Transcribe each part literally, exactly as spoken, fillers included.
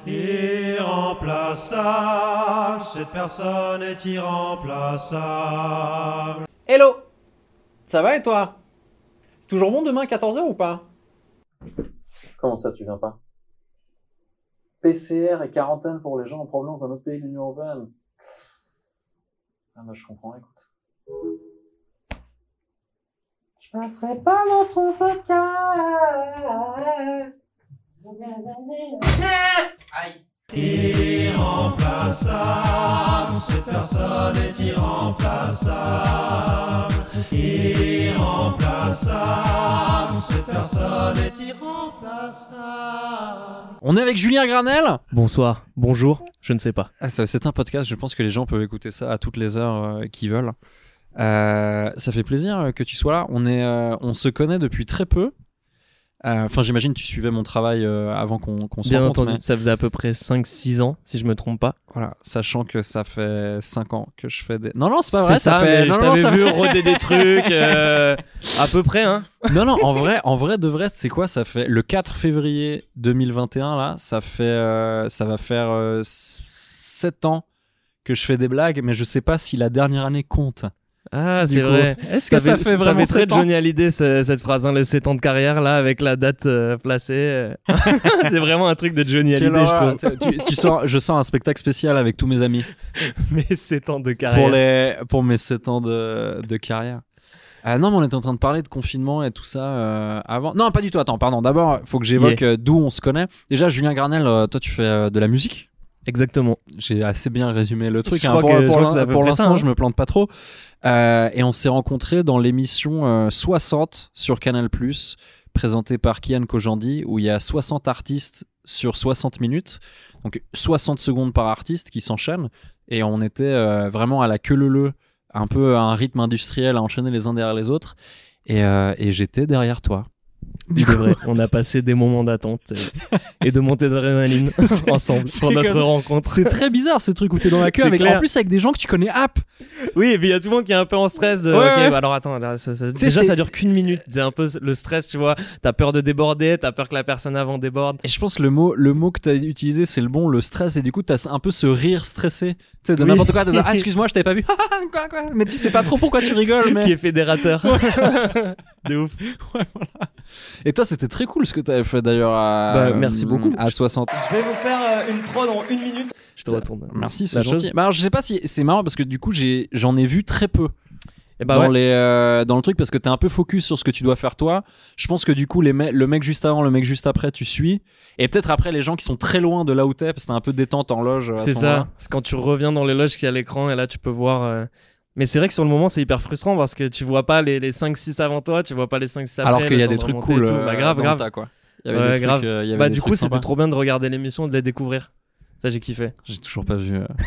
Irremplaçable, cette personne est irremplaçable. Hello! Ça va et toi? C'est toujours bon demain à quatorze heures ou pas? Comment ça, tu viens pas? P C R et quarantaine pour les gens en provenance d'un autre pays de l'Union européenne. Ah bah je comprends, écoute. Je passerai pas dans ton podcast. Aïe. Irremplaçable, cette personne est irremplaçable. Irremplaçable, cette personne est irremplaçable. On est avec Julien Granel. Bonsoir, bonjour, je ne sais pas. Ah, c'est un podcast, je pense que les gens peuvent écouter ça à toutes les heures euh, qu'ils veulent. Euh, ça fait plaisir que tu sois là. On, est, euh, on se connaît depuis très peu. Enfin, euh, j'imagine que tu suivais mon travail euh, avant qu'on, qu'on se Bien rencontre. entendu, mais... ça faisait à peu près cinq six ans, si je me trompe pas. Voilà, sachant que ça fait cinq ans que je fais des... Non, non, c'est pas vrai, c'est ça, ça fait... mais non, je non, t'avais ça vu fait... roder des trucs, euh, à peu près, hein. Non, non, en vrai, en vrai de vrai, c'est quoi? Ça fait le quatre février deux mille vingt et un, là, ça fait... Euh, ça va faire euh, sept ans que je fais des blagues, mais je sais pas si la dernière année compte. Ah, Du c'est coup, vrai. est-ce que ça, ça fait ça vraiment fait très sept ans Johnny Hallyday ce- cette phrase, hein, les sept ans de carrière là avec la date euh, placée. C'est vraiment un truc de Johnny Quelle Hallyday, je horreur. trouve. tu, tu sors, je sors un spectacle spécial avec tous mes amis Mais sept ans de carrière. pour, les, pour mes sept ans de, de carrière. Ah non, mais on était en train de parler de confinement et tout ça euh, avant. Non, pas du tout. Attends, pardon. D'abord, il faut que j'évoque Yeah. euh, d'où on se connaît. Déjà, Julien Granel, euh, toi, tu fais euh, de la musique. Exactement. J'ai assez bien résumé le truc. Je hein. crois Pour, que- je pour crois l'in- que c'est à peu pour près l'instant, ça, hein. je me plante pas trop. Euh, et on s'est rencontrés dans l'émission euh, soixante sur Canal+, présentée par Kian Kojandi, où il y a soixante artistes sur soixante minutes. Donc soixante secondes par artiste qui s'enchaînent. Et on était euh, vraiment à la queue leu-leu, un peu à un rythme industriel, à enchaîner les uns derrière les autres. Et, euh, et j'étais derrière toi. Du coup, vrai, on a passé des moments d'attente et, et de montée d'adrénaline ensemble c'est pour notre comme- rencontre. C'est très bizarre ce truc où t'es dans la queue, C'est avec, clair. en plus avec des gens que tu connais app. Oui, et puis il y a tout le monde qui est un peu en stress de Ouais, ok, ouais. bah alors attends, là, ça, ça- Tu sais, déjà c'est- ça dure qu'une minute, c'est un peu le stress, tu vois. T'as peur de déborder, t'as peur que la personne avant déborde. Et je pense que le mot, le mot que t'as utilisé, c'est le bon, le stress. Et du coup, t'as un peu ce rire stressé. Tu sais, de Oui. n'importe quoi. De, ah, excuse-moi, je t'avais pas vu. quoi, quoi. Mais tu sais pas trop pourquoi tu rigoles. Mais... Qui est fédérateur. De ouf. Ouais, voilà. Et toi, c'était très cool ce que t'avais fait d'ailleurs à. Bah, merci beaucoup. À soixante. Je vais vous faire euh, une prod en une minute. Je te retourne. Merci, c'est La gentil. chose. Bah, alors, je sais pas si c'est marrant parce que du coup, j'ai, j'en ai vu très peu. Et bah dans, ouais. les, euh, dans le truc parce que t'es un peu focus sur ce que tu dois faire toi. Je pense que du coup les me- le mec juste avant, le mec juste après, tu suis. Et peut-être après les gens qui sont très loin de là où t'es parce que t'es un peu détente en loge. à C'est ce ça. moment-là. C'est quand tu reviens dans les loges qu'il y a l'écran et là tu peux voir. euh, Mais c'est vrai que sur le moment c'est hyper frustrant parce que tu vois pas les, les cinq six avant toi, tu vois pas les cinq six après. Alors qu'il y le a temps des de trucs remonter et cool. tout. euh, Bah grave, dans grave. le tas, quoi. Il y avait Ouais, des grave. trucs, euh, il y avait Bah des du trucs coup c'était sympas. trop bien de regarder l'émission et de les découvrir. Ça j'ai kiffé. J'ai toujours pas vu. euh.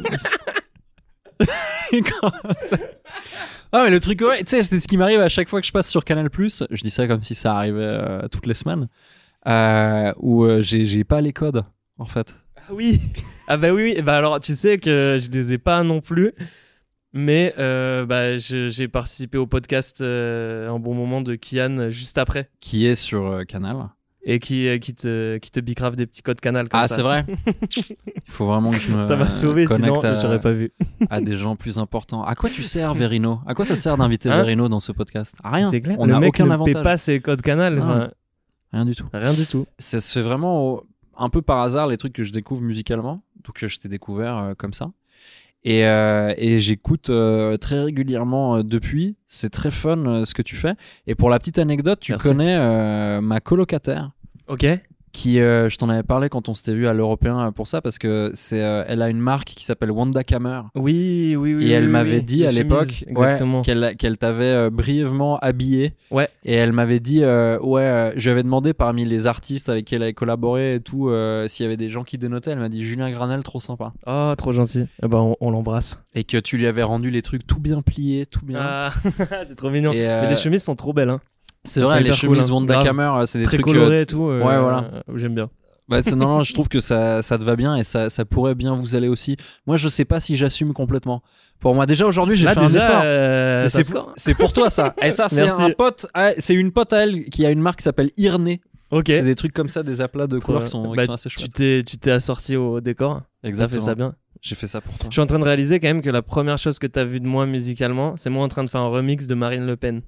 Comment ça- Ah mais le truc, ouais, tu sais, c'est ce qui m'arrive à chaque fois que je passe sur Canal+. Je dis ça comme si ça arrivait euh, toutes les semaines. Euh, où euh, j'ai, j'ai pas les codes en fait. Ah oui. Ah bah oui, oui. Bah alors tu sais que je les ai pas non plus. Mais euh, bah, je- j'ai participé au podcast euh, un bon moment de Kian juste après. Qui est sur euh, Canal. Et qui, euh, qui te, qui te bicrave des petits codes canal comme Ah ça. c'est vrai. Il faut vraiment que je me Ça m'a sauvé, sinon connecte à, j'aurais pas vu. à des gens plus importants. À quoi tu sers, Verino? À quoi ça sert d'inviter Hein Verino dans ce podcast? À rien. C'est clair. On le n'a mec aucun ne avantage. paie pas ses codes canal. Non. Enfin, Rien du tout. rien du tout. Ça se fait vraiment au- un peu par hasard les trucs que je découvre musicalement. Donc euh, je t'ai découvert euh, comme ça. Et, euh, et j'écoute euh, très régulièrement euh, depuis. C'est très fun euh, ce que tu fais. Et pour la petite anecdote, tu Merci. connais euh, ma colocataire. Ok. Qui, euh, je t'en avais parlé quand on s'était vu à l'Européen euh, pour ça, parce que c'est, euh, elle a une marque qui s'appelle Wanda Kammer. Oui, oui, oui. Et elle oui, m'avait oui. dit Les à chemises, l'époque ouais, exactement. qu'elle, qu'elle t'avait euh, brièvement habillé. Ouais. Et elle m'avait dit, euh, ouais, euh, je lui avais demandé parmi les artistes avec qui elle avait collaboré et tout, euh, s'il y avait des gens qui dénotaient. Elle m'a dit Julien Granel, trop sympa. Oh, trop gentil. Eh ben, on, on l'embrasse. Et que tu lui avais rendu les trucs tout bien pliés, tout bien. Ah, c'est trop mignon. Et, euh, Mais les chemises sont trop belles. Hein. c'est elles vrai, sont les hyper chemises cool, hein. Wanda Grave. Kammer, euh, c'est des Très trucs. colorées euh, et tout. euh, ouais, voilà. euh, J'aime bien. Bah, c'est, non, non, je trouve que ça, ça te va bien et ça, ça pourrait bien vous aller aussi. Moi, je sais pas si j'assume complètement. Pour moi, déjà aujourd'hui, j'ai Là, fait déjà, un effort. euh, Mais ça c'est, se pour, score. c'est pour toi ça. Et ça, c'est Merci. un pote, ah, c'est une pote à elle qui a une marque qui s'appelle Irné. Ok. C'est des trucs comme ça, des aplats de couleurs Trop qui sont, bien. qui Bah, sont assez tu chouettes. t'es, tu t'es assorti au décor. Exactement. Ça fait ça bien. J'ai fait ça pour toi. Je suis en train de réaliser quand même que la première chose que t'as vue de moi musicalement, c'est moi en train de faire un remix de Marine Le Pen.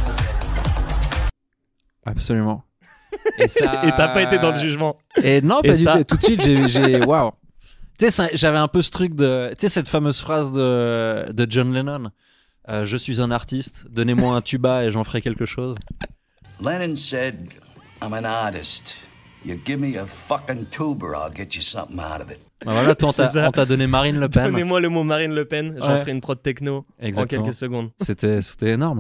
Absolument. Et ça. Et t'as pas été dans le jugement. Et non, Et pas du ça- tout. Tout de suite, j'ai, j'ai, waouh. Tu sais, ça- j'avais un peu ce truc de, tu sais, cette fameuse phrase de, de John Lennon. Euh, je suis un artiste. Donnez-moi un tuba et j'en ferai quelque chose. Lennon said, I'm an artist. You give me a fucking tuber, I'll get you something out of it. Bah voilà, toi, on t'a, C'est ça. on t'a donné Marine Le Pen. Donnez-moi le mot Marine Le Pen, j'en Ouais. ferai une prod techno Exactement. en quelques secondes. C'était, c'était énorme.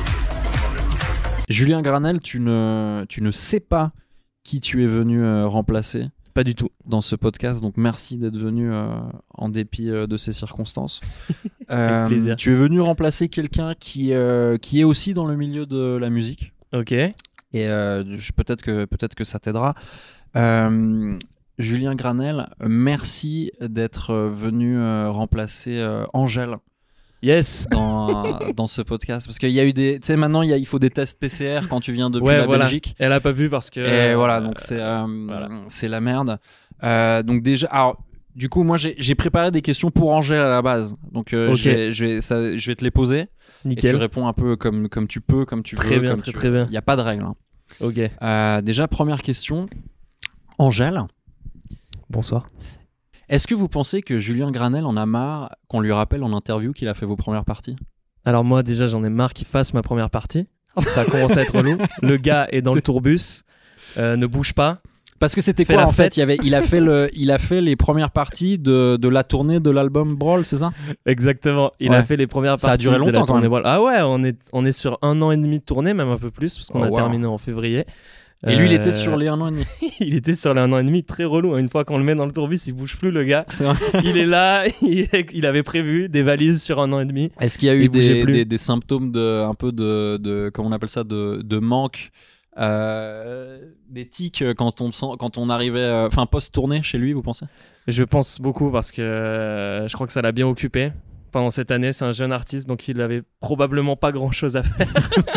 Julien Granel, tu ne, tu ne sais pas qui tu es venu euh, remplacer Pas du tout. dans ce podcast, donc merci d'être venu euh, en dépit euh, de ces circonstances. Euh, plaisir. Tu es venu remplacer quelqu'un qui, euh, qui est aussi dans le milieu de la musique. Ok. Et euh, je- peut-être que, peut-être que ça t'aidera. Euh, Julien Granel, merci d'être euh, venu euh, remplacer euh, Angèle Yes. dans, dans ce podcast. Parce qu'il y a eu des. Tu sais, maintenant, il, y a, il faut des tests P C R quand tu viens depuis Ouais, la voilà. Belgique. Elle a pas pu parce que. Et euh, voilà, donc c'est, euh, voilà. c'est la merde. Euh, donc, déjà. Alors, du coup, moi, j'ai, j'ai préparé des questions pour Angèle à la base. Donc, euh, Ok. je, vais, je, vais, ça, je vais te les poser. Et tu Nickel. réponds un peu comme, comme tu peux, comme tu Très veux. bien, comme très, tu très veux. bien. Il n'y a pas de règle. hein. Ok. Euh, déjà, première question. Angèle, Bonsoir. est-ce que vous pensez que Julien Granel en a marre qu'on lui rappelle en interview qu'il a fait vos premières parties? Alors moi déjà j'en ai marre qu'il fasse ma première partie. Ça commence à être relou. Le gars est dans le tourbus, euh, ne bouge pas. Parce que c'était Fais quoi la en fait fête. il, y avait, il, a fait le, il a fait les premières parties de, de la tournée de l'album Brawl, c'est ça? Exactement. Il Ouais. a fait les premières parties. Ça a duré de la longtemps, quand tournée même. Brawl. Ah ouais, on est on est sur un an et demi de tournée, même un peu plus, parce qu'on Oh, a wow. terminé en février. Et lui, il Euh, était sur les un an et demi. il était sur les un an et demi, très relou. hein. Une fois qu'on le met dans le tourbus, il bouge plus le gars. C'est vrai. Il est là, il, il avait prévu des valises sur un an et demi. Est-ce qu'il y a eu Il bougeait des, plus. des, des symptômes de un peu de, de comment on appelle ça de, de manque, euh, des tics quand on sent, quand on arrivait, euh, enfin post tournée chez lui, vous pensez? Je pense beaucoup parce que euh, je crois que ça l'a bien occupé pendant cette année. C'est un jeune artiste, donc il avait probablement pas grand chose à faire.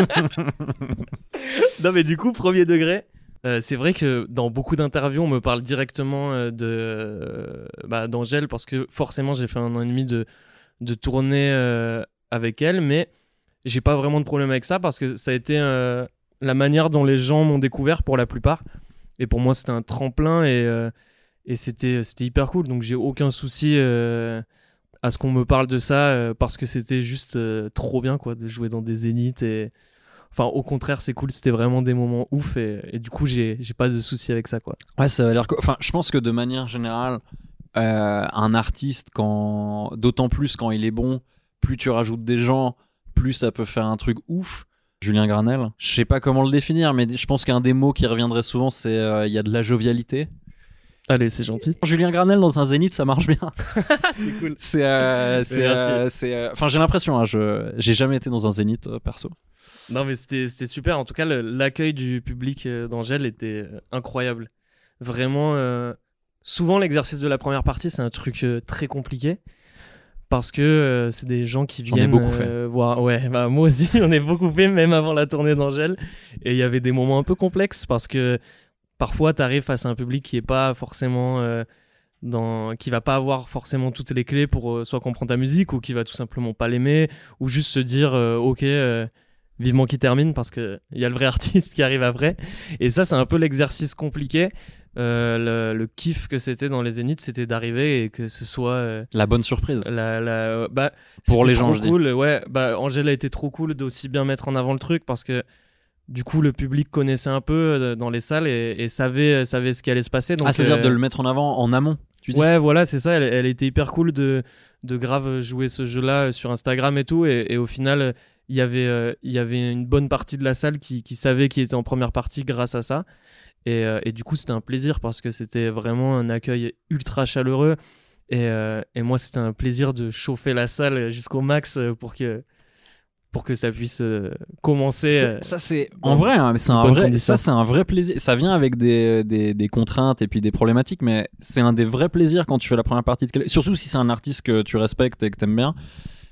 Non, mais du coup, premier degré. euh, c'est vrai que dans beaucoup d'interviews, on me parle directement euh, de euh, bah, d'Angèle parce que forcément, j'ai fait un an et demi de, de tournée euh, avec elle, mais j'ai pas vraiment de problème avec ça parce que ça a été euh, la manière dont les gens m'ont découvert pour la plupart. Et pour moi, c'était un tremplin et, euh, et c'était, c'était hyper cool. Donc, j'ai aucun souci euh, à ce qu'on me parle de ça euh, parce que c'était juste euh, trop bien quoi, de jouer dans des zéniths. Et... Enfin, au contraire, c'est cool. C'était vraiment des moments ouf et, et du coup, j'ai, j'ai pas de souci avec ça quoi. Ouais, ça a l'air. co- Enfin, je pense que de manière générale, euh, un artiste, quand, d'autant plus quand il est bon, plus tu rajoutes des gens, plus ça peut faire un truc ouf. Julien Granel, je sais pas comment le définir, mais je pense qu'un des mots qui reviendrait souvent, c'est euh, il y a de la jovialité. Allez, c'est gentil. Julien Granel dans un zénith, ça marche bien. C'est cool. C'est, euh, c'est, Merci. euh, c'est, euh, enfin, j'ai l'impression. Hein, je, j'ai jamais été dans un zénith euh, perso. Non, mais c'était, c'était super. En tout cas, le- l'accueil du public euh, d'Angèle était euh, incroyable. Vraiment, euh, souvent, l'exercice de la première partie, c'est un truc euh, très compliqué. Parce que euh, c'est des gens qui J'en ai viennent beaucoup euh, voir. Ouais, bah, moi aussi, j'en ai beaucoup fait, même avant la tournée d'Angèle. Et il y avait des moments un peu complexes parce que parfois, tu arrives face à un public qui est pas forcément. Euh, dans... qui va pas avoir forcément toutes les clés pour euh, soit comprendre ta musique ou qui va tout simplement pas l'aimer ou juste se dire euh, ok. Euh, vivement qu'il termine parce qu'il y a le vrai artiste qui arrive après. Et ça, c'est un peu l'exercice compliqué. Euh, le, le kiff que c'était dans les Zéniths, c'était d'arriver et que ce soit euh, La bonne surprise. la, la, bah, Pour c'était les gens, trop je dis. cool. Ouais, bah, Angèle a été trop cool d'aussi bien mettre en avant le truc parce que du coup, le public connaissait un peu euh, dans les salles et, et savait, savait ce qui allait se passer. Donc, Ah, c'est-à-dire euh, de le mettre en avant en amont. Tu dis ouais, voilà, c'est ça. Elle, elle était hyper cool de, de grave jouer ce jeu-là euh, sur Instagram et tout. Et, et au final, euh, il y avait, euh, il y avait une bonne partie de la salle qui, qui savait qui était en première partie grâce à ça. Et, euh, et du coup, c'était un plaisir parce que c'était vraiment un accueil ultra chaleureux. Et, euh, et moi, c'était un plaisir de chauffer la salle jusqu'au max euh, pour que, pour que ça puisse euh, commencer. C'est- euh, ça c'est dans en vrai, hein, mais c'est un bonnes vrai, conditions. ça c'est un vrai plaisir. Ça vient avec des, des, des contraintes et puis des problématiques, mais c'est un des vrais plaisirs quand tu fais la première partie de quel- surtout si c'est un artiste que tu respectes et que t'aimes bien.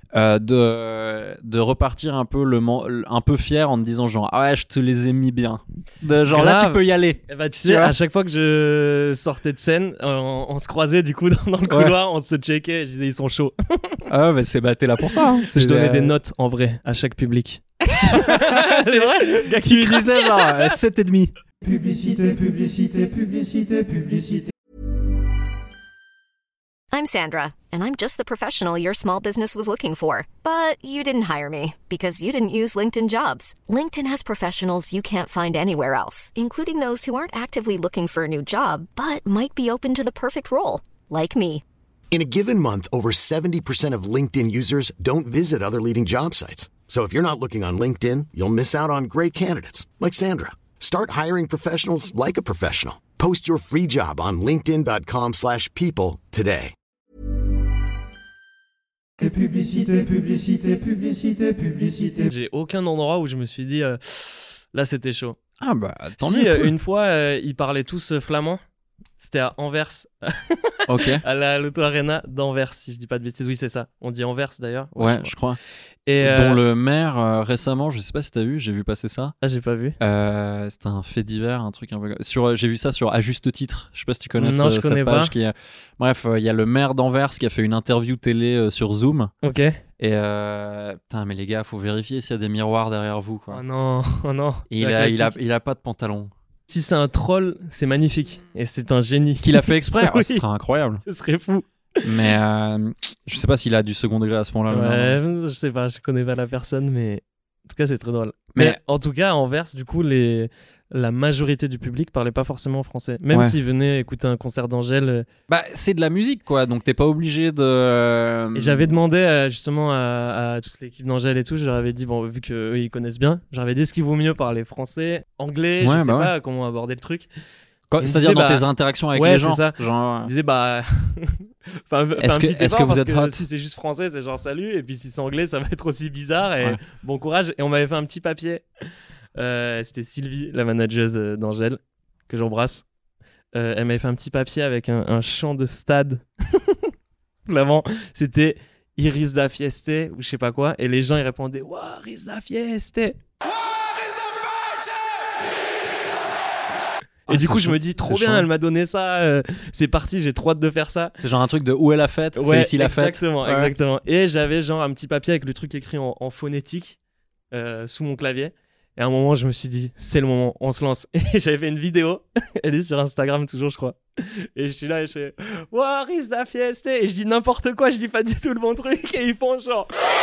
euh, de, de repartir un peu, le, man- un peu fier en te disant genre ah ouais, je te les ai mis bien. De, genre là, Grave. tu peux y aller. Eh bah, tu Tu sais, vois à chaque fois que je sortais de scène, on, on se croisait du coup dans, dans le Ouais. couloir, on se checkait, je disais ils sont chauds. Ah, bah, c'est, bah, t'es là pour ça. Hein. C'est, Je donnais euh, des notes en vrai à chaque public. C'est vrai, gars Tu lui disais genre euh, sept et demi. Publicité, publicité, publicité, publicité. I'm Sandra, and I'm just the professional your small business was looking for. But you didn't hire me because you didn't use LinkedIn Jobs. LinkedIn has professionals you can't find anywhere else, including those who aren't actively looking for a new job, but might be open to the perfect role, like me. In a given month, over seventy percent of LinkedIn users don't visit other leading job sites. So if you're not looking on LinkedIn, you'll miss out on great candidates like Sandra. Start hiring professionals like a professional. Post your free job on linkedin dot com slash people today. Et publicité, publicité, publicité, publicité. J'ai aucun endroit où je me suis dit euh, là c'était chaud. Ah bah tant Si mieux. euh, cool. une fois euh, ils parlaient tous euh, flamand. C'était à Anvers, Ok. à la l'Auto Arena d'Anvers, si je dis pas de bêtises. Oui, c'est ça. On dit Anvers d'ailleurs. Ouais, je je crois. Et euh, Dont le maire euh, récemment, je sais pas si t'as vu, j'ai vu passer ça. ah, j'ai pas vu. Euh, c'était un fait divers, un truc un peu. Sur, euh, j'ai vu ça sur À Juste Titre. Je sais pas si tu connais Non, ce- je cette connais page pas. qui est- Bref, il y a le maire d'Anvers qui a fait une interview télé euh, sur Zoom. Ok. Et euh... putain, mais les gars, faut vérifier s'il y a des miroirs derrière vous, quoi. Oh non, oh non. Et il La a, il a, classique. il a pas de pantalon. Si c'est un troll, c'est magnifique et c'est un génie. Qu'il a fait exprès, Oui. oh, ce serait incroyable. Ce serait fou. Mais euh, je sais pas s'il a du second degré à ce moment-là. le maire. Ouais, je sais pas, je connais pas la personne, mais en tout cas, c'est très drôle. Mais- Mais, en tout cas, à Anvers, du coup, les... la majorité du public parlait pas forcément français. Même Ouais. s'ils venaient écouter un concert d'Angèle. euh, Bah, c'est de la musique, quoi. Donc t'es pas obligé de. Et j'avais demandé euh, justement à, à toute l'équipe d'Angèle et tout, je leur avais dit, bon, vu qu'eux ils connaissent bien, je leur avais dit est-ce qu'il vaut mieux parler français, anglais, Ouais, je sais bah pas comment aborder le truc. Quand- il me C'est-à-dire disait, dans bah, tes interactions avec ouais, les c'est gens. ça. Genre. Il disait bah. Enfin, fais Est-ce un que- petit est-ce effort que vous parce êtes hot si c'est juste français, c'est genre salut, et puis si c'est anglais, ça va être aussi bizarre, et Ouais. bon courage. Et on m'avait fait un petit papier. Euh, c'était Sylvie, la manageuse euh, d'Angèle, que j'embrasse. Euh, elle m'avait fait un petit papier avec un, un chant de stade. Vraiment, c'était Iris da Fieste ou je sais pas quoi, et les gens ils répondaient Ouah, Iris da Fieste. Et Ah, du c'est coup, je chaud. me dis trop C'est bien, chaud. elle m'a donné ça. euh, c'est parti, j'ai trop hâte de faire ça. C'est genre un truc de où est la fête, c'est ici la fête. exactement, Ouais. exactement. Et j'avais genre un petit papier avec le truc écrit en, en phonétique euh, sous mon clavier. Et à un moment, je me suis dit, c'est le moment, on se lance. Et j'avais fait une vidéo, elle est sur Instagram toujours, je crois. Et je suis là et je fais, Ouah, Riz da Fieste. Et je dis n'importe quoi, je dis pas du tout le bon truc. Et ils font genre.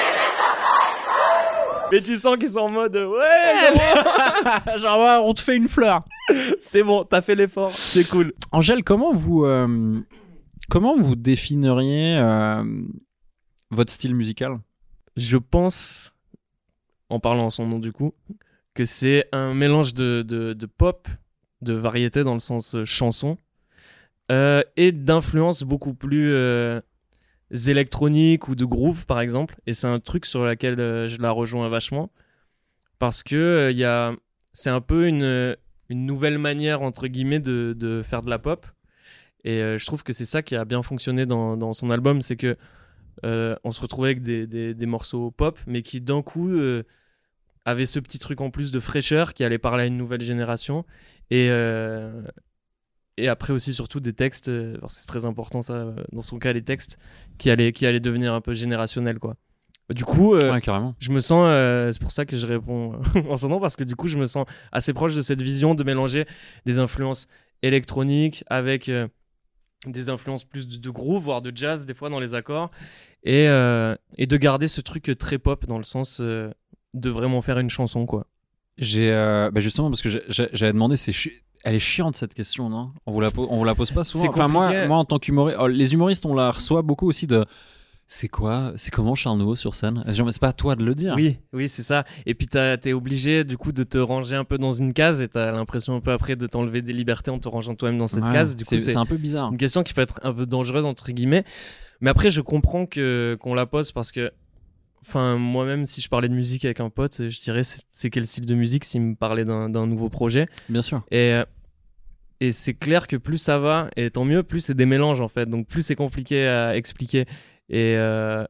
Mais tu sens qu'ils sont en mode, ouais, bon, Genre, ouais, on te fait une fleur. c'est bon, t'as fait l'effort, c'est cool. Angèle, comment vous, euh, comment vous définiriez euh, votre style musical? Je pense, en parlant en son nom du coup, que c'est un mélange de, de, de pop, de variété dans le sens euh, chanson, euh, et d'influences beaucoup plus euh, électroniques ou de groove par exemple. Et c'est un truc sur lequel euh, je la rejoins vachement, parce que euh, y a, c'est un peu une, une nouvelle manière entre guillemets de, de faire de la pop. Et euh, je trouve que c'est ça qui a bien fonctionné dans, dans son album, c'est que Euh, on se retrouvait avec des, des, des morceaux pop, mais qui d'un coup euh, avaient ce petit truc en plus de fraîcheur qui allait parler à une nouvelle génération. Et, euh, et après aussi, surtout, des textes, euh, parce que c'est très important ça, euh, dans son cas, les textes, qui allaient, qui allaient devenir un peu générationnels, quoi. Du coup, euh, Ouais, carrément. je me sens, euh, c'est pour ça que je réponds en son nom, parce que du coup, je me sens assez proche de cette vision de mélanger des influences électroniques avec euh, des influences plus de, de groove, voire de jazz des fois dans les accords, et, euh, et de garder ce truc très pop dans le sens euh, de vraiment faire une chanson, quoi. J'ai, euh, bah justement, parce que j'ai- j'ai- j'avais demandé, c'est chi- elle est chiante cette question, non? On vous la po- on vous la pose pas souvent. C'est Enfin, moi, compliqué. moi, en tant qu'humoriste, oh, les humoristes, on la reçoit beaucoup aussi de. C'est quoi? C'est comment Charles Nouveau sur scène? Genre, mais c'est pas à toi de le dire. Oui, oui, c'est ça. Et puis t'as- t'es obligé du coup de te ranger un peu dans une case, et t'as l'impression un peu après de t'enlever des libertés en te rangeant toi-même dans cette Ouais, case. Du coup, c'est c'est c'est un peu bizarre. une question qui peut être un peu dangereuse entre guillemets, mais après je comprends que qu'on la pose parce que, enfin, moi-même si je parlais de musique avec un pote, je dirais c'est, c'est quel style de musique s'il me parlait d'un, d'un nouveau projet. Bien sûr. Et euh, et c'est clair que plus ça va, et tant mieux, plus c'est des mélanges en fait, donc plus c'est compliqué à expliquer. Et euh,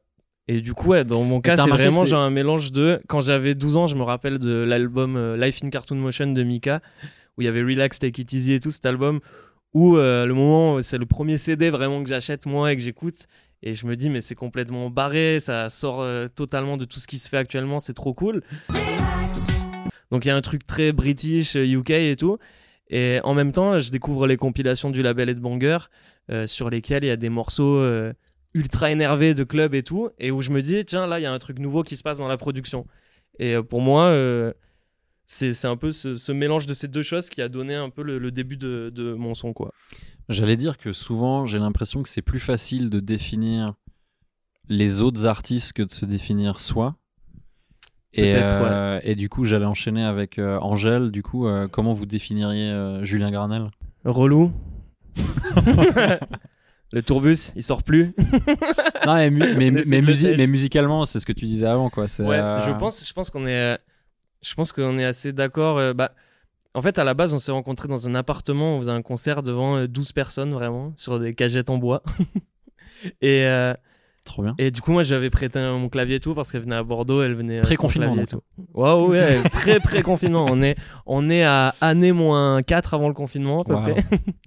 Et du coup, ouais, dans mon cas, t'as c'est remarqué, vraiment c'est- genre un mélange de. Quand j'avais douze ans, je me rappelle de l'album euh, Life in Cartoon Motion de Mika, où il y avait Relax, Take It Easy et tout, cet album, où euh, le moment, où c'est le premier C D vraiment que j'achète moi et que j'écoute. Et je me dis, mais c'est complètement barré, ça sort euh, totalement de tout ce qui se fait actuellement, c'est trop cool. Donc il y a un truc très british, euh, U K et tout. Et en même temps, je découvre les compilations du label Headbanger, euh, sur lesquelles il y a des morceaux euh, ultra énervés de club et tout, et où je me dis, tiens, là, il y a un truc nouveau qui se passe dans la production. Et euh, pour moi, euh, c'est, c'est un peu ce, ce mélange de ces deux choses qui a donné un peu le, le début de, de mon son, quoi. J'allais dire que souvent, j'ai l'impression que c'est plus facile de définir les autres artistes que de se définir soi. Et, Peut-être, euh, et du coup, j'allais enchaîner avec euh, Angèle. Du coup, euh, comment vous définiriez euh, Julien Granel ? Relou. Le tourbus, il sort plus. Non, mais, mu- mais, On essaie mais, de le musi- sèche. mais musicalement, c'est ce que tu disais avant, quoi. C'est, Ouais, euh, je pense, je pense qu'on est, je pense qu'on est assez d'accord. euh, bah, en fait, à la base, on s'est rencontrés dans un appartement. On faisait un concert devant euh, douze personnes, vraiment, sur des cagettes en bois. et, euh, trop bien. et du coup, moi, j'avais prêté un- mon clavier et tout parce qu'elle venait à Bordeaux. Elle venait euh, sans Pré-confinement, clavier et donc. tout. Waouh, ouais, pré pré confinement. On est, on est à année moins quatre avant le confinement à peu Wow. près.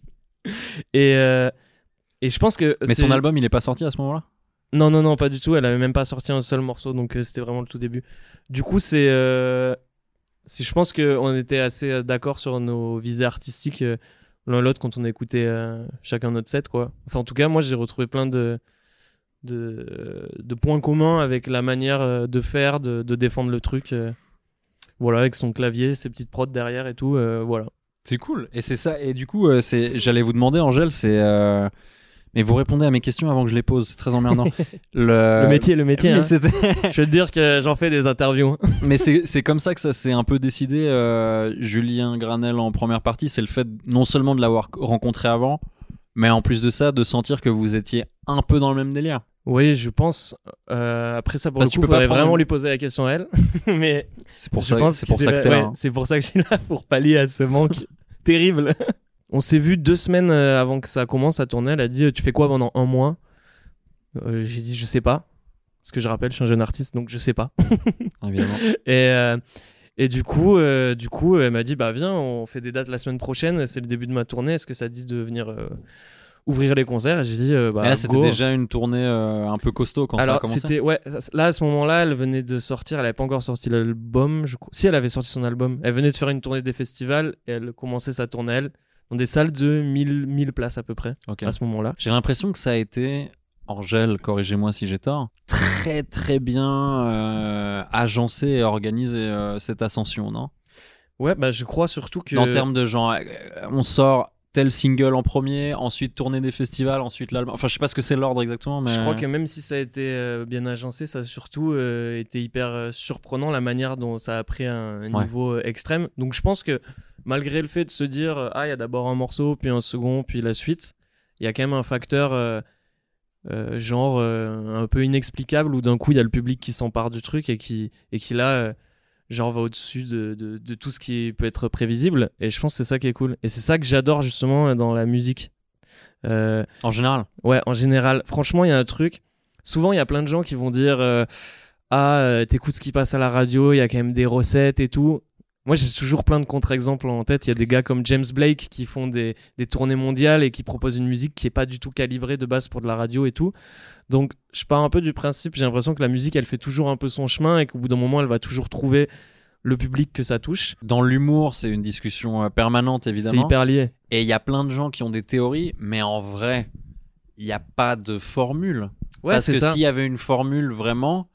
et euh, et je pense que Mais c'est- son album, il est pas sorti à ce moment-là ? non, non, non, pas du tout. Elle avait même pas sorti un seul morceau, donc euh, c'était vraiment le tout début. Du coup, c'est, euh, c'est je pense qu'on était assez euh, d'accord sur nos visées artistiques euh, l'un l'autre quand on écoutait euh, chacun notre set, quoi. Enfin, en tout cas, moi, j'ai retrouvé plein de de, de points communs avec la manière euh, de faire, de, de défendre le truc. euh, voilà, avec son clavier, ses petites prods derrière et tout. euh, voilà. C'est cool. Et c'est ça. Et du coup, euh, c'est, j'allais vous demander, Angèle, c'est. euh, Mais vous répondez à mes questions avant que je les pose. C'est très emmerdant. le... Le métier, le métier. Mais, hein. c'était- Je vais te dire que j'en fais des interviews. mais c'est, c'est comme ça que ça s'est un peu décidé. euh, Julien Granel en première partie, c'est le fait non seulement de l'avoir rencontré avant, mais en plus de ça, de sentir que vous étiez un peu dans le même délire. Oui, je pense. Euh, après ça, pour Parce le que tu coup, peux pas faudrait prendre vraiment une- lui poser la question à elle. Mais C'est pour je ça, pense c'est pour qu'il ça s'est- que t'es là. ouais, hein. c'est pour ça que je suis là, pour pallier à ce manque terrible. On s'est vu deux semaines euh, avant que ça commence à tourner. Elle a dit, tu fais quoi pendant un mois ? Euh, J'ai dit, je sais pas. Parce que je rappelle, je suis un jeune artiste, donc je sais pas. Évidemment. Et, euh, et du coup, euh, du coup, elle m'a dit, bah viens, on fait des dates la semaine prochaine. C'est le début de ma tournée. Est-ce que ça te dit de venir euh, ouvrir les concerts ? Et j'ai dit, euh, bah Mais là, c'était go. déjà une tournée euh, un peu costaud quand ça a Alors, commencé. c'était, ouais, là, à ce moment-là, elle venait de sortir, elle avait pas encore sorti l'album, je crois. Si, elle avait sorti son album. Elle venait de faire une tournée des festivals et elle commençait sa tournée, elle, dans des salles de mille, mille places à peu près, Ok. à ce moment-là. J'ai l'impression que ça a été, Angèle, corrigez-moi si j'ai tort, très très bien euh, agencé et organisé euh, cette ascension, non ? Ouais, bah, je crois surtout que. En termes de genre, euh, on sort tel single en premier, ensuite tournée des festivals, ensuite l'album. Enfin, je sais pas ce que c'est l'ordre exactement, mais Je crois que même si ça a été euh, bien agencé, ça a surtout euh, été hyper euh, surprenant la manière dont ça a pris un, un Ouais. niveau euh, extrême. Donc je pense que malgré le fait de se dire euh, ah il y a d'abord un morceau, puis un second, puis la suite, il y a quand même un facteur euh, euh, genre euh, un peu inexplicable où d'un coup il y a le public qui s'empare du truc et qui et qui là euh, genre va au-dessus de, de, de tout ce qui peut être prévisible. Et je pense que c'est ça qui est cool. Et c'est ça que j'adore justement dans la musique. Euh, en général. Ouais, en général. Franchement, il y a un truc. Souvent, il y a plein de gens qui vont dire euh, ah, euh, t'écoutes ce qui passe à la radio, il y a quand même des recettes et tout. Moi, j'ai toujours plein de contre-exemples en tête. Il y a des gars comme James Blake qui font des, des tournées mondiales et qui proposent une musique qui est pas du tout calibrée de base pour de la radio et tout. Donc, je pars un peu du principe, j'ai l'impression que la musique, elle fait toujours un peu son chemin et qu'au bout d'un moment, elle va toujours trouver le public que ça touche. Dans l'humour, c'est une discussion euh, permanente, C'est évidemment. hyper lié. Et il y a plein de gens qui ont des théories, mais en vrai, il n'y a pas de formule. Ouais, Parce c'est que ça. s'il y avait une formule vraiment,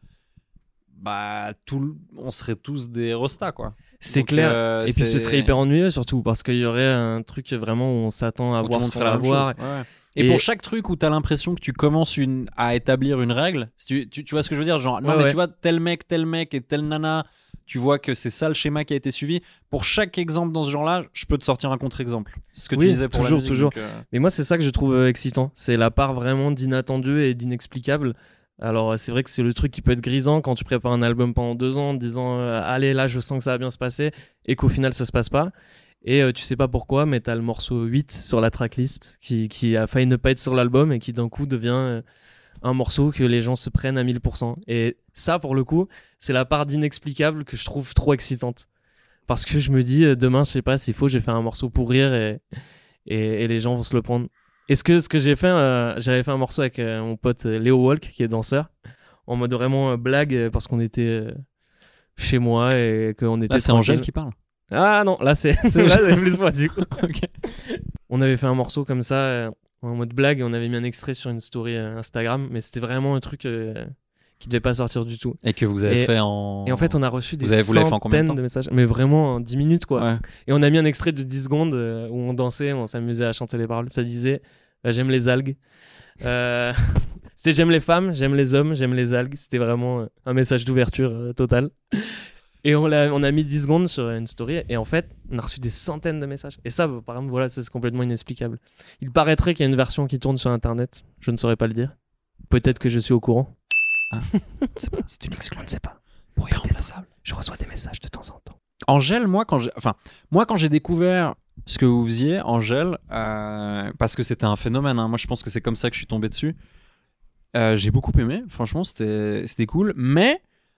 bah, tout, le- on serait tous des rostas, quoi. C'est Donc, clair. euh, et puis ce c'est- serait hyper ennuyeux surtout parce qu'il y aurait un truc vraiment où on s'attend à où tout le voir monde ce qu'on ferait la va même voir. chose. Ouais. Et, Et- pour chaque truc où t'as l'impression que tu commences une, à établir une règle, si tu, tu, tu vois ce que je veux dire, genre, non Ouais, mais ouais. tu vois, tel mec, tel mec et telle nana, tu vois que c'est ça le schéma qui a été suivi. Pour chaque exemple dans ce genre-là, je peux te sortir un contre-exemple. C'est ce que Oui, tu disais pour la toujours, musique, toujours. donc, euh, Mais moi, c'est ça que je trouve euh, excitant. C'est la part vraiment d'inattendu et d'inexplicable. Alors, c'est vrai que c'est le truc qui peut être grisant quand tu prépares un album pendant deux ans en te disant euh, allez, là, je sens que ça va bien se passer et qu'au final, ça se passe pas. Et euh, tu sais pas pourquoi, mais t'as le morceau huit sur la tracklist qui, qui a failli ne pas être sur l'album et qui d'un coup devient euh, un morceau que les gens se prennent à mille pour cent. Et ça, pour le coup, c'est la part d'inexplicable que je trouve trop excitante. Parce que je me dis, euh, demain, je sais pas, s'il faut, je vais faire un morceau pour rire et, et, et les gens vont se le prendre. Et ce que, ce que j'ai fait, euh, j'avais fait un morceau avec euh, mon pote euh, Léo Walk, qui est danseur, en mode vraiment euh, blague, euh, parce qu'on était euh, chez moi et qu'on était. Là, c'est tranquille. Angèle qui parle. Ah non, là, c'est, c'est, là, c'est plus moi, du coup. Ok. On avait fait un morceau comme ça, euh, en mode blague, et on avait mis un extrait sur une story euh, Instagram, mais c'était vraiment un truc euh, qui devait pas sortir du tout. Et que vous avez Et- fait en. Et en fait, on a reçu des Vous avez- vous l'avez fait en combien de centaines temps de messages, mais vraiment en dix minutes, quoi. Ouais. Et on a mis un extrait de dix secondes euh, où on dansait, on s'amusait à chanter les paroles. Ça disait euh, j'aime les algues. Euh, C'était j'aime les femmes, j'aime les hommes, j'aime les algues. C'était vraiment euh, un message d'ouverture euh, total. Et on, l'a, on a mis dix secondes sur une story. Et en fait, on a reçu des centaines de messages. Et ça, par exemple, voilà, ça, c'est complètement inexplicable. Il paraîtrait qu'il y a une version qui tourne sur Internet. Je ne saurais pas le dire. Peut-être que je suis au courant. C'est, pas, c'est une exclu. Je ne sais pas. Pour irremplaçable. Je reçois des messages de temps en temps. Angèle, moi quand j'ai, enfin, moi quand j'ai découvert ce que vous faisiez, Angèle, euh, parce que c'était un phénomène. Hein, moi, je pense que c'est comme ça que je suis tombé dessus. Euh, j'ai beaucoup aimé. Franchement, c'était, c'était cool. Mais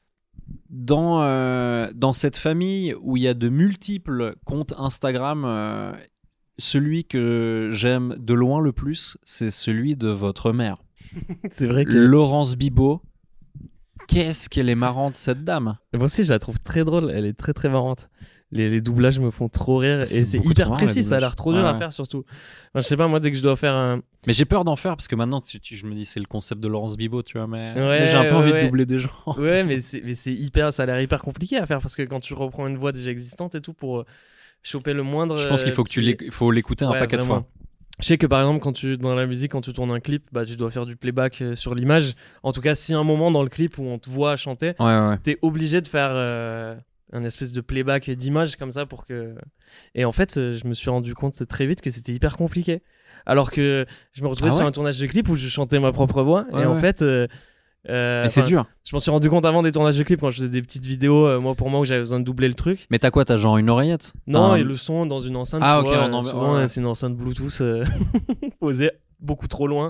dans euh, dans cette famille où il y a de multiples comptes Instagram, euh, celui que j'aime de loin le plus, c'est celui de votre mère, C'est vrai que. Laurence Bibot. Qu'est-ce qu'elle est marrante, cette dame. Moi aussi, je la trouve très drôle. Elle est très très marrante. Les, les doublages me font trop rire. C'est Et c'est beaucoup hyper trop marrant, précis. les Ça a l'air doublages. trop dur Ouais, à ouais. faire, surtout. Enfin, je sais pas, moi, dès que je dois faire un. Mais j'ai peur d'en faire parce que maintenant, tu, tu- je me dis c'est le concept de Laurence Bibot, tu vois. Mais, Ouais, mais j'ai un peu ouais, envie ouais. de doubler des gens. Ouais, mais c'est, mais c'est hyper. Ça a l'air hyper compliqué à faire parce que quand tu reprends une voix déjà existante et tout pour euh, choper le moindre. Je pense qu'il faut que tu petit- l'éc- faut l'écouter un Ouais, paquet de vraiment. fois. Je sais que par exemple, quand tu, dans la musique, quand tu tournes un clip, bah, tu dois faire du playback euh, sur l'image. En tout cas, s'il y a un moment dans le clip où on te voit chanter, Ouais, ouais, ouais. t'es obligé de faire euh, un espèce de playback d'image comme ça pour que. Et en fait, euh, je me suis rendu compte très vite que c'était hyper compliqué. Alors que je me retrouvais Ah sur ouais un tournage de clip où je chantais ma propre voix. Ouais, et en ouais. fait. euh, euh, Mais c'est enfin, dur. Je m'en suis rendu compte avant des tournages de clips quand je faisais des petites vidéos, euh, moi pour moi, où j'avais besoin de doubler le truc. Mais t'as quoi? T'as genre une oreillette? Non, T'as un- et le son dans une enceinte. Ah, tu ok, vois, en euh, en- souvent, ouais, ouais. euh, c'est une enceinte Bluetooth euh, posée beaucoup trop loin.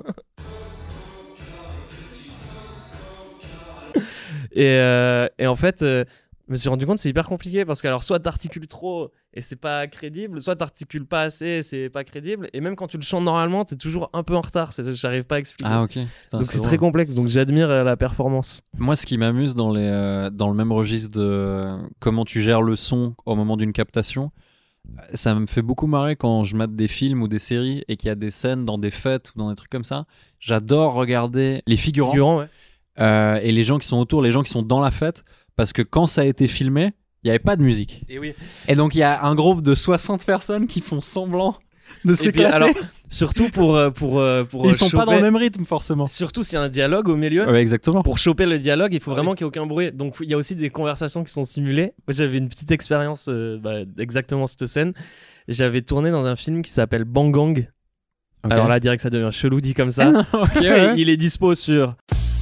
et, euh, et en fait, euh, je me suis rendu compte que c'est hyper compliqué parce que alors soit t'articules trop et c'est pas crédible, soit t'articules pas assez et c'est pas crédible. Et même quand tu le chantes normalement, t'es toujours un peu en retard. C'est, j'arrive pas à expliquer. Ah, ok. Putain, Donc c'est, drôle. très complexe. Donc j'admire euh, la performance. Moi, ce qui m'amuse dans, les, euh, dans le même registre de euh, comment tu gères le son au moment d'une captation, ça me fait beaucoup marrer quand je mate des films ou des séries et qu'il y a des scènes dans des fêtes ou dans des trucs comme ça. J'adore regarder les figurants, Figurant, ouais. euh, et les gens qui sont autour, les gens qui sont dans la fête, parce que quand ça a été filmé, il n'y avait pas de musique. Et oui. Et donc il y a un groupe de soixante personnes qui font semblant de Et puis, s'éclater. alors, surtout pour euh, pour euh, pour Ils euh, sont pas choper- dans le même rythme forcément. Surtout s'il y a un dialogue au milieu. Ouais, exactement. Pour choper le dialogue, il faut Ah vraiment oui. qu'il n'y ait aucun bruit. Donc il y a aussi des conversations qui sont simulées. Moi, j'avais une petite expérience euh, bah, exactement cette scène. J'avais tourné dans un film qui s'appelle Bang Gang. Ok. Alors là, direct, ça devient chelou dit comme ça. Ok, ouais. Il est dispo sur.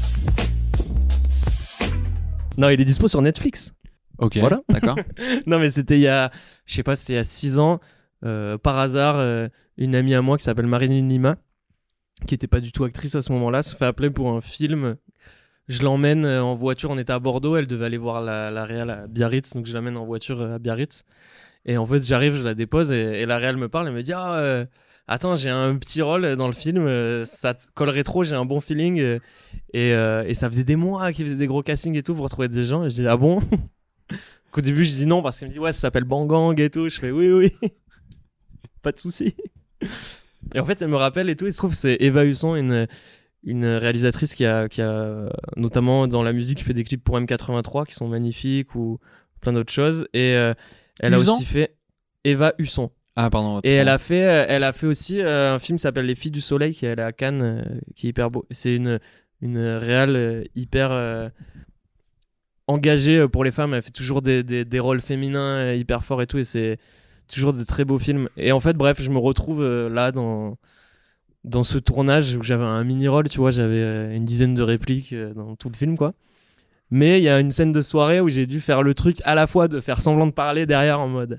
Non, il est dispo sur Netflix. Ok, Voilà. d'accord. Non, mais c'était il y a, je sais pas, c'était il y a six ans. Euh, par hasard, euh, une amie à moi qui s'appelle Marilyn Lima, qui était pas du tout actrice à ce moment-là, se fait appeler pour un film. Je l'emmène euh, en voiture, on était à Bordeaux, elle devait aller voir la, la réal à Biarritz, donc je l'amène en voiture euh, à Biarritz. Et en fait, j'arrive, je la dépose et, et la réal me parle, elle me dit ah, euh, attends, j'ai un petit rôle dans le film, euh, ça te collerait trop, j'ai un bon feeling. euh, et, euh, et ça faisait des mois qu'ils faisaient des gros castings et tout pour trouver des gens. Et je dis ah bon. Qu'au début, je dis non parce qu'elle me dit ouais, ça s'appelle Bang Gang et tout. Je fais oui, oui, pas de souci. Et en fait, elle me rappelle et tout. Il se trouve que c'est Eva Husson, une, une réalisatrice qui a, qui a notamment dans la musique fait des clips pour M quatre-vingt-trois qui sont magnifiques ou plein d'autres choses. Et euh, elle Usan a aussi fait Eva Husson. Ah pardon. Et elle a fait, euh, elle a fait aussi euh, un film qui s'appelle Les Filles du Soleil qui est à Cannes, euh, qui est hyper beau. C'est une une réal euh, hyper euh, engagée euh, pour les femmes. Elle fait toujours des, des, des rôles féminins euh, hyper forts et tout. Et c'est toujours de très beaux films. Et en fait, bref, je me retrouve euh, là dans dans ce tournage où j'avais un mini rôle. Tu vois, j'avais euh, une dizaine de répliques euh, dans tout le film, quoi. Mais il y a une scène de soirée où j'ai dû faire le truc à la fois de faire semblant de parler derrière en mode.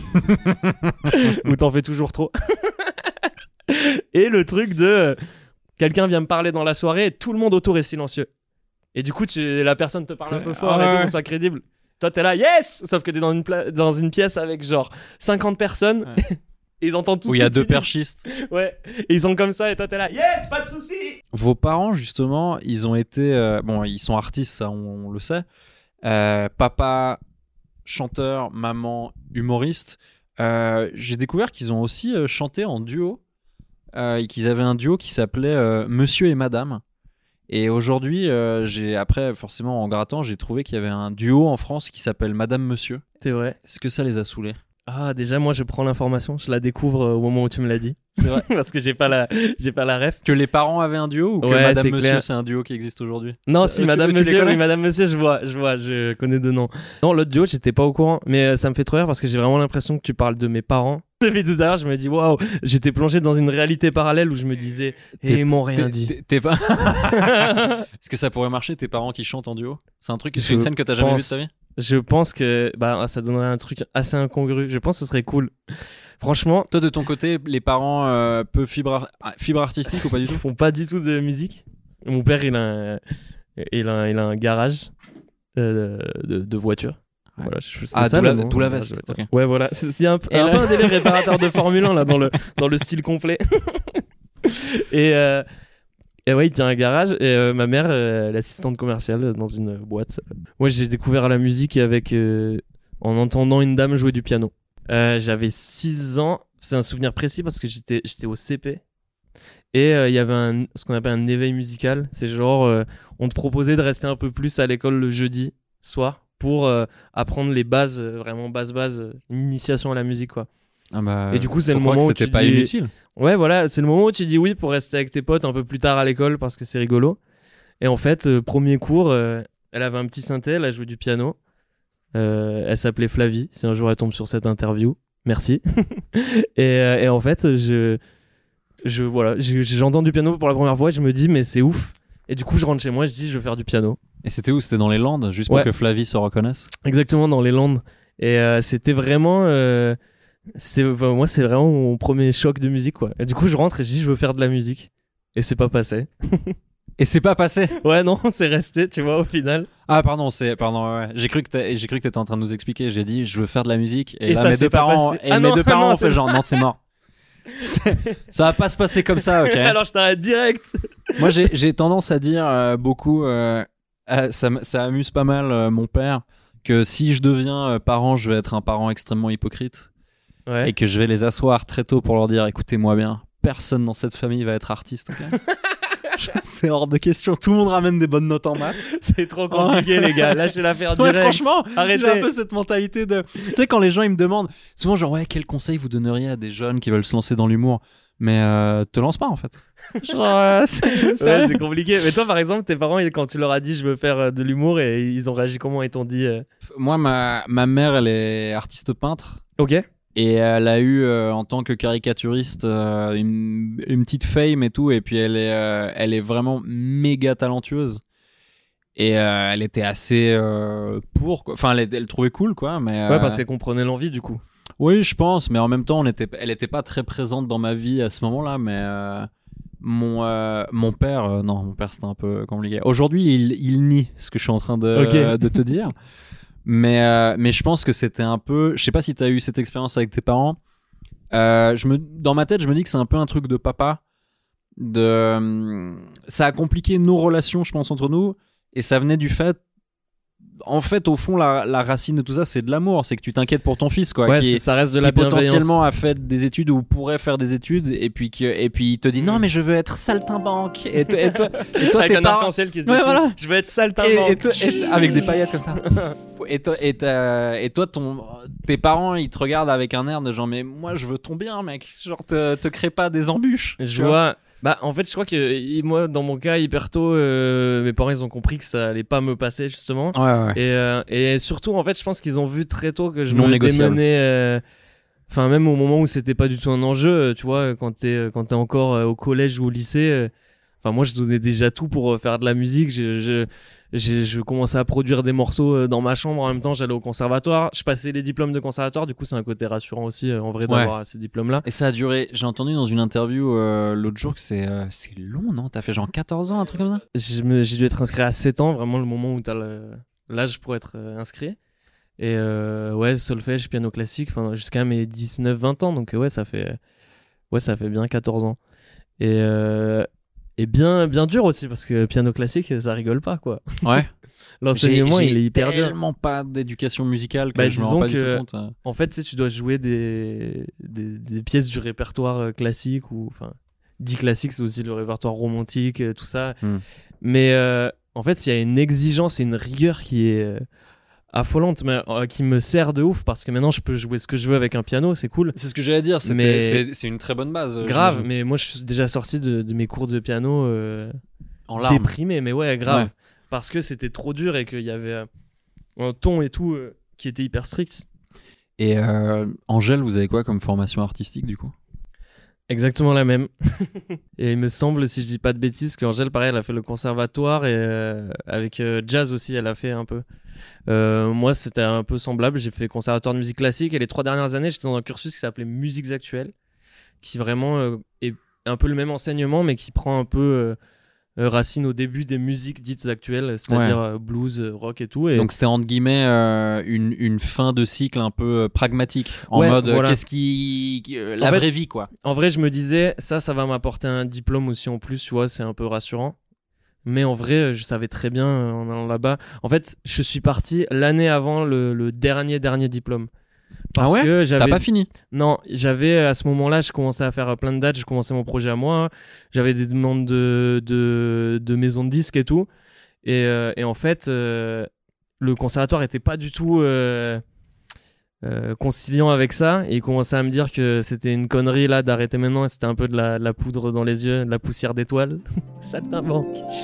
Ou t'en fais toujours trop. Et le truc de quelqu'un vient me parler dans la soirée et tout le monde autour est silencieux. Et du coup, tu, la personne te parle un peu fort Ah et tout ouais. pour ça crédible. Toi, t'es là, yes! Sauf que t'es dans une, pla- dans une pièce avec genre cinquante personnes Ouais. et ils entendent tout Où ce il y a que deux tu dis. perchistes. Ouais, et ils sont comme ça et toi, t'es là, yes! Pas de soucis! Vos parents, justement, ils ont été. euh, bon, ils sont artistes, ça, on, on le sait. Euh, papa, chanteur, maman, humoriste. Euh, j'ai découvert qu'ils ont aussi euh, chanté en duo. Euh, et qu'ils avaient un duo qui s'appelait euh, Monsieur et Madame. Et aujourd'hui, euh, j'ai après, forcément, en grattant, j'ai trouvé qu'il y avait un duo en France qui s'appelle Madame Monsieur. C'est vrai. Est-ce que ça les a saoulés? Ah, déjà, moi, je prends l'information, je la découvre euh, au moment où tu me l'as dit. C'est vrai. Parce que j'ai pas la, j'ai pas la ref. Que les parents avaient un duo ou que Ouais, Madame c'est Monsieur, clair. c'est un duo qui existe aujourd'hui? Non, Ça- si tu- Madame tu les Monsieur, connais oui, Madame Monsieur, je vois, je vois, je connais deux noms. Non, l'autre duo, j'étais pas au courant, mais euh, ça me fait trop rire parce que j'ai vraiment l'impression que tu parles de mes parents. Depuis tout à l'heure, je me dis, waouh, j'étais plongé dans une réalité parallèle où je me disais, et T'es- ils m'ont rien T'es- dit. t'es- T'es pas. Est-ce que ça pourrait marcher, tes parents qui chantent en duo? C'est un truc, c'est Je une scène que t'as jamais vue de pense. ta vie? Je pense que bah, ça donnerait un truc assez incongru. Je pense que ce serait cool. Franchement, Toi, de ton côté, les parents euh, peu fibre, ar- fibre artistique ou pas du ils tout? font pas du tout de musique. Mon père, il a un, il a un, il a un garage euh, de, de voiture. Ouais. Voilà, je- c'est Ah, ça d'où le la- nom, d'où la un garage veste, de voiture. ok. Ouais, voilà. C'est c'est un, peu- Et un là- peu un délire réparateur de Formule un là, dans le, dans le style complet. et, euh, et ouais, il tient un garage. Et euh, ma mère, euh, elle est assistante commerciale dans une boîte. Moi, j'ai découvert la musique avec, euh, en entendant une dame jouer du piano. Euh, J'avais six ans. C'est un souvenir précis parce que j'étais j'étais au C P. Et euh, il y avait un, ce qu'on appelle un éveil musical. C'est genre, euh, on te proposait de rester un peu plus à l'école le jeudi soir pour euh, apprendre les bases, euh, vraiment base base, euh, une initiation à la musique, quoi. Ah bah, Et du coup, c'est faut le croire moment que où c'était tu pas dis- inutile. Ouais, voilà, c'est le moment où tu dis oui pour rester avec tes potes un peu plus tard à l'école parce que c'est rigolo. Et en fait, euh, premier cours, euh, elle avait un petit synthé, elle a joué du piano. Euh, elle s'appelait Flavie. Si un jour elle tombe sur cette interview, merci. et, euh, et en fait, je, je voilà, j'ai- j'entends du piano pour la première fois et je me dis mais c'est ouf. Et du coup, je rentre chez moi, je dis je veux faire du piano. Et c'était où? C'était dans les Landes, juste pour Ouais. que Flavie se reconnaisse? Exactement, dans les Landes. Et euh, c'était vraiment. Euh, c'est, enfin, moi, c'est vraiment mon premier choc de musique, quoi. Et du coup, je rentre et je dis, je veux faire de la musique. Et c'est pas passé. Et c'est pas passé? Ouais, non, c'est resté, tu vois, au final. Ah, pardon, c'est, pardon, ouais, ouais. J'ai cru que t'as- j'ai cru que t'étais en train de nous expliquer. J'ai dit, je veux faire de la musique. Et, Et là, ça mes s'est deux pas parents, passé. et Ah mes non, deux parents non, ont fait c'est- genre, non, c'est mort. C'est- ça va pas se passer comme ça, ok? Alors, je t'arrête direct. Moi, j'ai, j'ai tendance à dire euh, beaucoup, euh, euh, ça, m- ça amuse pas mal euh, mon père, que si je deviens euh, parent, je vais être un parent extrêmement hypocrite. Ouais. Et que je vais les asseoir très tôt pour leur dire, écoutez-moi bien, personne dans cette famille va être artiste, ok? C'est hors de question, tout le monde ramène des bonnes notes en maths. C'est trop compliqué, les gars. Lâchez l'affaire Ouais, direct. franchement, Arrêtez. j'ai un peu cette mentalité de... Tu sais, quand les gens ils me demandent, souvent genre, ouais, quel conseil vous donneriez à des jeunes qui veulent se lancer dans l'humour? Mais euh, te lance pas en fait. Genre, euh, c'est- c'est- Ouais, c'est compliqué. Mais toi, par exemple, tes parents, quand tu leur as dit je veux faire euh, de l'humour, et ils ont réagi comment? Ils t'ont dit euh, Moi, ma, ma mère, elle est artiste peintre. ok. Et elle a eu, euh, en tant que caricaturiste, euh, une, une petite fame et tout. Et puis, elle est, euh, elle est vraiment méga talentueuse. Et euh, elle était assez euh, pour, quoi. Enfin, elle, elle trouvait cool, quoi. Mais, Ouais, euh, parce qu'elle comprenait l'envie, du coup. oui, je pense. Mais en même temps, on était, elle n'était pas très présente dans ma vie à ce moment-là. Mais euh, mon, euh, mon père, euh, non, mon père, c'était un peu compliqué. Aujourd'hui, il, il nie ce que je suis en train de, Ok. de te dire. Mais, euh, mais je pense que c'était un peu... Je sais pas si tu as eu cette expérience avec tes parents. Euh, je me, dans ma tête, je me dis que c'est un peu un truc de papa. De, euh, ça a compliqué nos relations, je pense, entre nous. Et ça venait du fait... En fait, au fond, la, la racine de tout ça, c'est de l'amour. C'est que tu t'inquiètes pour ton fils, quoi. Ouais, qui, c'est- ça reste de qui la bienveillance. potentiellement a fait des études ou pourrait faire des études. Et puis, que, et puis il te dit, non, mais je veux être saltimbanque. Et, t- et toi, et toi Avec tes un parents... arc-en-ciel qui se Ouais, dessine. voilà. Je veux être Et, saltimbanque. et toi- et- avec des paillettes comme ça. Et toi, et, ta- et toi ton, tes parents, ils te regardent avec un air de genre, mais moi, je veux ton bien, mec. Genre, te, te crée pas des embûches. Je tu vois. Bah, en fait, je crois que y- moi, dans mon cas, hyper tôt, euh, mes parents, ils ont compris que ça allait pas me passer, justement. Ouais, ouais. Et, euh, et surtout, en fait, je pense qu'ils ont vu très tôt que je Non me négociable. démenais. euh, Enfin, même au moment où c'était pas du tout un enjeu, euh, tu vois, quand t'es, quand t'es encore euh, au collège ou au lycée, euh, Enfin, moi, je donnais déjà tout pour euh, faire de la musique. Je, je, je, je commençais à produire des morceaux euh, dans ma chambre. En même temps, j'allais au conservatoire. Je passais les diplômes de conservatoire. Du coup, c'est un côté rassurant aussi, euh, en vrai, d'avoir Ouais. ces diplômes-là. Et ça a duré, j'ai entendu dans une interview euh, l'autre jour que c'est, euh, c'est long, non? T'as fait genre quatorze ans, un truc comme ça? Je me- J'ai dû être inscrit à sept ans, vraiment le moment où t'as le- l'âge pour être euh, inscrit. Et euh, ouais, solfège, piano classique, pendant- jusqu'à mes dix-neuf vingt ans. Donc, euh, ouais, ça fait, ouais, ça fait bien quatorze ans. Et. Euh, Et bien, bien dur aussi, parce que piano classique, ça rigole pas, quoi. Ouais. L'enseignement, J'ai- il est hyper J'ai dur. tellement pas d'éducation musicale que Bah, je me rends disons pas du que- tout compte. euh. En fait, tu sais, tu dois jouer des, des, des pièces du répertoire euh, classique, ou enfin, dit classique, c'est aussi le répertoire romantique, euh, tout ça. Hmm. Mais euh, en fait, il y a une exigence et une rigueur qui est euh, affolante, mais euh, qui me sert de ouf, parce que maintenant, je peux jouer ce que je veux avec un piano, c'est cool. C'est ce que j'allais dire, c'était- Mais- c'est, c'est une très bonne base. euh, Grave, j'imagine. mais moi, je suis déjà sorti de, de mes cours de piano euh, En larmes. déprimé, mais ouais, grave. Ouais. Parce que c'était trop dur et qu'il y avait euh, un ton et tout euh, qui était hyper strict. Et euh, Angèle, vous avez quoi comme formation artistique du coup? Exactement la même. Et il me semble, si je dis pas de bêtises, qu'Angèle, pareil, elle a fait le conservatoire et euh, avec euh, jazz aussi, elle a fait un peu. Euh, moi, c'était un peu semblable. J'ai fait conservatoire de musique classique et les trois dernières années, j'étais dans un cursus qui s'appelait Musiques Actuelles, qui vraiment euh, est un peu le même enseignement, mais qui prend un peu euh, euh, racine au début des musiques dites actuelles, c'est-à-dire Ouais. euh, blues, euh, rock et tout. Et Donc c'était entre guillemets euh, une, une fin de cycle un peu euh, pragmatique, en Ouais, mode euh, voilà. qu'est-ce qui euh, la En fait- vraie vie quoi. en vrai, je me disais, ça, ça va m'apporter un diplôme aussi en plus, tu vois, c'est un peu rassurant. Mais en vrai, je savais très bien euh, en allant là-bas. En fait, je suis parti l'année avant le, le dernier, dernier diplôme. Parce Ah ouais que T'as j'avais. pas fini? Non, j'avais à ce moment-là, je commençais à faire plein de dates, je commençais mon projet à moi. J'avais des demandes de, de, de maisons de disques et tout. Et, euh, et en fait, euh, le conservatoire était pas du tout euh, euh, conciliant avec ça. Et il commençait à me dire que c'était une connerie là d'arrêter maintenant. Et c'était un peu de la, de la poudre dans les yeux, de la poussière d'étoiles. Saltimbanque.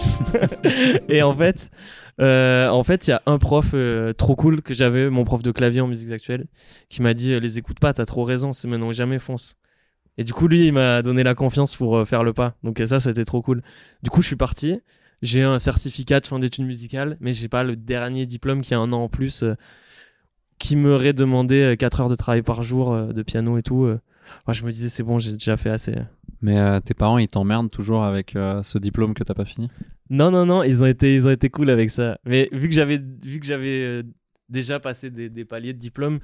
Et en fait, euh, en fait, il y a un prof euh, trop cool que j'avais, mon prof de clavier en musique actuelle, qui m'a dit euh, les écoute pas, t'as trop raison, c'est maintenant ou jamais, fonce. Et du coup, lui, il m'a donné la confiance pour euh, faire le pas. Donc euh, ça, c'était trop cool. Du coup, je suis parti. J'ai un certificat de fin d'études musicales, mais j'ai pas le dernier diplôme qui a un an en plus, euh, qui m'aurait demandé euh, quatre heures de travail par jour euh, de piano et tout. euh. Moi, je me disais, c'est bon, j'ai déjà fait assez. Mais euh, tes parents ils t'emmerdent toujours avec euh, ce diplôme que t'as pas fini? Non, non, non, ils ont été, ils ont été cool avec ça. Mais vu que j'avais, vu que j'avais euh, déjà passé des, des paliers de diplôme,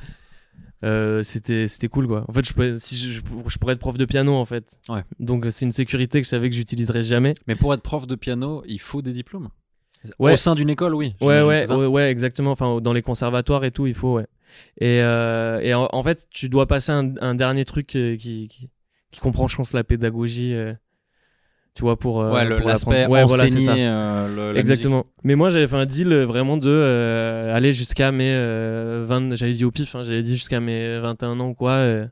euh, c'était, c'était cool, quoi. En fait, je pourrais, si je, je, je pourrais être prof de piano, en fait. Ouais. Donc, euh, c'est une sécurité que je savais que j'utiliserais jamais. Mais pour être prof de piano, il faut des diplômes. Ouais. Au sein d'une école, oui. Ouais, j'imagine, ouais, c'est ça ouais, ouais, exactement. Enfin, dans les conservatoires et tout, il faut, ouais. Et, euh, et en, en fait, tu dois passer un, un dernier truc euh, qui, qui, qui comprend, je pense, la pédagogie. euh, tu vois, pour, euh, Ouais, le- pour l'aspect l'apprendre. Ouais, voilà, c'est enseigner ça. euh, le- la Exactement. Mais moi, j'avais fait un deal euh, vraiment de euh, aller jusqu'à mes euh, vingt, j'avais dit au pif, hein, j'avais dit jusqu'à mes vingt et un ans ou quoi. euh,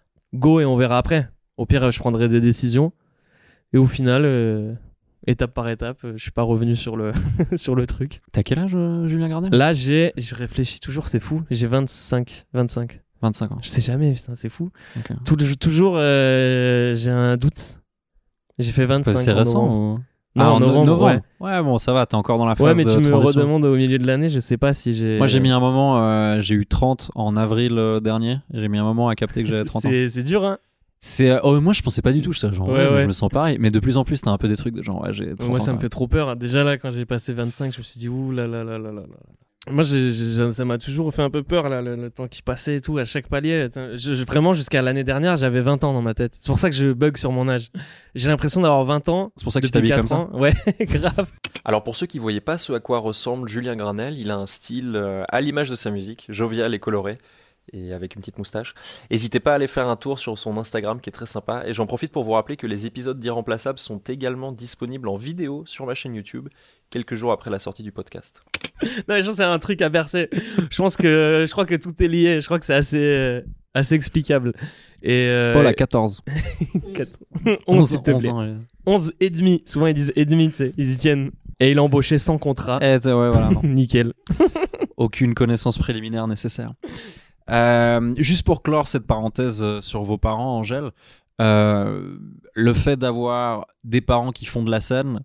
go et on verra après. Au pire, euh, je prendrai des décisions. Et au final, euh, étape par étape, euh, je suis pas revenu sur le, sur le truc. musique. T'as quel âge, euh, Julien Gardel? Là, j'ai, je réfléchis toujours, c'est fou. J'ai vingt-cinq, vingt-cinq. vingt-cinq ans. Je sais jamais, putain, c'est fou. Ok. Tout- toujours, euh, j'ai un doute. J'ai fait vingt-cinq. C'est en récent novembre. ou... Non, Ah, en novembre, ouais. Ouais, bon, ça va, t'es encore dans la phase Ouais, mais de tu me transition. redemandes au milieu de l'année, je sais pas si j'ai. Moi, j'ai mis un moment, euh, j'ai eu trente en avril euh, dernier. J'ai mis un moment à capter que j'avais trente ans. C'est, c'est dur, hein. C'est, euh, oh, moi, je pensais pas du tout. J'étais genre, Ouais, ouais, mais ouais. je me sens pareil. Mais de plus en plus, t'as un peu des trucs de genre, ouais, j'ai trente Moi, ans, ça me quoi. fait trop peur. Déjà là, quand j'ai passé vingt-cinq, je me suis dit, ouh là là là là là là. Moi, j'ai, j'ai- ça m'a toujours fait un peu peur, là, le, le temps qui passait et tout, à chaque palier. Je, je- vraiment, jusqu'à l'année dernière, j'avais vingt ans dans ma tête. C'est pour ça que je bug sur mon âge. J'ai l'impression d'avoir vingt ans. C'est pour ça que tu depuis t'habilles comme quatre ans. Ouais, grave. Alors pour ceux qui ne voyaient pas ce à quoi ressemble Julien Granel, il a un style euh, à l'image de sa musique, jovial et coloré, et avec une petite moustache. N'hésitez pas à aller faire un tour sur son Instagram qui est très sympa, et j'en profite pour vous rappeler que les épisodes d'Irremplaçables sont également disponibles en vidéo sur ma chaîne YouTube, quelques jours après la sortie du podcast. Non, mais je pense que c'est un truc à percer. Je pense que, je crois que tout est lié. Je crois que c'est assez, euh, assez explicable. Et, euh, Paul à quatorze. quatre- onze, s'il te onze plaît. ans. ouais. onze et demi. Souvent, ils disent et demi, tu sais. Ils y tiennent. Et il a embauché sans contrat. Eh, t'sais, ouais, voilà. non. Nickel. Aucune connaissance préliminaire nécessaire. Euh, juste pour clore cette parenthèse euh, sur vos parents, Angèle, Euh, le fait d'avoir des parents qui font de la scène,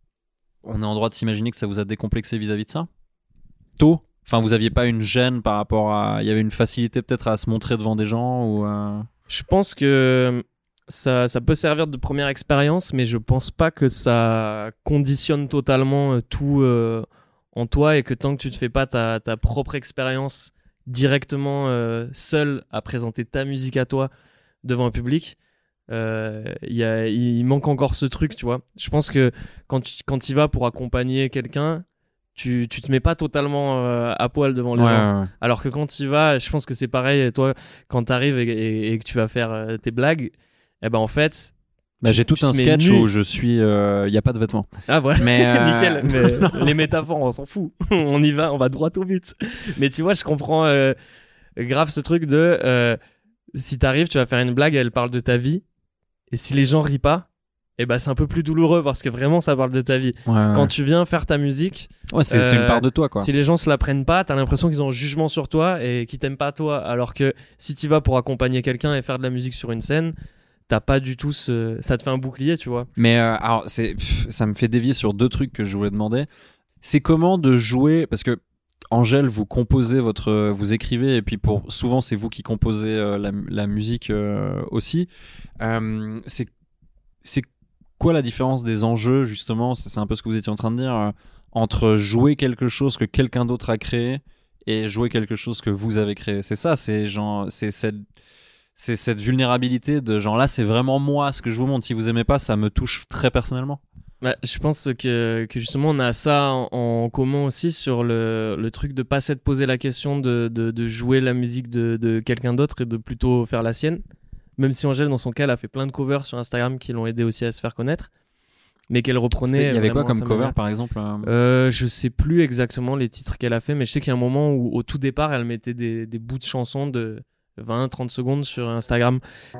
on est en droit de s'imaginer que ça vous a décomplexé vis-à-vis de ça tôt. Enfin, vous aviez pas une gêne par rapport à... Il y avait une facilité peut-être à se montrer devant des gens ou à... Je pense que ça, ça peut servir de première expérience, mais je pense pas que ça conditionne totalement tout euh, en toi, et que tant que tu te fais pas ta, ta propre expérience directement euh, seul à présenter ta musique à toi devant un public, euh, y a, il manque encore ce truc, tu vois. Je pense que quand tu quand tu y vas pour accompagner quelqu'un, tu tu te mets pas totalement euh, à poil devant les Ouais, gens. ouais, ouais. Alors que quand tu y vas, je pense que c'est pareil. Toi, quand tu arrives et, et, et que tu vas faire euh, tes blagues, eh ben en fait, Bah, tu- j'ai tout tu un te mets sketch nu. où je suis... Il n'y a pas de vêtements. Ah voilà, Mais, euh, nickel. Mais les métaphores, on s'en fout. On y va, on va droit au but. Mais tu vois, je comprends euh, grave ce truc de euh, si t'arrives, tu vas faire une blague, elle parle de ta vie, et si les gens rient pas, eh ben c'est un peu plus douloureux parce que vraiment ça parle de ta vie. Ouais, ouais. Quand tu viens faire ta musique, Ouais, c'est c'est une euh, part de toi, quoi. si les gens se la prennent pas, t'as l'impression qu'ils ont un jugement sur toi et qu'ils t'aiment pas toi. Alors que si tu vas pour accompagner quelqu'un et faire de la musique sur une scène, t'as pas du tout ce... ça te fait un bouclier, tu vois. Mais euh, alors, c'est, pff, ça me fait dévier sur deux trucs que je voulais demander. C'est comment de jouer, parce que Angèle, vous composez votre, vous écrivez, et puis pour souvent c'est vous qui composez euh, la, la musique euh, aussi. Euh, c'est, c'est quoi la différence des enjeux, justement, c'est, c'est un peu ce que vous étiez en train de dire, euh, entre jouer quelque chose que quelqu'un d'autre a créé et jouer quelque chose que vous avez créé. C'est ça, c'est genre, c'est cette, c'est cette vulnérabilité de genre là, c'est vraiment moi ce que je vous montre. Si vous aimez pas, ça me touche très personnellement. Bah, je pense que, que justement on a ça en, en commun aussi sur le, le truc de pas s'être posé la question de, de, de jouer la musique de, de quelqu'un d'autre et de plutôt faire la sienne. Même si Angèle, dans son cas, elle a fait plein de covers sur Instagram qui l'ont aidé aussi à se faire connaître, mais qu'elle reprenait. C'était- Il y avait quoi vraiment à comme sa cover, manière. par exemple euh Euh, je sais plus exactement les titres qu'elle a fait, mais je sais qu'il y a un moment où, au tout départ, elle mettait des, des bouts de chansons de vingt à trente secondes sur Instagram,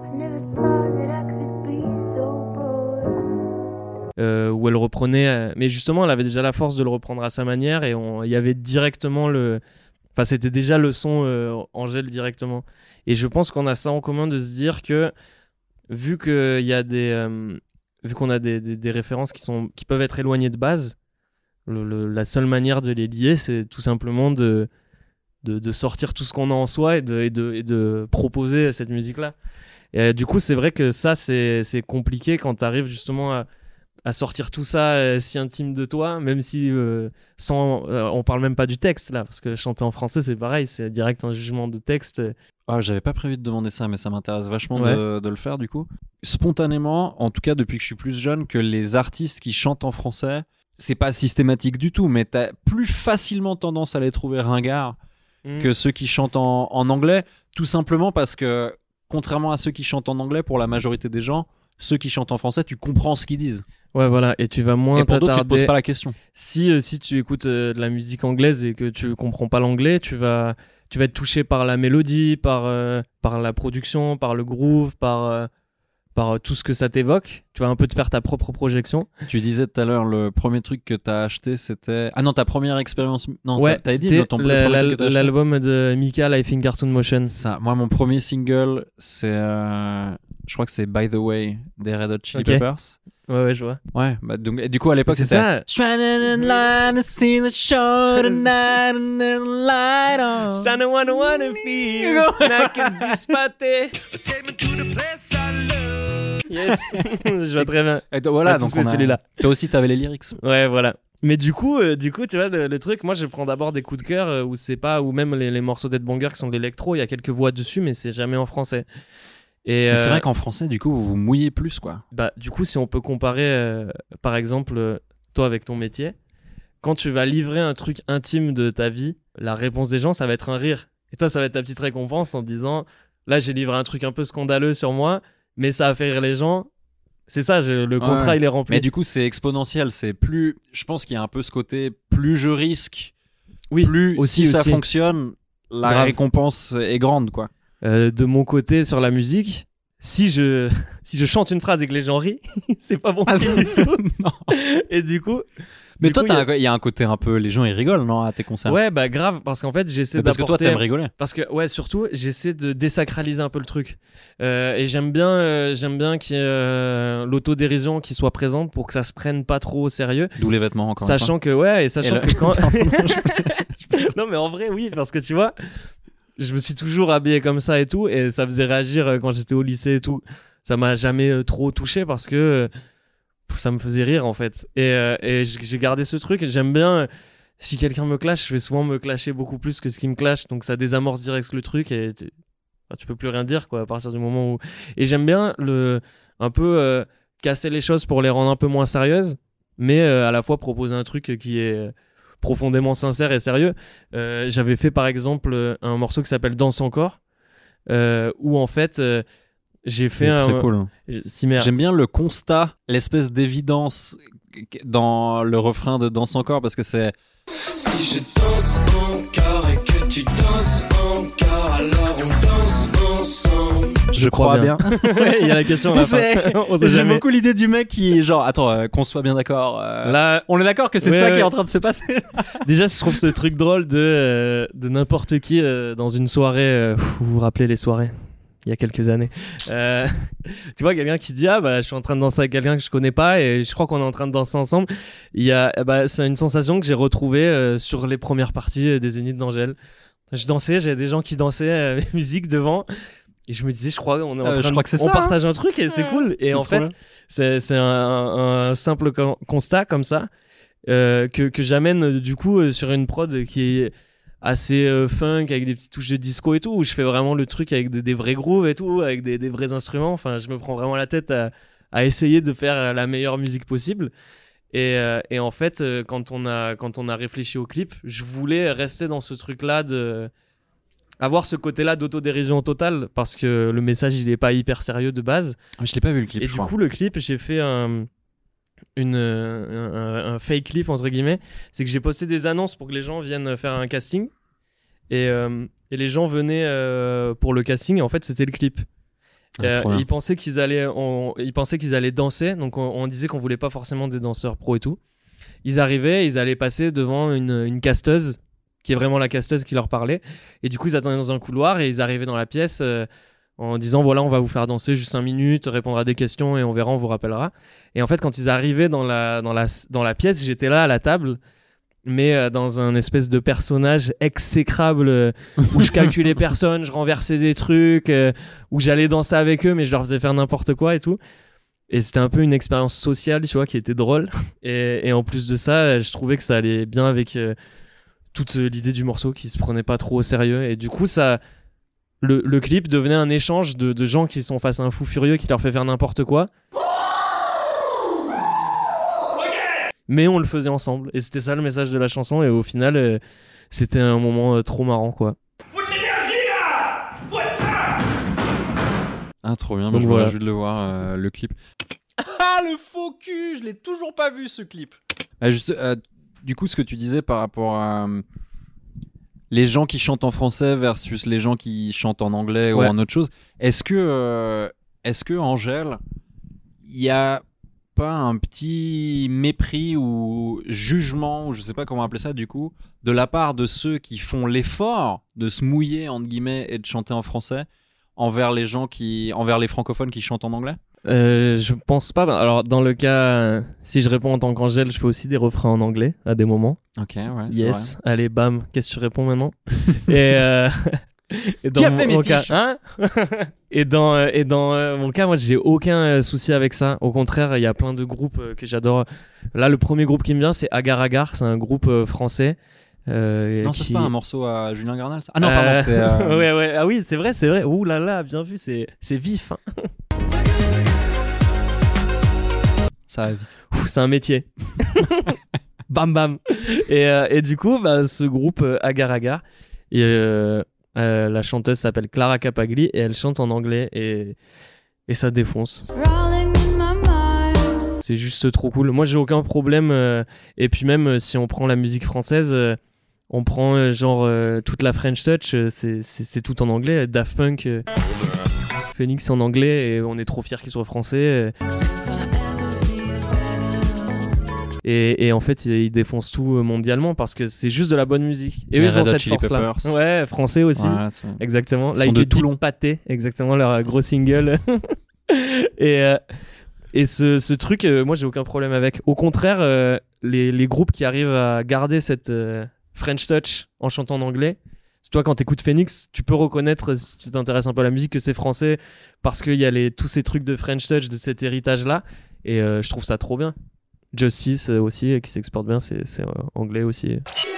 euh, où elle reprenait. euh, Mais justement, elle avait déjà la force de le reprendre à sa manière, et on- il y avait directement le. Enfin, c'était déjà le son euh, Angèle directement. Et je pense qu'on a ça en commun de se dire que, vu qu'il y a des. euh, vu qu'on a des, des, des références qui, sont, qui peuvent être éloignées de base, le, le- la seule manière de les lier, c'est tout simplement de, de, de sortir tout ce qu'on a en soi et de, et de, et de proposer cette musique-là. Et euh, du coup, c'est vrai que ça, c'est, c'est compliqué quand tu arrives justement à, à sortir tout ça euh, si intime de toi, même si euh, sans, euh, on parle même pas du texte là, parce que chanter en français, c'est pareil, c'est direct un jugement de texte. Ah, j'avais pas prévu de demander ça, mais ça m'intéresse vachement Ouais. de, de le faire du coup. Spontanément, en tout cas depuis que je suis plus jeune, que les artistes qui chantent en français, c'est pas systématique du tout, mais t'as plus facilement tendance à les trouver ringards Mm. que ceux qui chantent en, en anglais, tout simplement parce que, contrairement à ceux qui chantent en anglais, pour la majorité des gens, ceux qui chantent en français, tu comprends ce qu'ils disent. Ouais, voilà, et tu vas moins Et pour d'autres, tu te poses t'attarder. pas la question. Si, euh, si tu écoutes euh, de la musique anglaise et que tu comprends pas l'anglais, tu vas, tu vas être touché par la mélodie, par, euh, par la production, par le groove, par, euh, par euh, tout ce que ça t'évoque. Tu vas un peu te faire ta propre projection. Tu disais tout à l'heure, le premier truc que t'as acheté, c'était... Ah non, ta première expérience... Non, Ouais, t'as- t'avais dit c'était le, ton, le la- premier la- truc que t'as acheté. l'album de Mika, Life in Cartoon Motion. C'est ça. Moi, mon premier single, c'est... euh, Je crois que c'est By the Way des Red Hot Chili Ok. Peppers. Ouais, ouais, je vois. Ouais, bah, donc, et du coup, à l'époque, C'est c'était... ça. Stranded in line to see the show tonight and there's a light on. Stand wanna wanna feel, naked dispaté. Yes, je vois très bien. Et donc, voilà, On a tous donc fait on a... celui-là. Toi aussi, t'avais les lyrics. Ouais, voilà. Mais du coup, euh, du coup, tu vois, le, le truc, moi, je prends d'abord des coups de cœur euh, où c'est pas, ou même les, les morceaux d'Headbanger qui sont de l'électro, il y a quelques voix dessus, mais c'est jamais en français. Et Mais c'est euh, vrai qu'en français, du coup, vous vous mouillez plus, quoi. bah, du coup, si on peut comparer, euh, par exemple, euh, toi avec ton métier, quand tu vas livrer un truc intime de ta vie, la réponse des gens, ça va être un rire. Et toi, ça va être ta petite récompense en te disant, là, j'ai livré un truc un peu scandaleux sur moi, mais ça a fait rire les gens. C'est ça, je- le contrat, Ouais. il est rempli. Mais du coup, c'est exponentiel. C'est plus... Je pense qu'il y a un peu ce côté, plus je risque, oui, plus aussi, si ça aussi. fonctionne, la Grave. récompense est grande, quoi. Euh, de mon côté, sur la musique, si je si je chante une phrase et que les gens rient, c'est pas bon Ah, signe du tout. Et du coup, Mais du toi, coup, il il y a- y, a un côté un peu. Les gens, ils rigolent, non, à tes concerts? ouais, bah grave, parce qu'en fait, j'essaie Mais parce que toi, d'apporter- t'aimes rigoler. Parce que ouais, surtout, j'essaie de désacraliser un peu le truc. Euh, et j'aime bien, euh, j'aime bien qu'il y ait euh, l'autodérision qui soit présente pour que ça se prenne pas trop au sérieux. D'où les vêtements, encore une fois. Sachant que ouais, et sachant Et le- que quand Pardon, je- non mais en vrai oui, parce que tu vois, je me suis toujours habillé comme ça et tout, et ça faisait réagir euh, quand j'étais au lycée et tout. Ça m'a jamais euh, trop touché parce que euh, pff, ça me faisait rire en fait. Et, euh, et j- j'ai gardé ce truc. Et j'aime bien. euh, Si quelqu'un me clash, je vais souvent me clasher beaucoup plus que ce qui me clash, donc ça désamorce direct le truc et tu, enfin, tu peux plus rien dire quoi à partir du moment où. Et j'aime bien le un peu euh, casser les choses pour les rendre un peu moins sérieuses, mais euh, à la fois proposer un truc qui est euh, profondément sincère et sérieux. Euh, j'avais fait par exemple euh, un morceau qui s'appelle Danse encore, euh, où en fait euh, j'ai fait C'est un. très cool. Si, merde. J'aime bien le constat, l'espèce d'évidence dans le refrain de Danse encore, parce que c'est. Si je danse encore et que tu danses encore, alors on danse ensemble. Je crois bien. Ouais, il y a la question à la fin. C'est- On sait J'aime jamais. beaucoup l'idée du mec qui est genre, attends, euh, qu'on soit bien d'accord. euh, Là, On est d'accord que c'est Ouais, ça qui ouais. est en train de se passer. déjà, je trouve ce truc drôle de, euh, de n'importe qui euh, dans une soirée. euh, pff, vous vous rappelez les soirées il y a quelques années. Euh, tu vois, quelqu'un qui dit ah bah je suis en train de danser avec quelqu'un que je connais pas et je crois qu'on est en train de danser ensemble. Il y a eh bah, c'est une sensation que j'ai retrouvée euh, sur les premières parties euh, des Zéniths d'Angèle. Je dansais, j'avais des gens qui dansaient euh, mes musiques devant et je me disais je crois qu'on est en Euh, train je de- crois que c'est on ça, partage un truc et c'est cool. Et C'est en trop fait bien. c'est c'est un, un- un simple con- constat comme ça euh, que que j'amène euh, du coup euh, sur une prod qui est assez euh, funk avec des petites touches de disco et tout, où je fais vraiment le truc avec des, des vrais grooves et tout, avec des, des vrais instruments. Enfin, je me prends vraiment la tête à, à essayer de faire la meilleure musique possible. Et, euh, et en fait, euh, quand on a quand on a réfléchi au clip, je voulais rester dans ce truc-là de avoir ce côté-là d'autodérision totale, parce que le message il est pas hyper sérieux de base. Je l'ai pas vu le clip. Et je du crois. coup, le clip, j'ai fait un, une, euh, un, un fake clip, entre guillemets. C'est que j'ai posté des annonces pour que les gens viennent faire un casting. Et, euh, et les gens venaient euh, pour le casting. Et en fait, c'était le clip. Ah, Euh, trop bien. ils pensaient qu'ils allaient, on- ils pensaient qu'ils allaient danser. Donc, on, on disait qu'on voulait pas forcément des danseurs pros et tout. Ils arrivaient, ils allaient passer devant une, une casteuse, qui est vraiment la casteuse qui leur parlait. Et du coup, ils attendaient dans un couloir et ils arrivaient dans la pièce euh, en disant voilà, on va vous faire danser juste cinq minutes, répondre à des questions et on verra, on vous rappellera. Et en fait, quand ils arrivaient dans la, dans la, dans la pièce, j'étais là à la table, mais euh, dans un espèce de personnage exécrable euh, où je calculais personne, je renversais des trucs, euh, où j'allais danser avec eux, mais je leur faisais faire n'importe quoi et tout. Et c'était un peu une expérience sociale, tu vois, qui était drôle. Et, et en plus de ça, je trouvais que ça allait bien avec euh, toute euh, l'idée du morceau qui se prenait pas trop au sérieux. Et du coup, ça, le, le clip devenait un échange de, de gens qui sont face à un fou furieux qui leur fait faire n'importe quoi. Mais on le faisait ensemble. Et c'était ça le message de la chanson. Et au final, euh, c'était un moment euh, trop marrant, quoi. Ah, trop bien. Donc Je voilà. voilà. de le voir, euh, le clip. Ah, le faux cul, je l'ai toujours pas vu ce clip. Ah, juste, euh, du coup, ce que tu disais par rapport à euh, les gens qui chantent en français versus les gens qui chantent en anglais Ouais. ou en autre chose, est-ce que, euh, est-ce que Angèle, il y a pas un petit mépris ou jugement, ou je sais pas comment appeler ça du coup, de la part de ceux qui font l'effort de se mouiller entre guillemets et de chanter en français envers les gens qui, envers les francophones qui chantent en anglais? Euh, je pense pas. Alors, dans le cas, euh, si je réponds en tant qu'Angèle, je fais aussi des refrains en anglais à des moments. Ok, ouais. c'est Yes. vrai. Allez, bam. Qu'est-ce que tu réponds maintenant? Et, euh, et dans Qui a mon, fait mes mon cas, fiches hein et dans euh, et dans euh, mon cas, moi, j'ai aucun euh, souci avec ça. Au contraire, il y a plein de groupes euh, que j'adore. Là, le premier groupe qui me vient, c'est Agar Agar. C'est un groupe euh, français. Euh, Non, ça qui... c'est pas un morceau à Julien Granel, ça. Ah non, pardon, Euh, c'est. euh, ouais, ouais. Ah oui, c'est vrai, c'est vrai. Ouh là là, bien vu. C'est c'est vif. Hein. Ça va vite. Ouh, c'est un métier. Bam bam. Et, euh, et du coup, bah, ce groupe euh, Agar Agar, et, euh, euh, la chanteuse s'appelle Clara Capagli et elle chante en anglais et, et ça défonce. C'est juste trop cool. Moi, j'ai aucun problème. euh, et puis même euh, si on prend la musique française, euh, on prend euh, genre euh, toute la French Touch, euh, c'est, c'est, c'est tout en anglais. Daft Punk. euh, Phoenix en anglais et on est trop fiers qu'ils soient français. Et, et en fait, ils défoncent tout mondialement parce que c'est juste de la bonne musique. Et eux, ils ont cette force-là. Ouais, français aussi. Ouais, exactement. Là, ils sont de Toulon. Pâté, exactement, leur gros single. et euh, et ce, ce truc, euh, moi, j'ai aucun problème avec. Au contraire, euh, les, les groupes qui arrivent à garder cette euh, French touch en chantant en anglais, c'est toi, quand t'écoutes Phoenix, tu peux reconnaître, si tu t'intéresses un peu à la musique, que c'est français parce qu'il y a les, tous ces trucs de French touch, de cet héritage-là. Et euh, je trouve ça trop bien. Justice euh, aussi, euh, qui s'exporte bien, c'est, c'est euh, anglais aussi.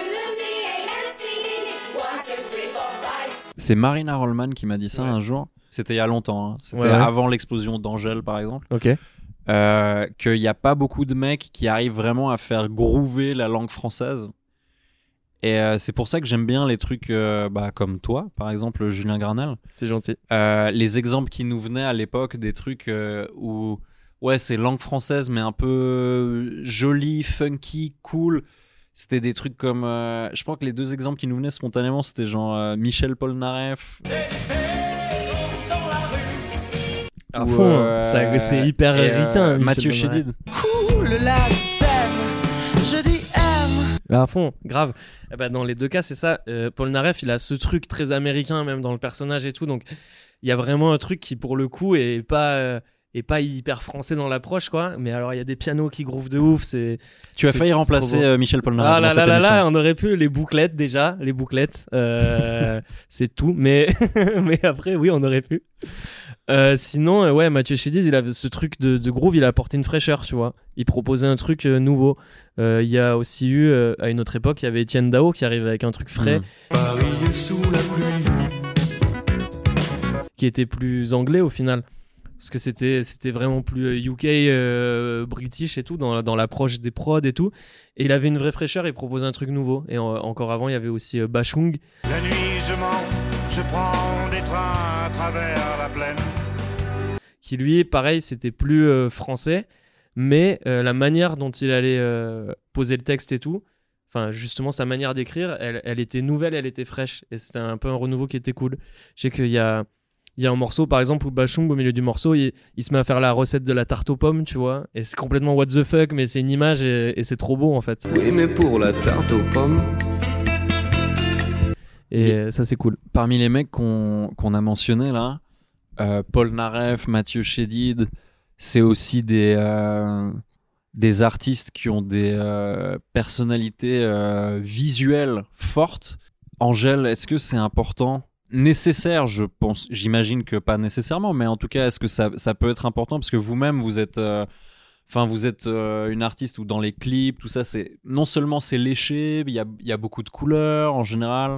C'est Marina Rollman qui m'a dit ça ouais. un jour. C'était il y a longtemps. Hein. C'était ouais, ouais. avant l'explosion d'Angèle, par exemple. Ok. Euh, qu'il n'y a pas beaucoup de mecs qui arrivent vraiment à faire groover la langue française. Et euh, c'est pour ça que j'aime bien les trucs euh, bah, comme toi, par exemple, Julien Granel. C'est gentil. Euh, les exemples qui nous venaient à l'époque, des trucs euh, où... Ouais, c'est langue française, mais un peu jolie, funky, cool. C'était des trucs comme... Euh, je crois que les deux exemples qui nous venaient spontanément, c'était genre euh, Michel Polnareff. À ou, fond, euh, ça, c'est hyper ricain. Euh, Mathieu Chédid. Cool la scène, je dis M. À fond, grave. Eh ben, dans les deux cas, c'est ça. Euh, Polnareff, il a ce truc très américain, même dans le personnage et tout. Donc, il y a vraiment un truc qui, pour le coup, est pas... Euh, et pas hyper français dans l'approche, quoi. Mais alors, il y a des pianos qui groovent de ouf. C'est, tu as c'est, failli remplacer euh, Michel Polnareff. Ah là dans là cette là émission. là, on aurait pu les bouclettes déjà, les bouclettes. Euh, c'est tout. Mais, mais après, oui, on aurait pu. Euh, sinon, euh, ouais, Mathieu Chédid, il avait ce truc de, de groove, il a apporté une fraîcheur, tu vois. Il proposait un truc euh, nouveau. Euh, il y a aussi eu, euh, à une autre époque, il y avait Étienne Dao qui arrivait avec un truc frais. Mmh. Paris est sous la pluie. Qui était plus anglais au final. Parce que c'était, c'était vraiment plus U K, euh, British et tout, dans, dans l'approche des prods et tout. Et il avait une vraie fraîcheur, il proposait un truc nouveau. Et en, encore avant, il y avait aussi euh, Bashung. La nuit, je mens, je prends des trains à travers la plaine. Qui lui, pareil, c'était plus euh, français, mais euh, la manière dont il allait euh, poser le texte et tout, enfin, justement, sa manière d'écrire, elle, elle était nouvelle, elle était fraîche. Et c'était un peu un renouveau qui était cool. Je sais qu'il y a... Il y a un morceau, par exemple, où Bashung, au milieu du morceau, il, il se met à faire la recette de la tarte aux pommes, tu vois. Et c'est complètement what the fuck, mais c'est une image et, et c'est trop beau, en fait. Oui, mais pour la tarte aux pommes. Et, et ça, c'est cool. Parmi les mecs qu'on, qu'on a mentionnés, là, euh, Polnareff, Mathieu Chédid, c'est aussi des, euh, des artistes qui ont des euh, personnalités euh, visuelles fortes. Angèle, est-ce que c'est important ? Nécessaire, je pense, j'imagine que pas nécessairement, mais en tout cas, est-ce que ça, ça peut être important parce que vous-même, vous êtes, enfin, euh, vous êtes euh, une artiste où dans les clips, tout ça, c'est non seulement c'est léché, il y a, y a beaucoup de couleurs en général.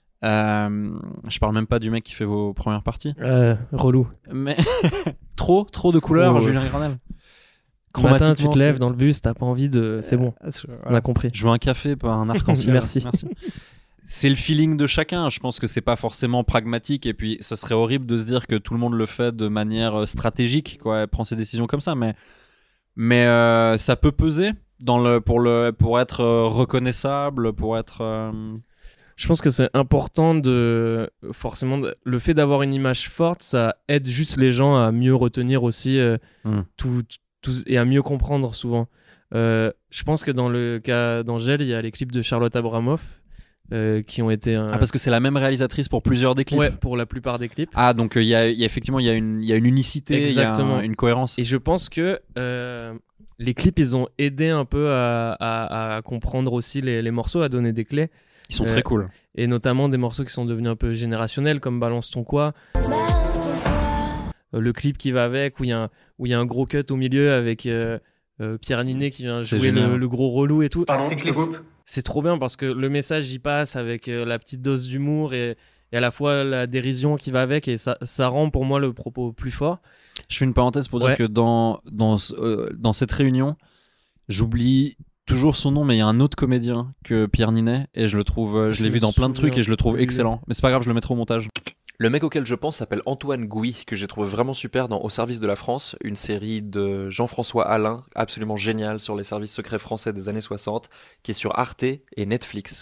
Euh, je parle même pas du mec qui fait vos premières parties. Euh, relou. Mais trop, trop de couleurs, trop, Julien Granel. Le matin, tu te lèves c'est... dans le bus, t'as pas envie de. C'est bon, euh, on a compris. Je veux un café, pas un arc-en-ciel. Merci. Merci. C'est le feeling de chacun. Je pense que c'est pas forcément pragmatique et puis ce serait horrible de se dire que tout le monde le fait de manière stratégique, quoi, prend ses décisions comme ça. Mais, mais euh, ça peut peser dans le, pour, le, pour être reconnaissable, pour être. Euh... Je pense que c'est important de forcément de, le fait d'avoir une image forte, ça aide juste les gens à mieux retenir aussi euh, mmh. tout, tout et à mieux comprendre souvent. Euh, je pense que dans le cas d'Angèle, il y a les clips de Charlotte Abramoff. Euh, qui ont été un... Ah, parce que c'est la même réalisatrice pour plusieurs des clips. Ouais, pour la plupart des clips. Ah, donc il euh, y, y a effectivement il y a une il y a une unicité, il y a un, une cohérence. Et je pense que euh, les clips ils ont aidé un peu à, à, à comprendre aussi les, les morceaux, à donner des clés. Ils sont euh, très cool. Et notamment des morceaux qui sont devenus un peu générationnels comme Balance ton quoi. Balance ton quoi. Euh, le clip qui va avec où il y a un, où il y a un gros cut au milieu avec euh, euh, Pierre Ninet qui vient jouer le, le gros relou et tout. Pardon, c'est je coupe. C'est trop bien parce que le message y passe avec euh, la petite dose d'humour et, et à la fois la dérision qui va avec et ça, ça rend pour moi le propos plus fort. Je fais une parenthèse pour ouais. dire que dans, dans, euh, dans cette réunion, j'oublie toujours son nom, mais il y a un autre comédien que Pierre Ninet et je le trouve, euh, je, je l'ai vu dans plein de trucs et je le trouve excellent. Mais c'est pas grave, je le mettrai au montage. Le mec auquel je pense s'appelle Antoine Gouy, que j'ai trouvé vraiment super dans Au service de la France, une série de Jean-François Alain, absolument géniale sur les services secrets français des années soixante, qui est sur Arte et Netflix.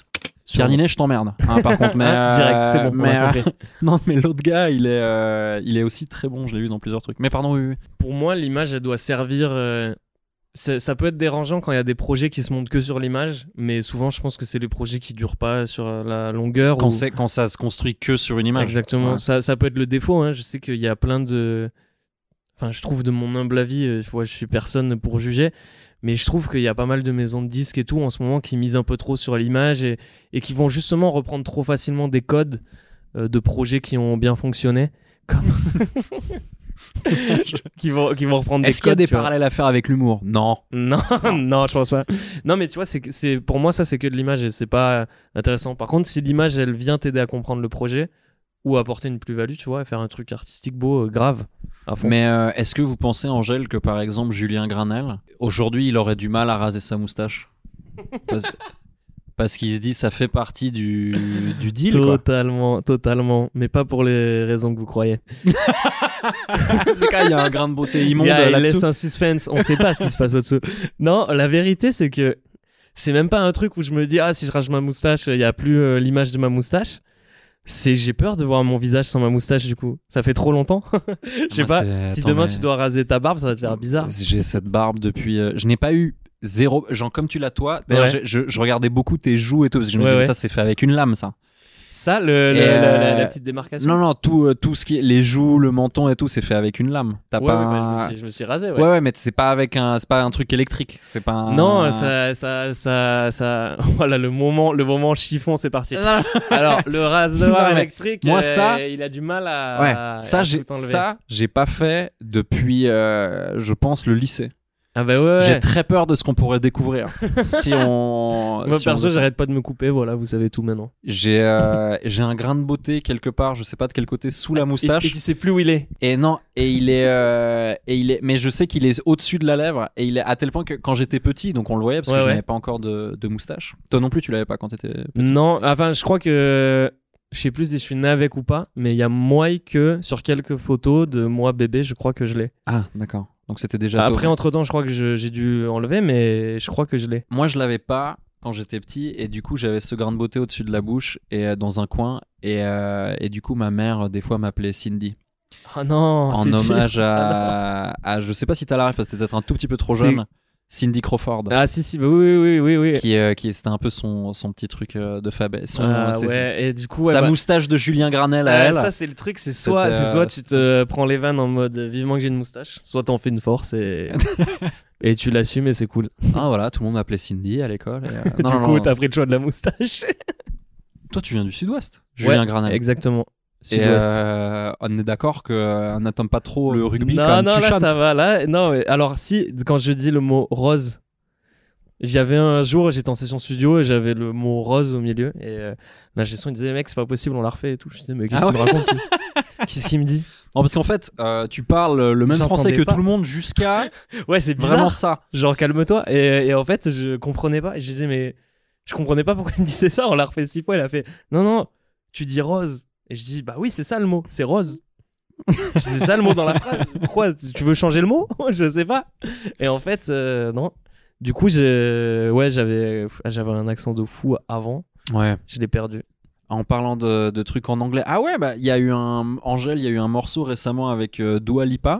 Sur- Pierre Ninet, je t'emmerde. Hein, par contre, mais euh, Direct, c'est bon, on mais, a euh, compris. non, mais l'autre gars, il est, euh, il est aussi très bon. Je l'ai vu dans plusieurs trucs. Mais pardon, oui, oui. Pour moi, l'image, elle doit servir. euh, c'est- Ça peut être dérangeant quand il y a des projets qui se montent que sur l'image, mais souvent, je pense que c'est les projets qui durent pas sur la longueur. Quand, ou- c'est, quand ça se construit que sur une image. Exactement. Ouais. Ça, ça peut être le défaut. Hein. Je sais qu'il y a plein de. Enfin, je trouve de mon humble avis, euh, ouais, je suis personne pour juger, mais je trouve qu'il y a pas mal de maisons de disques et tout en ce moment qui misent un peu trop sur l'image et, et qui vont justement reprendre trop facilement des codes euh, de projets qui ont bien fonctionné. Comme. qui, vont, qui vont reprendre des Est-ce qu'il y a codes, des tu vois. parallèles à faire avec l'humour? Non. Non, non, je pense pas. Non, mais tu vois, c'est, que- c'est, pour moi, ça, c'est que de l'image et c'est pas intéressant. Par contre, si l'image, elle vient t'aider à comprendre le projet ou apporter une plus-value, tu vois, et faire un truc artistique beau, euh, grave, à fond. Mais euh, est-ce que vous pensez, Angèle, que par exemple Julien Granel, aujourd'hui, il aurait du mal à raser sa moustache? Parce, parce qu'il se dit ça fait partie du, du deal, quoi. Totalement, totalement. Mais pas pour les raisons que vous croyez. C'est quand il y a un grain de beauté immonde Yeah, il là-dessous. laisse un suspense. On sait pas ce qui se passe au-dessous. Non, la vérité, c'est que c'est même pas un truc où je me dis, ah, si je rase ma moustache, il y a plus euh, l'image de ma moustache. C'est j'ai peur de voir mon visage sans ma moustache, du coup. Ça fait trop longtemps. Je sais Moi, pas. c'est- Si attends, demain mais- tu dois raser ta barbe, ça va te faire bizarre. J'ai cette barbe depuis. euh, Je n'ai pas eu zéro. Genre, comme tu l'as toi. D'ailleurs, Ouais. je, je- je regardais beaucoup tes joues et tout. Parce que je me Ouais, disais, ouais. ça, c'est fait avec une lame, ça. Ça, le, le- Et, la, la- euh, la petite démarcation. Non, non, tout, euh, tout ce qui est. Les joues, le menton et tout, c'est fait avec une lame. T'as Ouais, pas. ouais, bah, je, un- me suis, je me suis rasé, ouais. Ouais, ouais, mais c'est pas avec un. C'est pas un truc électrique. C'est pas un. Non, ça, ça, ça, ça. Voilà, le moment, le moment chiffon, c'est parti. Alors, le rasoir Non, mais électrique, moi, euh, ça- il a du mal à. Ouais, à- ça, à j'ai, tout enlever. ça, j'ai pas fait depuis, euh, je pense, le lycée. Ah bah ouais. J'ai ouais. très peur de ce qu'on pourrait découvrir si on. Moi, si on perso, faisait ça. j'arrête pas de me couper, voilà, vous savez tout maintenant. J'ai, euh, j'ai un grain de beauté quelque part, je sais pas de quel côté, sous la moustache. Et, et tu sais plus où il est. Et non, et il est, euh, et il est, mais je sais qu'il est au-dessus de la lèvre, et il est à tel point que quand j'étais petit, donc on le voyait parce Ouais, que je ouais. n'avais pas encore de, de moustache. Toi non plus, tu l'avais pas quand t'étais petit. Non, enfin, je crois que. Je sais plus si je suis né avec ou pas, mais il y a moi que sur quelques photos de moi bébé, je crois que je l'ai. Ah, d'accord. Donc c'était déjà. Après, tôt. entre temps, je crois que je- j'ai dû enlever, mais je crois que je l'ai. Moi, je l'avais pas quand j'étais petit, et du coup, j'avais ce grain de beauté au-dessus de la bouche et euh, dans un coin, et, euh, et du coup, ma mère euh, des fois m'appelait Cindy Ah non, en c'est dur. hommage Ah, à, à, je sais pas si t'as la ref parce que t'es peut-être un tout petit peu trop C'est- jeune, Cindy Crawford. non. Ah si, si, bah oui, oui, oui, oui. Qui, euh, qui c'était un peu son, son petit truc euh, de fab. Son, Ah, c'est- ouais, c'est- et du coup, ouais, sa bah- moustache de Julien Granel à Euh, elle. ça c'est le truc, c'est soit, C'était, c'est soit euh, tu te prends les vannes en mode euh, vivement que j'ai une moustache, soit t'en fais une force et, et tu l'assumes et c'est cool. Ah voilà, tout le monde m'appelait Cindy à l'école. et, euh, Du non, non, coup non. t'as pris le choix de la moustache. Toi, tu viens du Sud-Ouest, Julien Ouais, Granel. Exactement. Et Sud-Ouest. euh, on est d'accord qu'on n'attend pas trop le rugby non, quand non, tu là chantes. ça va. Là, non, mais alors si, quand je dis le mot rose, j'avais un jour, j'étais en session studio et j'avais le mot rose au milieu. Et euh, la gestion il disait, mec, c'est pas possible, on l'a refait et tout. Je disais, mais qu'est-ce Ah qu'il me raconte lui Qu'est-ce qu'il me dit Non, parce qu'en fait, euh, tu parles le même français J'entendais que pas. tout le monde jusqu'à Ouais, c'est bizarre. vraiment ça. Genre, calme-toi. Et, et en fait, je comprenais pas. Et je disais, mais je comprenais pas pourquoi il me disait ça. On l'a refait six fois. Il a fait, non, non, tu dis rose. Et je dis, bah oui, c'est ça le mot. C'est rose. C'est ça le mot dans la phrase. Pourquoi tu veux changer le mot? Je sais pas. Et en fait, euh, non. Du coup, j'ai- ouais, j'avais j'avais un accent de fou avant. Ouais. Je l'ai perdu. En parlant de, de trucs en anglais. Ah ouais, bah il y a eu un Angèle, il y a eu un morceau récemment avec euh, Dua Lipa.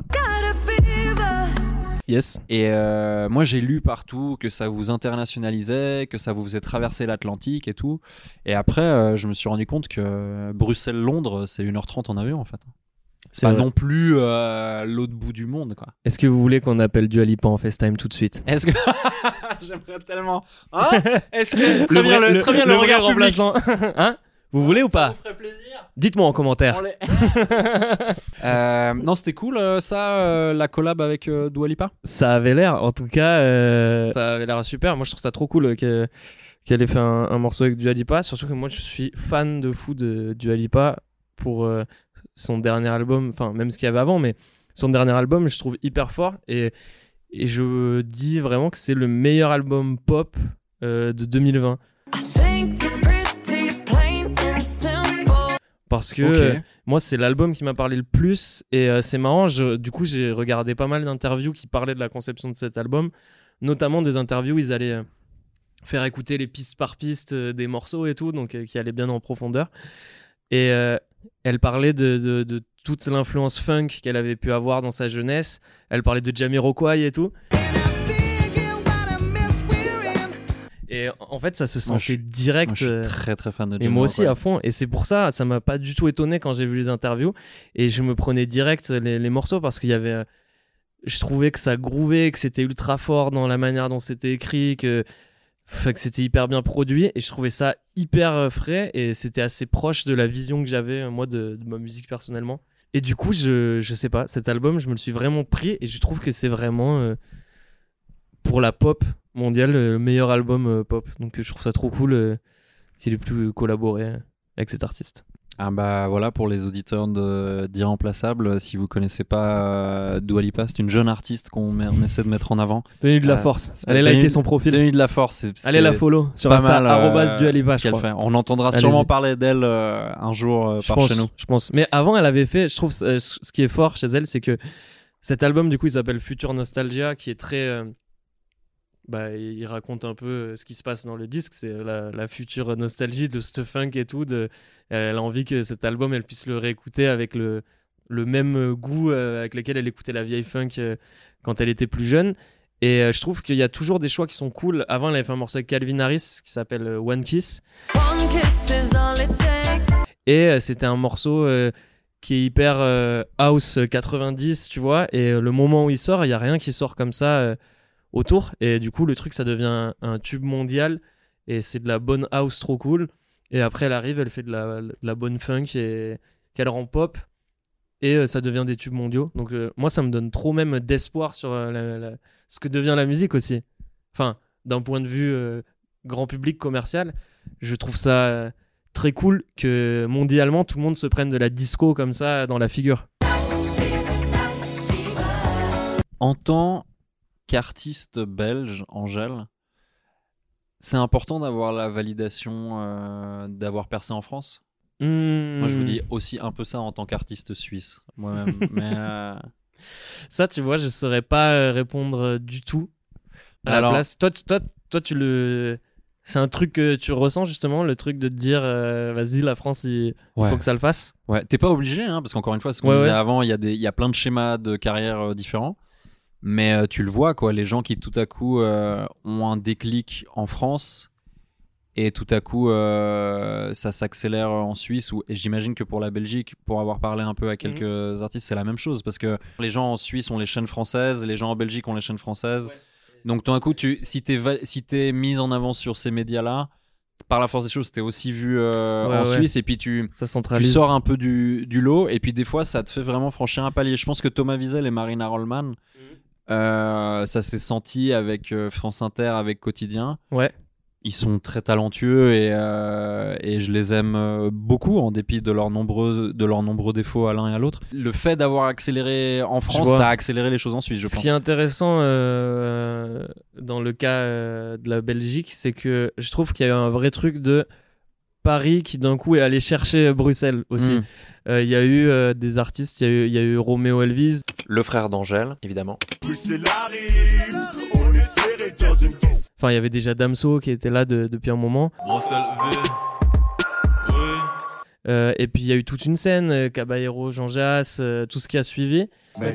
Yes. Et euh, moi j'ai lu partout que ça vous internationalisait, que ça vous faisait traverser l'Atlantique et tout. Et après, euh, je me suis rendu compte que Bruxelles-Londres, c'est une heure trente en avion en fait. C'est Pas vrai. non plus euh, l'autre bout du monde quoi. Est-ce que vous voulez qu'on appelle Dua Lipa en FaceTime tout de suite? Est-ce que j'aimerais tellement. Hein? Est-ce que très Le bien vrai- le, très bien le, le vrai regard public. remplaçant. Hein? Vous voulez ou pas? Ça vous ferait plaisir. Dites-moi en commentaire. On les- Euh, non, c'était cool euh, ça, euh, la collab avec euh, Dua Lipa. Ça avait l'air, en tout cas, euh, ça avait l'air super. Moi, je trouve ça trop cool euh, que- qu'elle ait fait un, un morceau avec Dua Lipa. Surtout que moi, je suis fan de fou de Dua Lipa pour euh, son dernier album, enfin, même ce qu'il y avait avant, mais son dernier album, je trouve hyper fort. Et, et je dis vraiment que c'est le meilleur album pop euh, de deux mille vingt. Parce que Ok. euh, moi, c'est l'album qui m'a parlé le plus. Et euh, c'est marrant, je- du coup, j'ai regardé pas mal d'interviews qui parlaient de la conception de cet album. Notamment des interviews où ils allaient euh, faire écouter les pistes par piste euh, des morceaux et tout, donc euh, qui allaient bien en profondeur. Et euh, elle parlait de, de, de toute l'influence funk qu'elle avait pu avoir dans sa jeunesse. Elle parlait de Jamiroquai et tout. Et en fait, ça se sentait Moi, je suis, direct. Moi, je suis très très fan de Et moi aussi à fond. Et c'est pour ça, ça m'a pas du tout étonné quand j'ai vu les interviews. Et je me prenais direct les, les morceaux parce qu'il y avait. Je trouvais que ça groovait, que c'était ultra fort dans la manière dont c'était écrit, que, que c'était hyper bien produit. Et je trouvais ça hyper frais. Et c'était assez proche de la vision que j'avais, moi, de, de ma musique personnellement. Et du coup, je, je sais pas, cet album, je me le suis vraiment pris. Et je trouve que c'est vraiment, euh, pour la pop mondiale, le meilleur album euh, pop. Donc je trouve ça trop cool euh, qu'il ait pu collaborer avec cet artiste. Ah bah voilà, pour les auditeurs de, d'Irremplaçable, si vous connaissez pas euh, Dua Lipa, c'est une jeune artiste qu'on met, on essaie de mettre en avant. Donnez-lui de la Euh, force. c'est- Allez donnez- liker son profil. Donnez-lui de la force. c'est- Allez c'est la follow sur pas Insta, mal, euh, arobase Dua Lipa, ce je qu'elle crois. fait. On entendra Allez-y. sûrement parler d'elle euh, un jour euh, Je par pense, chez nous. je pense. Mais avant, elle avait fait, je trouve, euh, ce qui est fort chez elle, c'est que cet album, du coup, il s'appelle Future Nostalgia, qui est très. euh, bah, il raconte un peu euh, ce qui se passe dans le disque, c'est la, la future nostalgie de ce funk et tout. De, elle a envie que cet album, elle puisse le réécouter avec le, le même goût euh, avec lequel elle écoutait la vieille funk euh, quand elle était plus jeune. Et euh, je trouve qu'il y a toujours des choix qui sont cool. Avant, elle avait fait un morceau avec Calvin Harris qui s'appelle euh, One Kiss. One kiss is all it takes. Et euh, c'était un morceau euh, qui est hyper euh, house quatre-vingt-dix, tu vois. Et euh, le moment où il sort, il n'y a rien qui sort comme ça euh, autour. Et du coup, le truc, ça devient un, un tube mondial. Et c'est de la bonne house trop cool. Et après, elle arrive, elle fait de la, de la bonne funk et qu'elle rend pop. Et euh, ça devient des tubes mondiaux. Donc euh, moi, ça me donne trop même d'espoir sur euh, la, la, ce que devient la musique aussi. Enfin, d'un point de vue euh, grand public commercial, je trouve ça euh, très cool que mondialement, tout le monde se prenne de la disco comme ça dans la figure. En tant qu'artiste belge, Angèle, c'est important d'avoir la validation euh, d'avoir percé en France. Mmh. Moi, je vous dis aussi un peu ça en tant qu'artiste suisse, moi-même. Mais euh... ça, tu vois, je saurais pas euh, répondre euh, du tout à Alors... la place. Toi, tu, toi, toi, tu le. C'est un truc que tu ressens justement, le truc de te dire, euh, vas-y, la France, il, ouais. il faut que ça le fasse. Ouais, t'es pas obligé, hein, parce qu'encore une fois, ce qu'on ouais, disait ouais. avant, il y a des, il y a plein de schémas de carrière euh, différents. Mais euh, tu le vois, quoi, les gens qui tout à coup euh, ont un déclic en France et tout à coup euh, ça s'accélère en Suisse. Ou, et j'imagine que pour la Belgique, pour avoir parlé un peu à quelques mmh. artistes, c'est la même chose. Parce que les gens en Suisse ont les chaînes françaises, les gens en Belgique ont les chaînes françaises. Ouais. Donc tout d'un coup, tu, si t'es va- si t'es mis en avant sur ces médias-là, par la force des choses, t'es aussi vu euh, ouais, en ouais. Suisse et puis tu, ça tu sors un peu du, du lot et puis des fois, ça te fait vraiment franchir un palier. Je pense que Thomas Wiesel et Marina Rollman, mmh. Euh, ça s'est senti avec euh, France Inter, avec Quotidien. Ouais. Ils sont très talentueux et, euh, et je les aime euh, beaucoup en dépit de leurs nombreux, de leurs nombreux défauts à l'un et à l'autre. Le fait d'avoir accéléré en France, ça a accéléré les choses en Suisse, je Ce pense. Ce qui est intéressant euh, dans le cas euh, de la Belgique, c'est que je trouve qu'il y a eu un vrai truc de Paris qui d'un coup est allé chercher Bruxelles aussi. Il mm. euh, y a eu euh, des artistes, il y, y a eu Roméo Elvis. Le frère d'Angèle, évidemment. Enfin, il y avait déjà Damso qui était là de, depuis un moment. Euh, et puis il y a eu toute une scène, euh, Caballero, Jean Jass, euh, tout ce qui a suivi.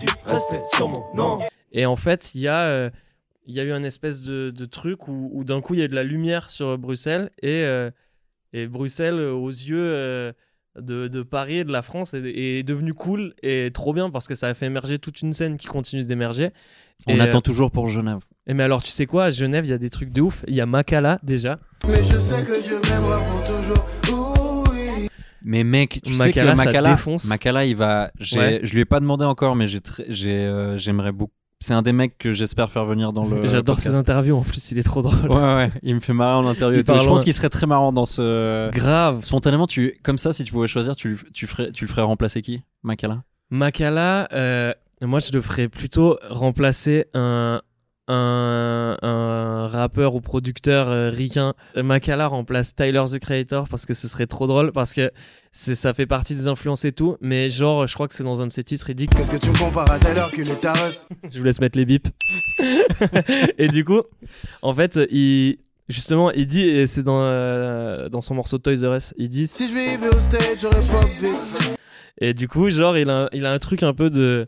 Et en fait, il y a... Euh, il y a eu un espèce de, de truc où, où d'un coup, il y a eu de la lumière sur Bruxelles et... Euh, Et Bruxelles, aux yeux euh, de, de Paris et de la France, est, est devenu cool et trop bien parce que ça a fait émerger toute une scène qui continue d'émerger. On et, attend euh, toujours pour Genève. Et mais alors, tu sais quoi, à Genève, il y a des trucs de ouf. Il y a Makala déjà. Mais je sais que Dieu m'aimera pour toujours. Oui. Mais mec, tu Makala, sais que Makala, défonce. Makala, il va. J'ai, ouais. Je lui ai pas demandé encore, mais j'ai, très, j'ai, euh, j'aimerais beaucoup. C'est un des mecs que j'espère faire venir dans le. J'adore podcast. ses interviews, en plus, il est trop drôle. Ouais, ouais, il me fait marrer en interview. Et tout. Je pense qu'il serait très marrant dans ce. Grave. Spontanément, tu, comme ça, si tu pouvais choisir, tu, tu, ferais, tu le ferais remplacer qui, Makala Makala, euh, moi, je le ferais plutôt remplacer un. Un, un rappeur ou producteur euh, ricain. Makala remplace Tyler the Creator parce que ce serait trop drôle, parce que c'est, ça fait partie des influences et tout, mais genre je crois que c'est dans un de ses titres, il dit qu'est-ce que tu me compares à Tyler qu'il est tareuse. Je vous laisse mettre les bips. Et du coup en fait il justement, il dit, et c'est dans, euh, dans son morceau Toys R Us, il dit Si je vivais au stage, j'aurais pas vite. Et du coup, genre, il a, il a un truc un peu de.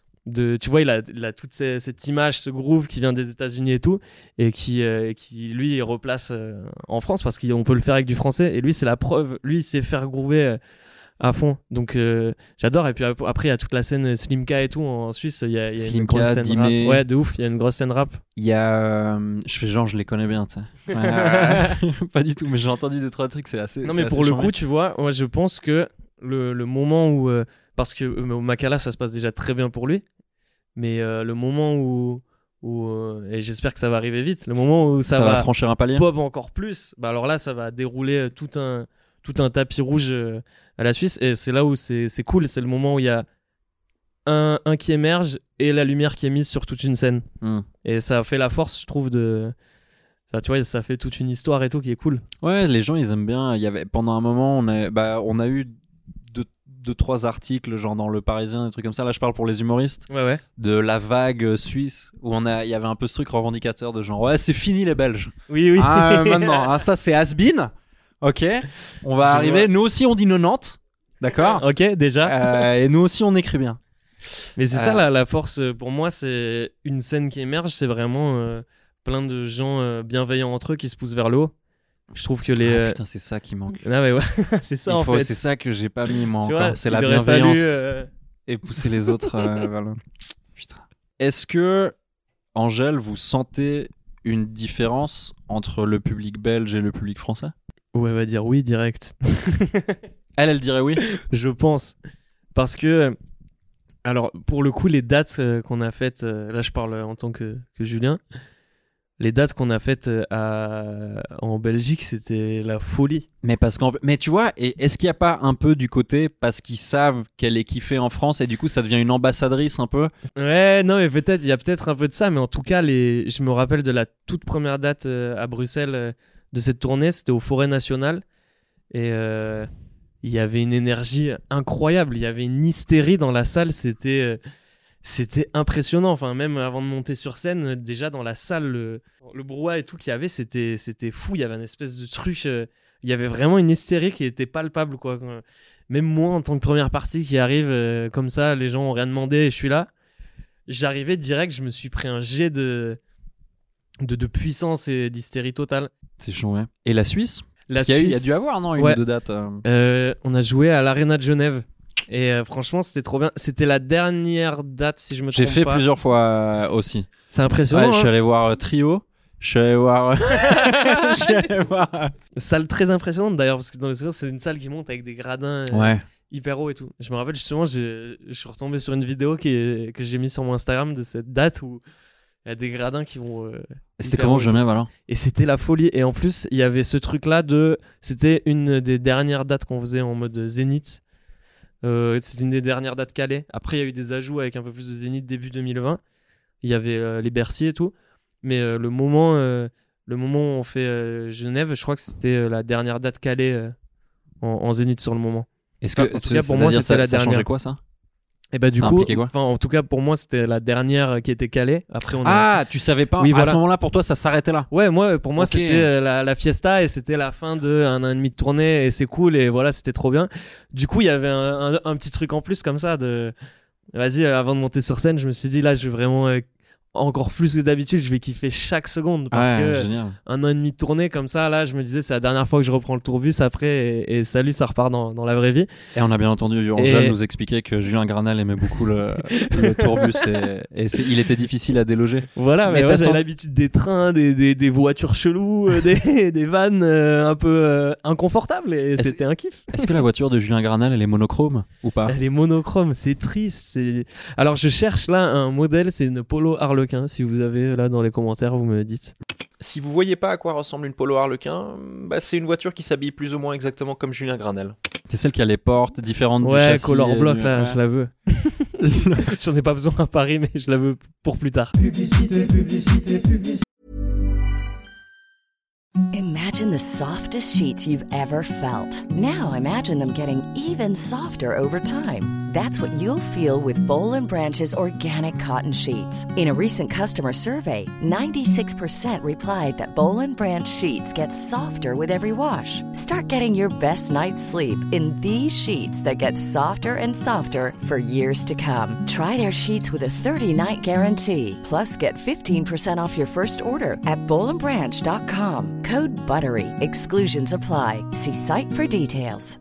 de tu vois, il a, il a toute ces- cette image, ce groove qui vient des États-Unis et tout, et qui, euh, qui lui, il replace euh, en France parce qu'on peut le faire avec du français. Et lui, c'est la preuve. Lui, il sait faire groover euh, à fond. Donc, euh, j'adore. Et puis ap- après, il y a toute la scène Slimka et tout en Suisse. Il y a, il y a une Slimka, grosse scène rap. Dimé. Ouais, de ouf. Il y a une grosse scène rap. Il y a. euh, je fais genre, je les connais bien, tu sais. Ouais, pas du tout, mais j'ai entendu deux, trois trucs, c'est assez. Non, c'est mais pour assez le charmé. coup, tu vois, moi, je pense que le, le moment où. euh, parce que euh, au Makala, ça se passe déjà très bien pour lui. Mais euh, le moment où. où euh, et j'espère que ça va arriver vite. Le moment où ça, Ça va franchir un palier. pop encore plus. Bah alors là, ça va dérouler euh, tout un, tout un tapis rouge euh, à la Suisse. Et c'est là où c'est c'est cool. C'est le moment où il y a un, un qui émerge et la lumière qui est mise sur toute une scène. Hmm. Et ça fait la force, je trouve, de. Enfin, tu vois, ça fait toute une histoire et tout qui est cool. Ouais, les gens ils aiment bien. Il y avait pendant un moment, on a, bah, on a eu deux, deux, trois articles, genre dans Le Parisien, des trucs comme ça. Là, je parle pour les humoristes. Ouais, ouais. De la vague suisse où on a, il y avait un peu ce truc revendicateur de genre, ouais, c'est fini les Belges. Oui, oui. Ah, euh, maintenant, ah, ça c'est has-been. Ok, on va Je arriver. vois. Nous aussi, on dit quatre-vingt-dix. D'accord. Ok, déjà. Euh, et nous aussi, on écrit bien. Mais c'est Euh. ça la, la force euh, pour moi, c'est une scène qui émerge, c'est vraiment euh, plein de gens euh, bienveillants entre eux qui se poussent vers le haut. Je trouve que les. Ah, euh, putain, c'est ça qui manque. Ah ouais, ouais. c'est ça Il en faut- fait. C'est ça que j'ai pas mis moi Tu encore. vois, C'est il la aurait bienveillance fallu, euh, et pousser les autres euh, vers le. Putain. Est-ce que Angèle, vous sentez une différence entre le public belge et le public français? Ouais, elle va dire oui direct. Elle, elle dirait oui. Je pense. Parce que. Alors, pour le coup, les dates euh, qu'on a faites. euh, là, je parle en tant que, que Julien. Les dates qu'on a faites euh, à- en Belgique, c'était la folie. Mais parce qu'en... mais tu vois, et est-ce qu'il n'y a pas un peu du côté parce qu'ils savent qu'elle est kiffée en France et du coup ça devient une ambassadrice un peu? Ouais, non, mais peut-être, il y a peut-être un peu de ça, mais en tout cas, les... je me rappelle de la toute première date euh, à Bruxelles euh, de cette tournée, c'était au Forêt Nationale, et euh, il y avait une énergie incroyable, il y avait une hystérie dans la salle, c'était, euh, c'était impressionnant, enfin, même avant de monter sur scène, euh, déjà dans la salle, le, le brouhaha et tout qu'il y avait, c'était, c'était fou, il y avait une espèce de truc, euh, il y avait vraiment une hystérie qui était palpable, quoi. Même moi, en tant que première partie qui arrive euh, comme ça, les gens ont rien demandé et je suis là. J'arrivais direct, je me suis pris un jet de, de, de puissance et d'hystérie totale. C'est chaud, ouais. Et la Suisse? La Parce qu'il y a eu- Suisse, il y a dû avoir, non, une ouais. ou deux dates. euh. Euh, on a joué à l'Arena de Genève. Et euh, franchement, c'était trop bien. C'était la dernière date, si je me trompe J'ai fait pas. plusieurs fois euh, aussi. C'est impressionnant. Ouais, je suis hein. allé voir euh, Trio. Je suis allé voir. Je suis allé voir. Salle très impressionnante d'ailleurs, parce que dans les souvenirs, c'est une salle qui monte avec des gradins euh, Ouais. hyper hauts et tout. Je me rappelle justement, j'ai- je suis retombé sur une vidéo qui est... que j'ai mis sur mon Instagram de cette date où il y a des gradins qui vont. euh, Et c'était hyper comment haut et tout. Genève alors? Et c'était la folie. Et en plus, il y avait ce truc-là de. C'était une des dernières dates qu'on faisait en mode Zénith. Euh, c'était une des dernières dates calées. Après, il y a eu des ajouts avec un peu plus de Zénith début deux mille vingt. Il y avait euh, les Bercy et tout. Mais euh, le moment, euh, le moment où on fait euh, Genève, je crois que c'était euh, la dernière date calée euh, en, en Zénith sur le moment. Est-ce Enfin, que en tout cas, pour moi, c'est-à-dire c'était ça, la ça dernière. changeait quoi ça? Et bah du Ça coup, impliquait quoi enfin en tout cas pour moi c'était la dernière qui était calée. Après on a... Ah, tu savais pas? Oui, À voilà. ce moment-là, pour toi, ça s'arrêtait là? Ouais, moi, pour moi, Ok. c'était euh, la, la fiesta et c'était la fin de un an et demi de tournée et c'est cool et voilà, c'était trop bien. Du coup, il y avait un, un, un petit truc en plus comme ça de, vas-y, euh, avant de monter sur scène, je me suis dit là, je vais vraiment euh, encore plus que d'habitude, je vais kiffer chaque seconde parce Ouais, que génial. un an et demi de tournée comme ça, là, je me disais c'est la dernière fois que je reprends le tourbus après et, et salut, ça repart dans, dans la vraie vie. Et on a bien entendu Angèle Et- nous expliquer que Julien Granel aimait beaucoup le, le tourbus et, et c'est- il était difficile à déloger. Voilà, mais, Mais ouais, t'as j'avais senti- l'habitude des trains, des, des, des voitures cheloues, euh, des, des vannes euh, un peu euh, inconfortables et Est-ce- c'était un kiff. Est-ce que la voiture de Julien Granel elle est monochrome ou pas? Elle est monochrome, c'est triste. c'est- Alors je cherche là un modèle, c'est une Polo Harlequin. Si vous avez là dans les commentaires, vous me dites. Si vous voyez pas à quoi ressemble une Polo Harlequin, bah c'est une voiture qui s'habille plus ou moins exactement comme Julien Granel. C'est celle qui a les portes différentes du Ouais, châssis color et block du- là, ouais. je la veux. J'en ai pas besoin à Paris, mais je la veux pour plus tard. Publicité, publicité, publicité. Imagine the softest sheets you've ever felt. Now imagine them getting even softer over time. That's what you'll feel with Boll and Branch's organic cotton sheets. In a recent customer survey, ninety-six percent replied that Boll and Branch sheets get softer with every wash. Start getting your best night's sleep in these sheets that get softer and softer for years to come. Try their sheets with a thirty-night guarantee. Plus, get fifteen percent off your first order at boll and branch dot com. Code BUTTERY. Exclusions apply. See site for details.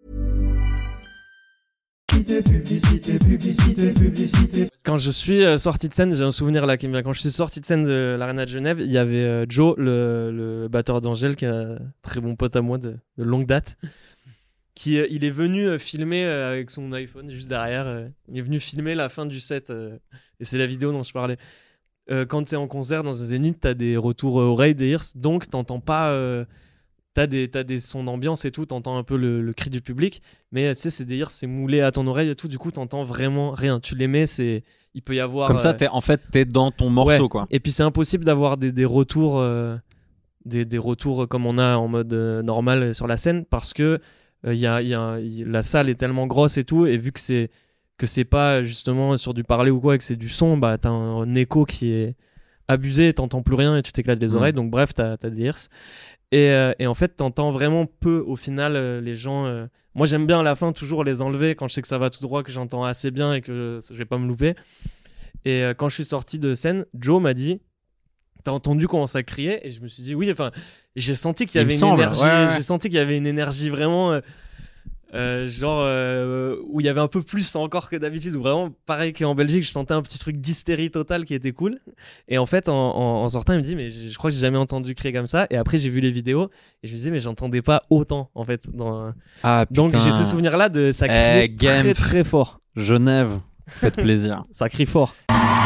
Publicité, publicité, publicité. Quand je suis euh, sorti de scène, j'ai un souvenir là qui me vient. Quand je suis sorti de scène de l'Arena de Genève, il y avait euh, Joe, le, le batteur d'Angèle, qui est un très bon pote à moi de, de longue date, qui euh, il est venu euh, filmer euh, avec son iPhone juste derrière. Euh, il est venu filmer la fin du set euh, et c'est la vidéo dont je parlais. Euh, quand tu es en concert dans un zénith, tu as des retours euh, oreilles, des ears, donc t'entends pas. Euh, T'as des, t'as des sons d'ambiance et tout, t'entends un peu le, le cri du public, mais tu sais, c'est dire, c'est moulé à ton oreille et tout, du coup, t'entends vraiment rien. Tu les mets, c'est, il peut y avoir. Comme ça, euh... t'es, en fait, t'es dans ton morceau, ouais. quoi. Et puis, c'est impossible d'avoir des, des retours, euh, des, des retours comme on a en mode euh, normal sur la scène, parce que euh, y a, y a, y, la salle est tellement grosse et tout, et vu que c'est, que c'est pas justement sur du parler ou quoi, et que c'est du son, bah, t'as un, un écho qui est abusé, t'entends plus rien et tu t'éclates les oreilles, mmh. donc bref, t'as, t'as des ears. Et, euh, et en fait, t'entends vraiment peu au final euh, les gens. Euh... Moi, j'aime bien à la fin toujours les enlever quand je sais que ça va tout droit, que j'entends assez bien et que je, je vais pas me louper. Et euh, quand je suis sorti de scène, Joe m'a dit t'as entendu comment ça criait? Et je me suis dit oui. Enfin, j'ai senti qu'il y avait une semble, énergie. ouais, ouais. J'ai senti qu'il y avait une énergie vraiment. Euh, Euh, genre euh, où il y avait un peu plus encore que d'habitude, où vraiment pareil qu'en Belgique je sentais un petit truc d'hystérie totale qui était cool. Et en fait en, en, en sortant il me dit mais je, je crois que j'ai jamais entendu crier comme ça. Et après j'ai vu les vidéos et je me disais mais j'entendais pas autant en fait dans... Ah, donc j'ai ce souvenir là de ça criait eh, très très fort. Genève, faites plaisir. Ça crie fort.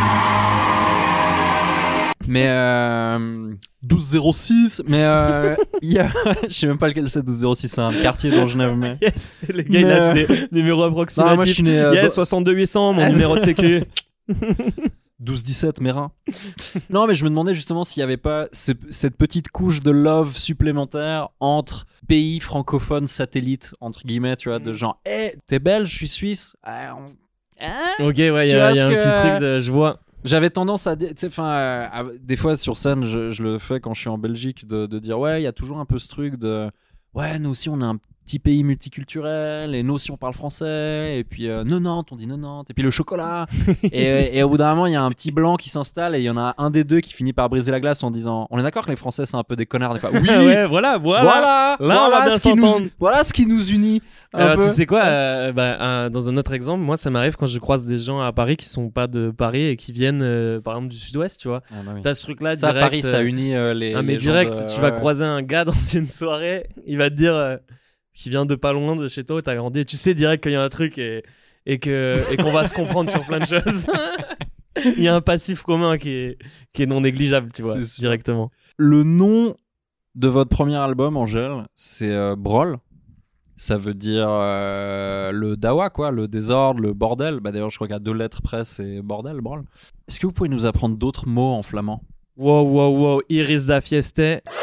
Mais euh, douze zéro six, mais euh, y a... je sais même pas lequel c'est. Douze zéro six, c'est un quartier dans Genève. Mais yes, le gars mais... il lâche des numéros approximatifs. Non, moi, je suis né, euh, yes, dans... soixante-deux huit cents, mon numéro de sécu. douze dix-sept, Mérin. Non, mais je me demandais justement s'il y avait pas ce, cette petite couche de love supplémentaire entre pays francophones satellites, entre guillemets, tu vois, de genre, hé, hey, t'es belge, je suis suisse. Ah, on... hein ok, ouais, il y a, y a un que... petit truc de. Je vois. J'avais tendance à, tu sais, enfin, à, à, des fois sur scène, je, je le fais quand je suis en Belgique, de, de dire ouais, il y a toujours un peu ce truc de ouais, nous aussi on est un petit pays multiculturel et nous aussi on parle français et puis euh, nonante, on dit nonante et puis le chocolat et, et au bout d'un moment il y a un petit blanc qui s'installe et il y en a un des deux qui finit par briser la glace en disant on est d'accord que les Français c'est un peu des connards des fois. Oui, ouais, voilà, voilà, voilà, là voilà, on va bien ce qui s'entendre. Nous, voilà ce qui nous unit. Alors peu. Tu sais quoi, euh, bah, euh, dans un autre exemple, moi ça m'arrive quand je croise des gens à Paris qui sont pas de Paris et qui viennent euh, par exemple du Sud-Ouest, tu vois. Ah bah oui. T'as ce truc là ça, direct. Paris ça unit euh, les. Ah mais les direct, gens de... tu ouais, vas ouais. croiser un gars dans une soirée, il va te dire euh, qu'il vient de pas loin de chez toi où t'as grandi, et tu sais direct qu'il y a un truc et et que et qu'on va se comprendre sur plein de choses. Il y a un passif commun qui est qui est non négligeable, tu vois, directement. Le nom de votre premier album, Angèle, c'est euh, Brol. Ça veut dire euh, le dawa, quoi, le désordre, le bordel. Bah, d'ailleurs, je crois qu'à deux lettres près, c'est bordel, brol. Est-ce que vous pouvez nous apprendre d'autres mots en flamand? Wow, wow, wow, Iris da Fieste.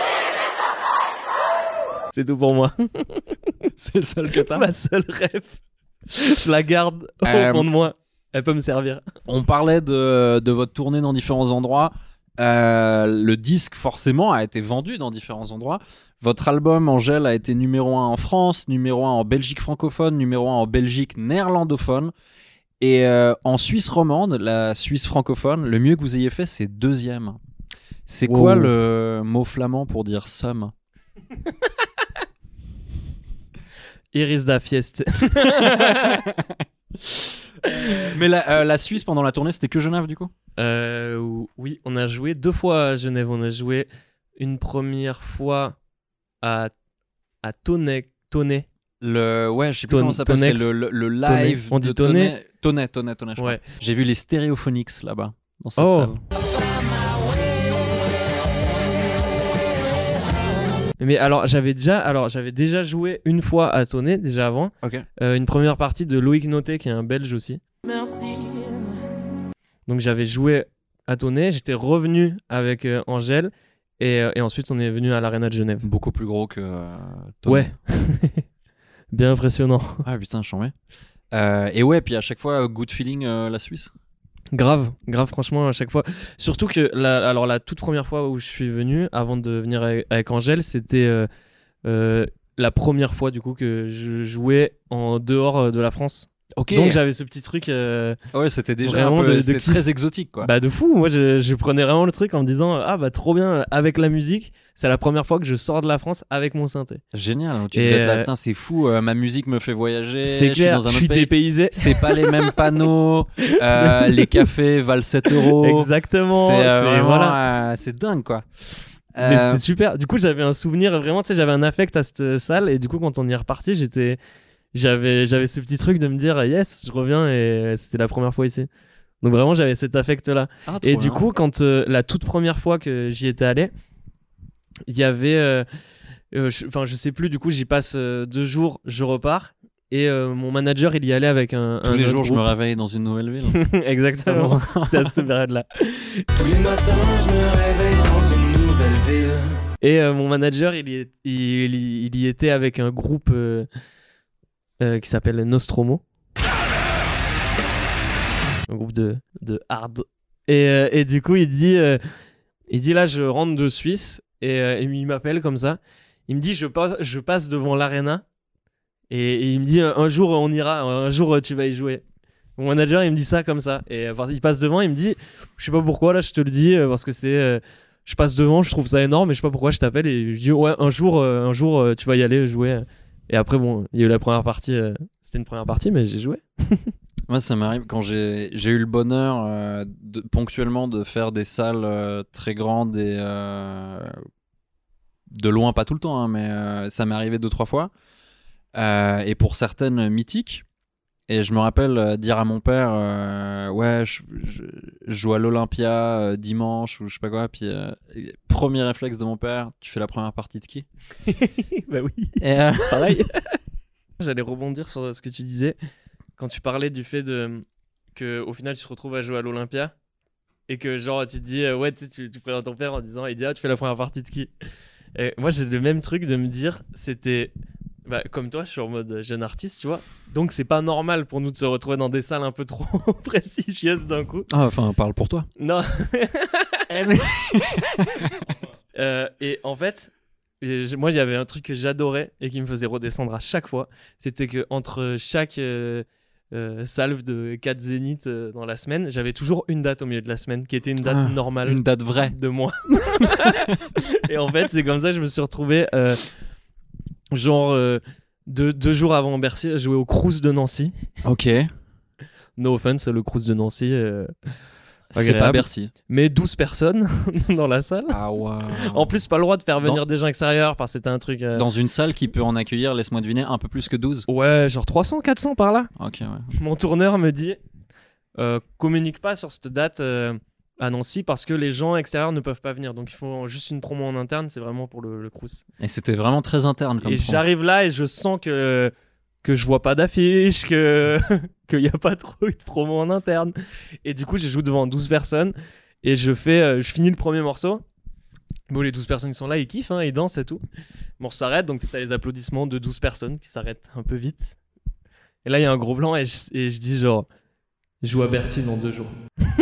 C'est tout pour moi. C'est le seul que t'as. Ma seule rêve. Je la garde au euh, fond de moi. Elle peut me servir. On parlait de, de votre tournée dans différents endroits. Euh, le disque, forcément, a été vendu dans différents endroits. Votre album, Angèle, a été numéro un en France, numéro un en Belgique francophone, numéro un en Belgique néerlandophone. Et euh, en Suisse romande, la Suisse francophone, le mieux que vous ayez fait, c'est deuxième. C'est wow. Quoi le mot flamand pour dire somme? Iris da Fieste. Mais la, euh, la Suisse, pendant la tournée, c'était que Genève, du coup? euh, Oui, on a joué deux fois à Genève. On a joué une première fois à, à Tonnet. Tonnet. Le, ouais, je sais plus Ton, comment ça s'appelle, c'est le, le, le live. Tonnet. On dit Tonnet. Tonnet, Tonnet, Tonnet, je ouais. crois. J'ai vu les Stereophonics là-bas, dans cette oh. salle. Mais alors j'avais déjà, alors j'avais déjà joué une fois à Tonnet déjà avant. Okay. Euh, une première partie de Loïc Noté qui est un Belge aussi. Merci. Donc j'avais joué à Tonnet, j'étais revenu avec euh, Angèle et, euh, et ensuite on est venu à l'Arena de Genève. Beaucoup plus gros que euh, Tonnet. Ouais. Bien impressionnant. Ah putain, je suis en Euh, et ouais, puis à chaque fois, good feeling euh, la Suisse. Grave, grave, franchement, à chaque fois. Surtout que la, alors, la toute première fois où je suis venu, avant de venir avec, avec Angèle, c'était euh, euh, la première fois du coup que je jouais en dehors de la France. Ok. Donc j'avais ce petit truc. Euh, ouais, c'était déjà vraiment un peu, de, de c'était kiff. très exotique, quoi. Bah de fou. Moi, je, je prenais vraiment le truc en me disant ah bah trop bien avec la musique. C'est la première fois que je sors de la France avec mon synthé. Génial. Tu Et devais être là, euh, putain, c'est fou. euh, ma musique me fait voyager. C'est je clair. suis dans un Je autre suis pays. dépaysé. C'est pas les mêmes panneaux. euh, les cafés valent sept euros. Exactement. C'est, euh, c'est vraiment, voilà. euh, c'est dingue, quoi. Mais Euh, c'était super. Du coup, j'avais un souvenir vraiment. Tu sais, j'avais un affect à cette salle et du coup, quand on y est reparti, j'étais J'avais, j'avais ce petit truc de me dire yes, je reviens et c'était la première fois ici. Donc vraiment, j'avais cet affect-là. Ah, et trop du bien. coup, quand euh, la toute première fois que j'y étais allé, il y avait, euh, euh, je, enfin, je sais plus. Du coup, j'y passe euh, deux jours, je repars et euh, mon manager, il y allait avec un. Tous un les autre jours, je me groupe. réveille dans une nouvelle ville. Exactement. C'était à cette période-là. Tous les matins, je me réveille dans une nouvelle ville. Et euh, mon manager, il y, est- il, il- il y était avec un groupe euh, euh, qui s'appelle Nostromo. Un groupe de, de hard. Et, euh, et du coup, il dit, euh, il dit là, je rentre de Suisse. Et, euh, et il m'appelle comme ça. Il me dit, je passe, je passe devant l'arena. Et, et il me dit, un jour, on ira. Un jour, tu vas y jouer. Mon manager, il me dit ça comme ça. Et euh, il passe devant, il me dit, je sais pas pourquoi, là, je te le dis, euh, parce que c'est... euh, je passe devant, je trouve ça énorme, et je sais pas pourquoi je t'appelle et je dis ouais un jour, euh, un jour euh, tu vas y aller jouer. Et après bon, il y a eu la première partie, euh, c'était une première partie, mais j'ai joué. Moi, ça m'arrive quand j'ai, j'ai eu le bonheur euh, de, ponctuellement de faire des salles euh, très grandes et euh, de loin, pas tout le temps, hein, mais euh, ça m'est arrivé deux, trois fois. Euh, et pour certaines mythiques. Et je me rappelle euh, dire à mon père euh, ouais, je, je, je joue à l'Olympia euh, dimanche ou je sais pas quoi. Puis euh, premier réflexe de mon père, tu fais la première partie de qui? Bah oui. Et euh, pareil. J'allais rebondir sur ce que tu disais quand tu parlais du fait de que au final tu te retrouves à jouer à l'Olympia et que genre tu te dis euh, ouais tu, sais, tu, tu présentes ton père en disant il dit ah tu fais la première partie de qui? Et moi j'ai le même truc de me dire c'était bah, comme toi je suis en mode jeune artiste tu vois, donc c'est pas normal pour nous de se retrouver dans des salles un peu trop prestigieuses d'un coup. Ah enfin parle pour toi. Non. euh, et en fait et moi il y avait un truc que j'adorais et qui me faisait redescendre à chaque fois, c'était que entre chaque euh, euh, salve de quatre zéniths euh, dans la semaine, j'avais toujours une date au milieu de la semaine qui était une date Ah, normale, une date vraie de moi. Et en fait c'est comme ça que je me suis retrouvé euh, genre euh, deux, deux jours avant Bercy à jouer au Crous de Nancy. Ok. No offense, le Crous de Nancy euh, C'est agréable. pas Bercy. Mais douze personnes dans la salle. Ah wow. En plus, pas le droit de faire venir Dans- des gens extérieurs parce que c'était un truc. euh, Dans une salle qui peut en accueillir, laisse-moi deviner, un peu plus que douze. Ouais, genre trois cents, quatre cents par là. Ok, ouais. Mon tourneur me dit euh, communique pas sur cette date euh, à Nancy parce que les gens extérieurs ne peuvent pas venir. Donc il faut juste une promo en interne, c'est vraiment pour le, le Crous. Et c'était vraiment très interne comme Et promo. j'arrive là et je sens que, que je vois pas d'affiche, que qu'il y a pas trop eu de promo en interne. Et du coup, je joue devant douze personnes et je fais, euh, je finis le premier morceau. Bon, les douze personnes qui sont là, ils kiffent, hein, ils dansent et tout. Le morceau s'arrête, donc t'as les applaudissements de douze personnes qui s'arrêtent un peu vite. Et là, il y a un gros blanc et je, et je dis genre, je joue à Bercy dans deux jours.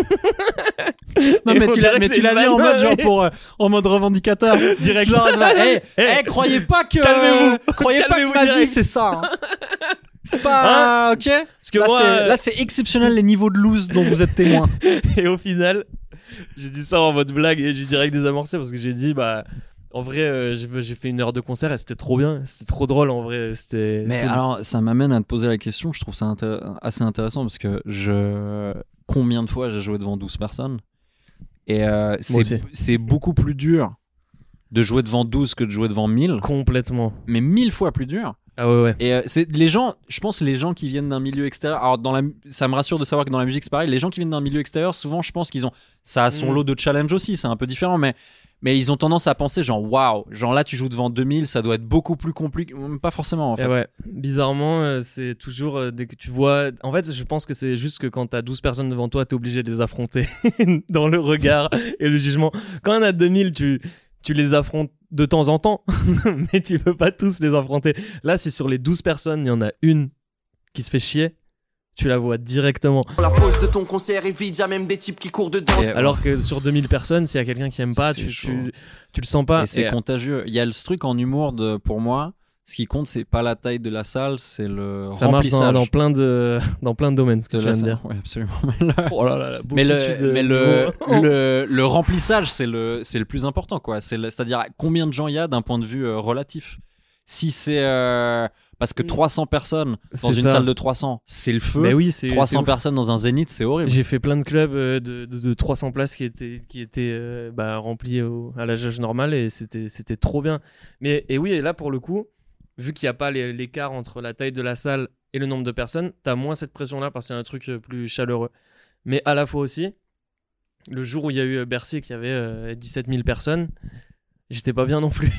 Non Et mais on tu l'as, dirait mais que tu c'est l'as une dit en vanne, mode genre ouais. pour euh, en mode revendicateur. Direct. Genre, hey, Hey, hey, croyez pas que calmez-vous. croyez pas Calmez-vous que ma vie direct. c'est ça. Hein. C'est pas ok. Parce que là, moi, c'est, euh, là c'est exceptionnel les niveaux de loose dont vous êtes témoin. Et au final, j'ai dit ça en mode blague et j'ai direct désamorcé parce que j'ai dit bah en vrai euh, j'ai, j'ai fait une heure de concert et c'était trop bien, c'était trop drôle en vrai, c'était Mais cool. alors ça m'amène à te poser la question. Je trouve ça intér- assez intéressant parce que je combien de fois j'ai joué devant douze personnes et euh, Moi aussi. c'est c'est beaucoup plus dur de jouer devant douze que de jouer devant mille. Complètement. Mais mille fois plus dur. Ah ouais ouais. Et euh, c'est les gens, je pense les gens qui viennent d'un milieu extérieur. Alors dans la, ça me rassure de savoir que dans la musique c'est pareil. Les gens qui viennent d'un milieu extérieur, souvent je pense qu'ils ont, ça a son Mm. lot de challenge aussi. C'est un peu différent, mais mais ils ont tendance à penser genre waouh, genre là tu joues devant deux mille, ça doit être beaucoup plus compliqué. Pas forcément en fait. Et ouais, bizarrement, euh, c'est toujours euh, dès que tu vois. En fait, je pense que c'est juste que quand t'as douze personnes devant toi, t'es obligé de les affronter dans le regard et le jugement. Quand on a deux mille, tu, tu les affrontes de temps en temps, mais tu peux pas tous les affronter. Là, c'est sur les douze personnes, il y en a une qui se fait chier. tu la vois directement. La pause de ton concert est vide, y'a même des types qui courent dedans. Et, Alors que sur deux mille personnes, s'il y a quelqu'un qui aime pas, tu, tu, tu le sens pas. Et c'est et contagieux. Il y a ce truc en humour, de, pour moi, ce qui compte, c'est pas la taille de la salle, c'est le ça marche remplissage. dans, dans, plein de, dans plein de domaines, ce que de je viens de dire. Oui, absolument. Mais le, oh là là, la mais le, beaufitude, mais euh, le, le, le remplissage, c'est le, c'est le plus important, quoi. C'est le, c'est-à-dire combien de gens il y a d'un point de vue euh, relatif. Si c'est... Euh, parce que trois cents personnes dans C'est une ça. salle de trois cents, c'est le feu. Mais oui, c'est, trois cents c'est personnes dans un zénith, c'est horrible. J'ai fait plein de clubs euh, de, de, de trois cents places qui étaient, qui étaient euh, bah, remplis au, à la jauge normale et c'était, c'était trop bien. Mais, et oui, et là pour le coup, vu qu'il n'y a pas les, l'écart entre la taille de la salle et le nombre de personnes, t'as moins cette pression-là parce que c'est un truc euh, plus chaleureux. Mais à la fois aussi, le jour où il y a eu Bercy, qu'il y avait euh, dix-sept mille personnes, j'étais pas bien non plus.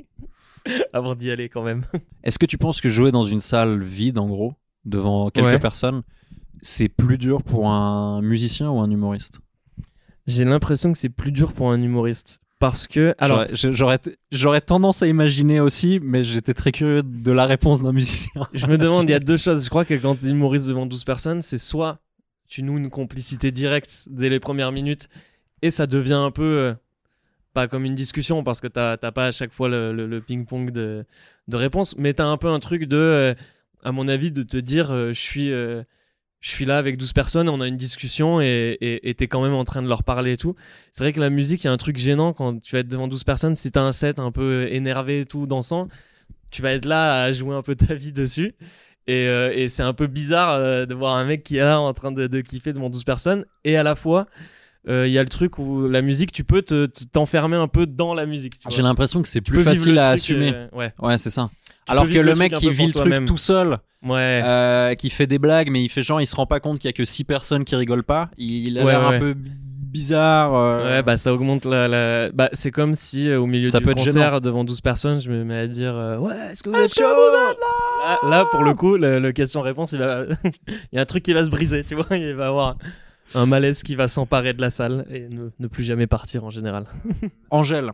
Avant d'y aller quand même. Est-ce que tu penses que jouer dans une salle vide, en gros, devant quelques Ouais. personnes, c'est plus dur pour un musicien ou un humoriste? J'ai l'impression que c'est plus dur pour un humoriste. Parce que... Alors, j'aurais, j'aurais, j'aurais tendance à imaginer aussi, mais j'étais très curieux de la réponse d'un musicien. je me demande, il y a deux choses. Je crois que quand tu es humoriste devant douze personnes, c'est soit tu noues une complicité directe dès les premières minutes et ça devient un peu... euh, pas comme une discussion parce que t'as, t'as pas à chaque fois le, le, le ping-pong de, de réponses, mais t'as un peu un truc de, euh, à mon avis, de te dire euh, je suis, euh, je suis là avec douze personnes, on a une discussion et, et, et t'es quand même en train de leur parler et tout. C'est vrai que la musique, il y a un truc gênant quand tu vas être devant douze personnes, si t'as un set un peu énervé et tout, dansant, tu vas être là à jouer un peu ta vie dessus. Et, euh, et c'est un peu bizarre euh, de voir un mec qui est là en train de, de kiffer devant douze personnes et à la fois il euh, y a le truc où la musique, tu peux te, te, t'enfermer un peu dans la musique. Tu J'ai vois. l'impression que c'est Tu plus peux vivre facile le à truc, assumer. euh, ouais. ouais, c'est ça. Tu Alors peux que vivre le le mec truc un qui peu vit pour le truc toi-même. tout seul, ouais. euh, qui fait des blagues, mais il fait genre, il se rend pas compte qu'il y a que six personnes qui rigolent pas. Il a Ouais, l'air ouais. un peu bizarre. Euh... Ouais, bah ça augmente la. la... Bah, c'est comme si euh, au milieu Ça du peut être concert, gênant. devant douze personnes, je me mets à dire euh, ouais, est-ce que vous Est-ce êtes chaud que vous êtes là, là, pour le coup, le, le question-réponse, il va. Il y a un truc qui va se briser, tu vois. Il va y avoir un malaise qui va s'emparer de la salle et ne, ne plus jamais partir en général. Angèle,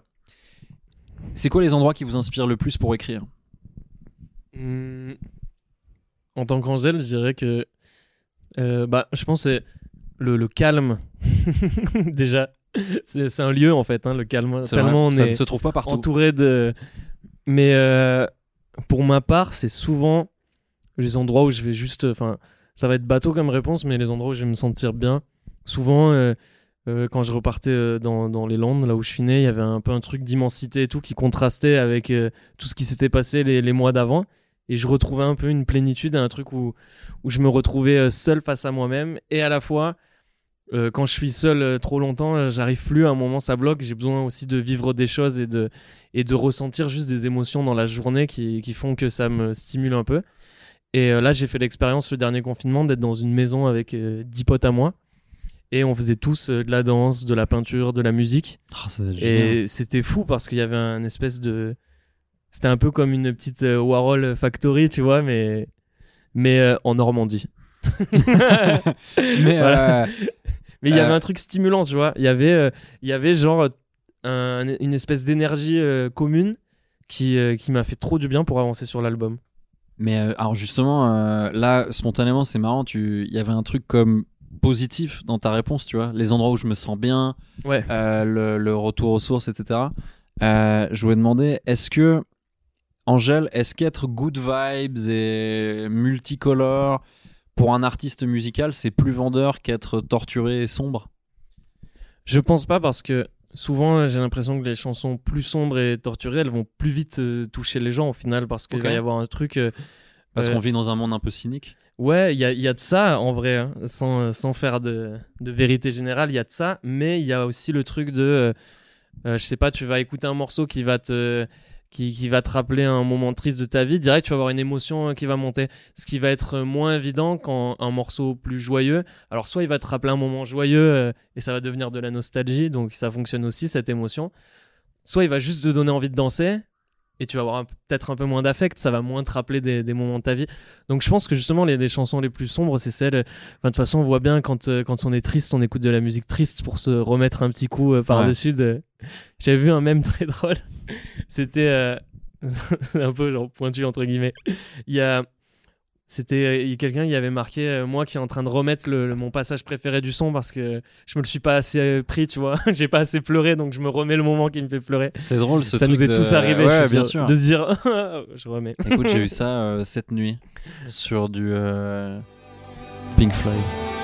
c'est quoi les endroits qui vous inspirent le plus pour écrire? Mmh. En tant qu'Angèle, je dirais que euh, bah, je pense que c'est le, le calme. Déjà, c'est, c'est un lieu en fait, hein, le calme. C'est Tellement vrai, on ça est ne se trouve pas partout. entouré de. Mais euh, pour ma part, c'est souvent les endroits où je vais juste. Enfin, ça va être bateau comme réponse, mais les endroits où je vais me sentir bien. Souvent, euh, euh, quand je repartais euh, dans, dans les Landes, là où je suis né, il y avait un peu un truc d'immensité et tout qui contrastait avec euh, tout ce qui s'était passé les, les mois d'avant. Et je retrouvais un peu une plénitude, un truc où, où je me retrouvais euh, seul face à moi-même. Et à la fois, euh, quand je suis seul euh, trop longtemps, euh, j'arrive plus, à un moment ça bloque. J'ai besoin aussi de vivre des choses et de, et de ressentir juste des émotions dans la journée qui, qui font que ça me stimule un peu. Et euh, là, j'ai fait l'expérience le dernier confinement d'être dans une maison avec euh, dix potes à moi. Et on faisait tous euh, de la danse, de la peinture, de la musique. Oh, ça doit être génial. Et c'était fou parce qu'il y avait un espèce de... C'était un peu comme une petite euh, Warhol Factory, tu vois, mais, mais euh, en Normandie. mais voilà. euh, mais il y euh, avait un truc stimulant, tu vois. Il y avait, euh, il y avait genre un, une espèce d'énergie euh, commune qui, euh, qui m'a fait trop du bien pour avancer sur l'album. Mais euh, alors justement, euh, là, spontanément, c'est marrant. Tu... Il y avait un truc comme positif dans ta réponse, tu vois. Les endroits où je me sens bien, ouais. euh, le, le retour aux sources, et cetera. Euh, je voulais demander, est-ce que Angèle, est-ce qu'être good vibes et multicolore pour un artiste musical, c'est plus vendeur qu'être torturé et sombre? Je pense pas parce que souvent j'ai l'impression que les chansons plus sombres et torturées, elles vont plus vite euh, toucher les gens au final parce qu'il Okay. va y avoir un truc... Euh, parce euh, qu'on vit dans un monde un peu cynique. Ouais, il y a, y a de ça en vrai, hein, sans, sans faire de, de vérité générale, il y a de ça, mais il y a aussi le truc de... Euh, euh, je sais pas, tu vas écouter un morceau qui va te... Qui, qui va te rappeler un moment triste de ta vie, direct tu vas avoir une émotion qui va monter, ce qui va être moins évident quand un morceau plus joyeux, alors soit il va te rappeler un moment joyeux euh, et ça va devenir de la nostalgie, donc ça fonctionne aussi cette émotion, soit il va juste te donner envie de danser et tu vas avoir un, peut-être un peu moins d'affect, ça va moins te rappeler des, des moments de ta vie. Donc je pense que justement les, les chansons les plus sombres, c'est celles, enfin de toute façon on voit bien quand, euh, quand on est triste, on écoute de la musique triste pour se remettre un petit coup euh, par-dessus. Ouais. De... J'avais vu un mème très drôle, c'était euh... un peu genre pointu entre guillemets. Il y a C'était euh, quelqu'un qui avait marqué euh, moi qui est en train de remettre le, le- mon passage préféré du son parce que je me le suis pas assez euh, pris, tu vois. J'ai pas assez pleuré, donc je me remets le moment qui me fait pleurer. C'est drôle ce Ça truc nous est de- tous arrivé, Ouais, je suis bien sûr, sûr. de se dire je remets. Écoute, j'ai eu ça euh, cette nuit sur du euh, Pink Floyd.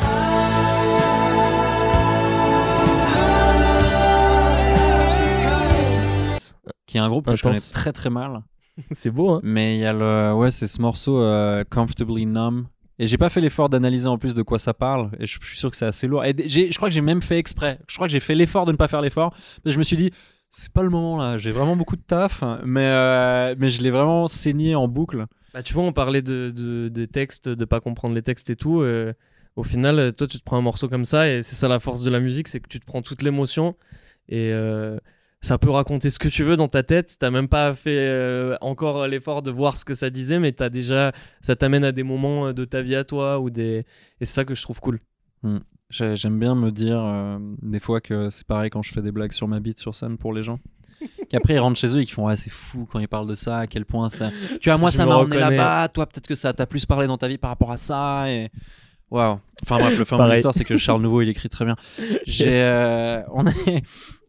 Qui est un groupe que je connais Intense. très très mal. C'est beau, hein. Mais il y a le, ouais, c'est ce morceau euh, Comfortably Numb. Et j'ai pas fait l'effort d'analyser en plus de quoi ça parle. Et je, je suis sûr que c'est assez lourd. Et j'ai, je crois que j'ai même fait exprès. Je crois que j'ai fait l'effort de ne pas faire l'effort. Parce que je me suis dit, c'est pas le moment là. J'ai vraiment beaucoup de taf. Mais, euh, mais je l'ai vraiment saigné en boucle. Bah, tu vois, on parlait de, de, des textes, de pas comprendre les textes et tout. euh, au final, euh, toi, tu te prends un morceau comme ça et c'est ça la force de la musique, c'est que tu te prends toute l'émotion et euh, ça peut raconter ce que tu veux dans ta tête. T'as même pas fait euh, encore l'effort de voir ce que ça disait, mais t'as déjà, ça t'amène à des moments de ta vie à toi ou des, et c'est ça que je trouve cool. Hmm. J'ai- J'aime bien me dire euh, des fois que c'est pareil quand je fais des blagues sur ma bite sur scène pour les gens. Qu'après ils rentrent chez eux et qu'ils font ouais, c'est fou quand ils parlent de ça, à quel point ça. Tu vois, moi Je ça me m'a emmené reconnais. là-bas, toi peut-être que ça t'a plus parlé dans ta vie par rapport à ça. Et waouh. Enfin bref, le fin de Pareil. l'histoire c'est que Charles Nouveau il écrit très bien. J'ai, Yes. euh, on est.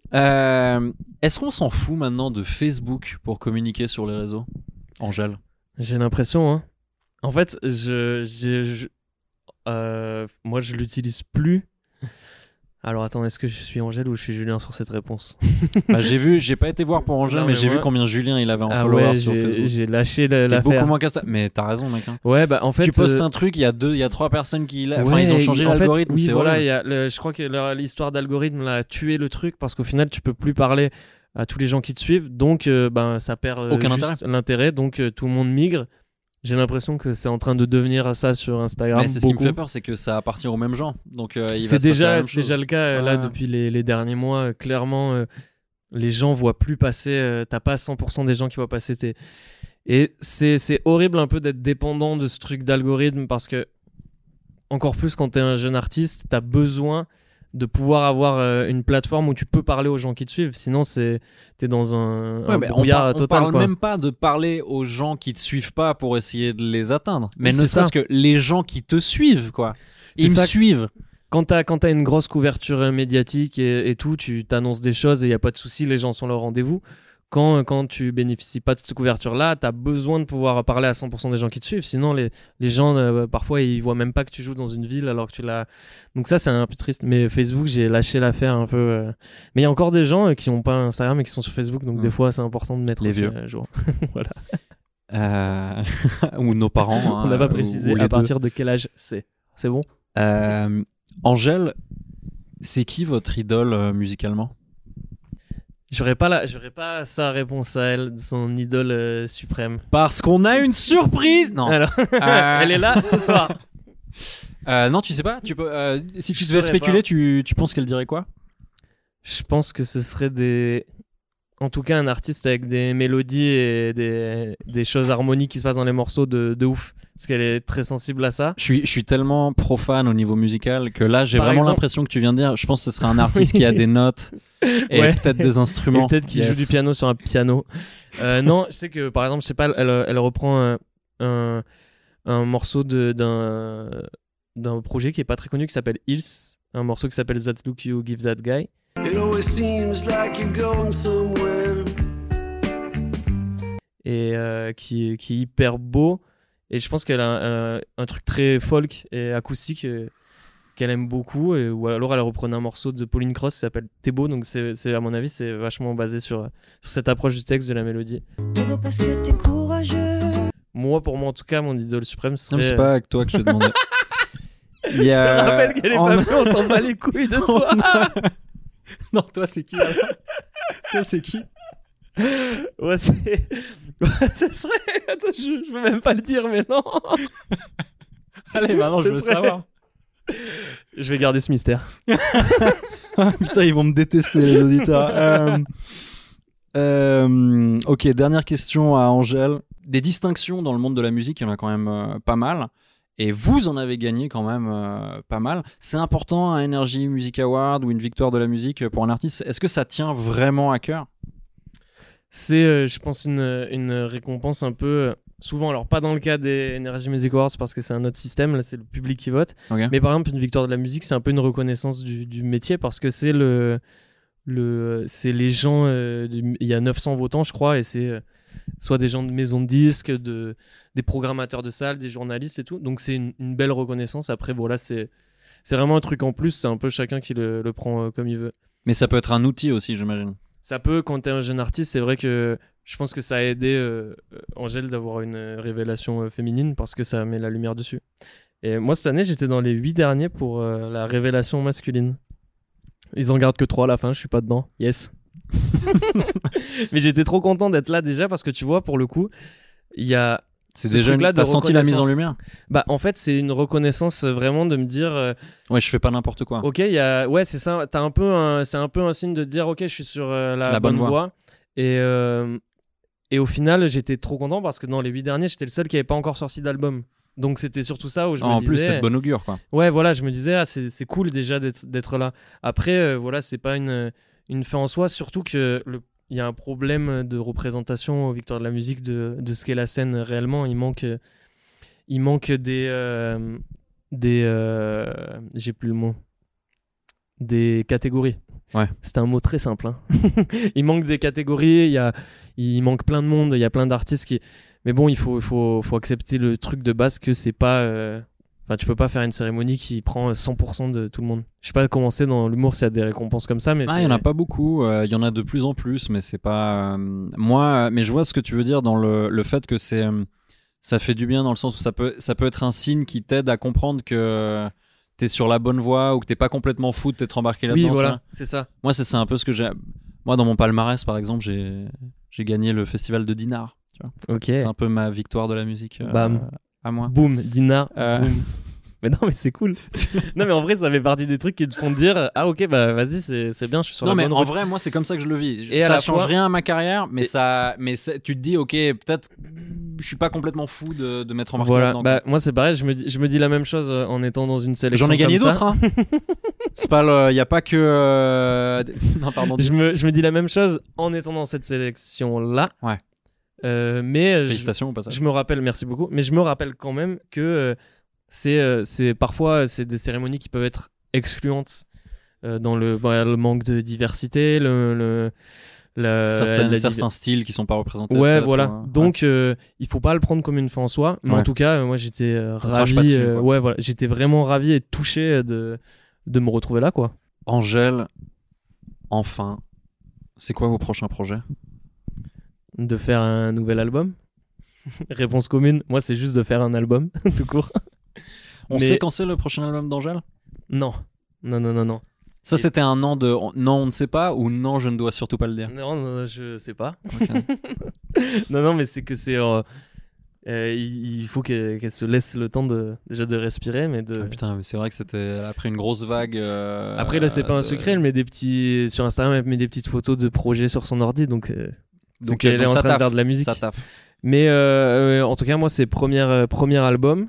Euh, est-ce qu'on s'en fout maintenant de Facebook pour communiquer sur les réseaux, Angèle? J'ai l'impression, hein. En fait, je, j'ai- je- euh, moi, je l'utilise plus. Alors attends, est-ce que je suis Angèle ou je suis Julien sur cette réponse? Bah, j'ai vu, j'ai pas été voir pour Angèle, Non, mais, mais j'ai moi- vu combien Julien il avait en Ah followers ouais, sur j'ai- Facebook. j'ai lâché la- C'était l'affaire. beaucoup moins qu'Insta. Mais t'as raison, mec. hein. Ouais, bah en fait, tu postes euh, un truc, il y a deux, il y a trois personnes qui, l'a- enfin ouais, ils ont changé en fait, l'algorithme. oui, c'est voilà, horrible. il y a le- je crois que leur- l'histoire d'algorithme là, a tué le truc parce qu'au final, tu peux plus parler à tous les gens qui te suivent, donc euh, ben ça perd euh, Aucun juste intérêt. l'intérêt, donc euh, tout le monde migre. J'ai l'impression que c'est en train de devenir ça sur Instagram. Mais c'est ce qui me beaucoup. fait peur, c'est que ça appartient aux mêmes gens. Donc euh, il va C'est se passer la déjà, même c'est chose. déjà le cas euh, là Ouais. depuis les, les derniers mois. euh, clairement, euh, les gens voient plus passer. euh, T'as pas cent pour cent des gens qui voient passer tes. Et c'est c'est horrible un peu d'être dépendant de ce truc d'algorithme parce que encore plus quand t'es un jeune artiste, t'as besoin de pouvoir avoir euh, une plateforme où tu peux parler aux gens qui te suivent. Sinon, c'est t'es dans un, Ouais, un mais on, brouillard par- on total. parle quoi. même pas de parler aux gens qui te suivent pas pour essayer de les atteindre, mais Oui, ne c'est ça. serait-ce que les gens qui te suivent, quoi. C'est Ils me ça. suivent. Quand t'as quand t'as une grosse couverture euh, médiatique et, et tout, tu t'annonces des choses et il y a pas de souci, les gens sont là au rendez-vous. Quand, quand tu bénéficies pas de cette couverture-là, t'as besoin de pouvoir parler à cent pour cent des gens qui te suivent. Sinon, les, les gens, euh, parfois, ils voient même pas que tu joues dans une ville alors que tu l'as. Donc ça, c'est un peu triste. Mais Facebook, j'ai lâché l'affaire un peu. euh. Mais il y a encore des gens euh, qui n'ont pas Instagram et qui sont sur Facebook. Donc Mm. des fois, c'est important de mettre Les aussi vieux. à jour. Voilà. Euh, ou nos parents. hein, On n'a pas ou- précisé ou les à deux. partir de quel âge c'est. C'est bon? Euh, Angèle, c'est qui votre idole euh, musicalement? J'aurais pas, la... J'aurais pas sa réponse à elle, son idole euh, suprême. Parce qu'on a une surprise. Non. Alors, Euh, elle est là ce soir. Euh, non, tu sais pas. Tu peux. euh, si tu Je devais saurais spéculer, pas. tu, tu penses qu'elle dirait quoi? Je pense que ce serait des. En tout cas, un artiste avec des mélodies et des, des choses harmoniques qui se passent dans les morceaux de, de ouf. Parce qu'elle est très sensible à ça. Je suis, je suis tellement profane au niveau musical que là, j'ai Par vraiment exemple- l'impression que tu viens de dire. Je pense que ce serait un artiste qui a des notes et Ouais. peut-être des instruments. Et peut-être qu'il Yes. joue du piano sur un piano. Euh, non, je sais que par exemple, je sais pas, elle, elle reprend un, un, un morceau de- d'un d'un projet qui est pas très connu qui s'appelle Hills. Un morceau qui s'appelle That Look You Give That Guy. It always seems like you're going somewhere. Et euh, qui, est- qui est hyper beau. Et je pense qu'elle a un, un truc très folk et acoustique euh, qu'elle aime beaucoup. Et, ou alors elle reprenait un morceau de Pauline Cross qui s'appelle T'es beau. Donc c'est, c'est, à mon avis, c'est vachement basé sur, sur cette approche du texte, de la mélodie. T'es beau parce que t'es courageux. Moi, pour moi, en tout cas, mon idole suprême Non, serait. mais c'est pas avec toi que je te demandais. Il y Je a- me rappelle qu'elle est on pas a- venue, on s'en bat les couilles de toi. Non, toi, c'est qui alors Toi, c'est qui Ouais, c'est. Ouais, ce serait. Attends, je, je veux même pas le dire, mais non. Allez, maintenant, je Ce veux serait- savoir. Je vais garder ce mystère. Ah, putain, ils vont me détester, les auditeurs. Euh, euh, ok, dernière question à Angèle. Des distinctions dans le monde de la musique, il y en a quand même euh, pas mal. Et vous en avez gagné quand même euh, pas mal. C'est important un Energy Music Award ou une victoire de la musique pour un artiste. Est-ce que ça tient vraiment à cœur? C'est, euh, je pense, une, une récompense un peu. souvent, alors pas dans le cas des Energy Music Awards parce que c'est un autre système, là c'est le public qui vote. Okay. Mais par exemple, une victoire de la musique, c'est un peu une reconnaissance du, du métier parce que c'est le, le, c'est les gens, euh, il y a neuf cents votants, je crois, et c'est euh, soit des gens de maisons de disques, de, des programmateurs de salles, des journalistes et tout. Donc c'est une, une belle reconnaissance. Après, voilà, c'est, c'est vraiment un truc en plus. C'est un peu chacun qui le, le prend euh, comme il veut. Mais ça peut être un outil aussi, j'imagine. Ça peut, quand t'es un jeune artiste, c'est vrai que je pense que ça a aidé euh, Angèle d'avoir une révélation euh, féminine parce que ça met la lumière dessus. Et moi, cette année, j'étais dans les huit derniers pour euh, la révélation masculine. Ils en gardent que trois à la fin, je suis pas dedans. Yes. Mais j'étais trop content d'être là déjà parce que tu vois, pour le coup, il y a. C'est déjà une... T'as senti la mise en lumière? Bah en fait c'est une reconnaissance vraiment de me dire euh... ouais, je fais pas n'importe quoi. Ok, il y a ouais, c'est ça, t'as un peu un... c'est un peu un signe de te dire ok, je suis sur euh, la, la bonne, bonne voie, voie. Et euh... et au final, j'étais trop content parce que dans les huit derniers, j'étais le seul qui avait pas encore sorti d'album. Donc c'était surtout ça où je ah, me en disais... En plus, c'était de bon augure, quoi. Ouais, voilà, je me disais, ah, c'est, c'est cool déjà d'être, d'être là. Après, euh, voilà, c'est pas une, une fin en soi, surtout que le... il y a un problème de représentation aux Victoires de la musique de, de ce qu'est la scène réellement. Il manque, il manque des... Euh, des euh... j'ai plus le mot. Des catégories. Ouais. C'est un mot très simple. Hein. Il manque des catégories, il, y a, il manque plein de monde, il y a plein d'artistes qui... Mais bon, il faut, il faut, faut accepter le truc de base que c'est pas... Euh... Enfin, tu peux pas faire une cérémonie qui prend cent pour cent de tout le monde. Je sais pas comment c'est dans l'humour, s'il y a des récompenses comme ça, mais ah, c'est... il y en a pas beaucoup. Il euh, y en a de plus en plus, mais c'est pas... Euh... Moi, mais je vois ce que tu veux dire dans le, le fait que c'est... Euh, ça fait du bien dans le sens où ça peut, ça peut être un signe qui t'aide à comprendre que t'es sur la bonne voie ou que t'es pas complètement fou de t'être embarqué là-dedans. Oui, voilà, c'est ça. Moi, c'est, c'est un peu ce que j'ai... Moi, dans mon palmarès, par exemple, j'ai, j'ai gagné le festival de Dinard. Tu vois. Ok. C'est un peu ma victoire de la musique euh, Bam. à moi. Boum, Dinard. Euh... Boum. Mais non, mais c'est cool. Non, mais en vrai, ça fait partie des trucs qui te font te dire ah, ok, bah vas-y, c'est, c'est bien, je suis sur non, la bonne route. Non, mais en vrai, moi, c'est comme ça que je le vis. Et ça change fois... rien à ma carrière, mais, et... ça, mais ça, tu te dis, ok, peut-être, je suis pas complètement fou de, de m'être embarqué voilà. là-dedans. Bah, moi, c'est pareil, je me, dis, je me dis la même chose en étant dans une sélection. J'en ai gagné comme d'autres, hein. C'est pas le. Il n'y a pas que. Euh... Non, pardon. Je me, je me dis la même chose en étant dans cette sélection-là. Ouais. Euh, mais. Félicitations je, au passage. Je me rappelle, merci beaucoup, mais je me rappelle quand même que. Euh, C'est, euh, c'est parfois c'est des cérémonies qui peuvent être excluantes euh, dans le, bah, le manque de diversité, le, le la, Certaines, la, certains la... styles qui sont pas représentés. Ouais, voilà. Euh, Donc ouais. euh, il faut pas le prendre comme une fin en soi, mais ouais. en tout cas, euh, moi j'étais euh, ravi. Dessus, euh, ouais, voilà, j'étais vraiment ravi et touché de de me retrouver là, quoi. Angèle, enfin, c'est quoi vos prochains projets? De faire un nouvel album. Réponse commune. Moi, c'est juste de faire un album, tout court. On mais... sait quand c'est le prochain album d'Angèle? Non. Non, non, non, non. Ça, Et... c'était un an de non, on ne sait pas ou non, je ne dois surtout pas le dire? Non, non, je sais pas. Okay. non, non, mais c'est que c'est. Euh, euh, il faut qu'elle, qu'elle se laisse le temps de, déjà de respirer, mais de. Ah, putain, mais c'est vrai que c'était après une grosse vague. Euh, après, là, c'est pas un de... secret, elle met des petits. Sur Instagram, elle met des petites photos de projets sur son ordi, donc. Euh, donc, elle donc est en train taffe, de faire de la musique. Ça taffe. Mais euh, euh, en tout cas, moi, c'est premier, euh, premier album.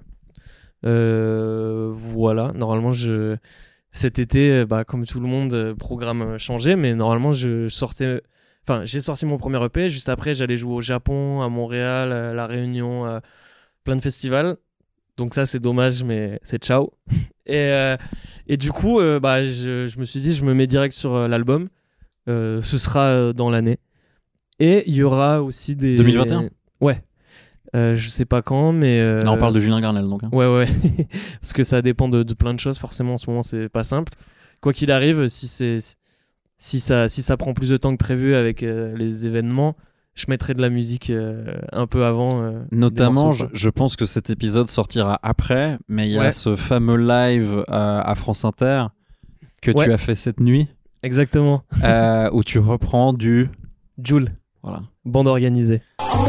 Euh, voilà, normalement je cet été, bah, comme tout le monde, programme changé, mais normalement je sortais, enfin j'ai sorti mon premier E P. Juste après, j'allais jouer au Japon, à Montréal, à La Réunion, à plein de festivals. Donc ça c'est dommage, mais c'est ciao. et euh, et du coup, euh, bah je, je me suis dit, je me mets direct sur euh, l'album. Euh, ce sera euh, dans l'année. Et il y aura aussi des deux mille vingt et un. Ouais. Euh, je sais pas quand, mais euh... là on parle de Julien Granel, donc hein. Ouais, ouais. Parce que ça dépend de, de plein de choses. Forcément, en ce moment, c'est pas simple. Quoi qu'il arrive, si c'est si ça si ça prend plus de temps que prévu avec euh, les événements, je mettrai de la musique euh, un peu avant. Euh, Notamment, morceaux, je, je pense que cet épisode sortira après, mais il y a ouais. ce fameux live euh, à France Inter que ouais. tu as fait cette nuit. Exactement. euh, où tu reprends du Joule. Voilà. Bande organisée.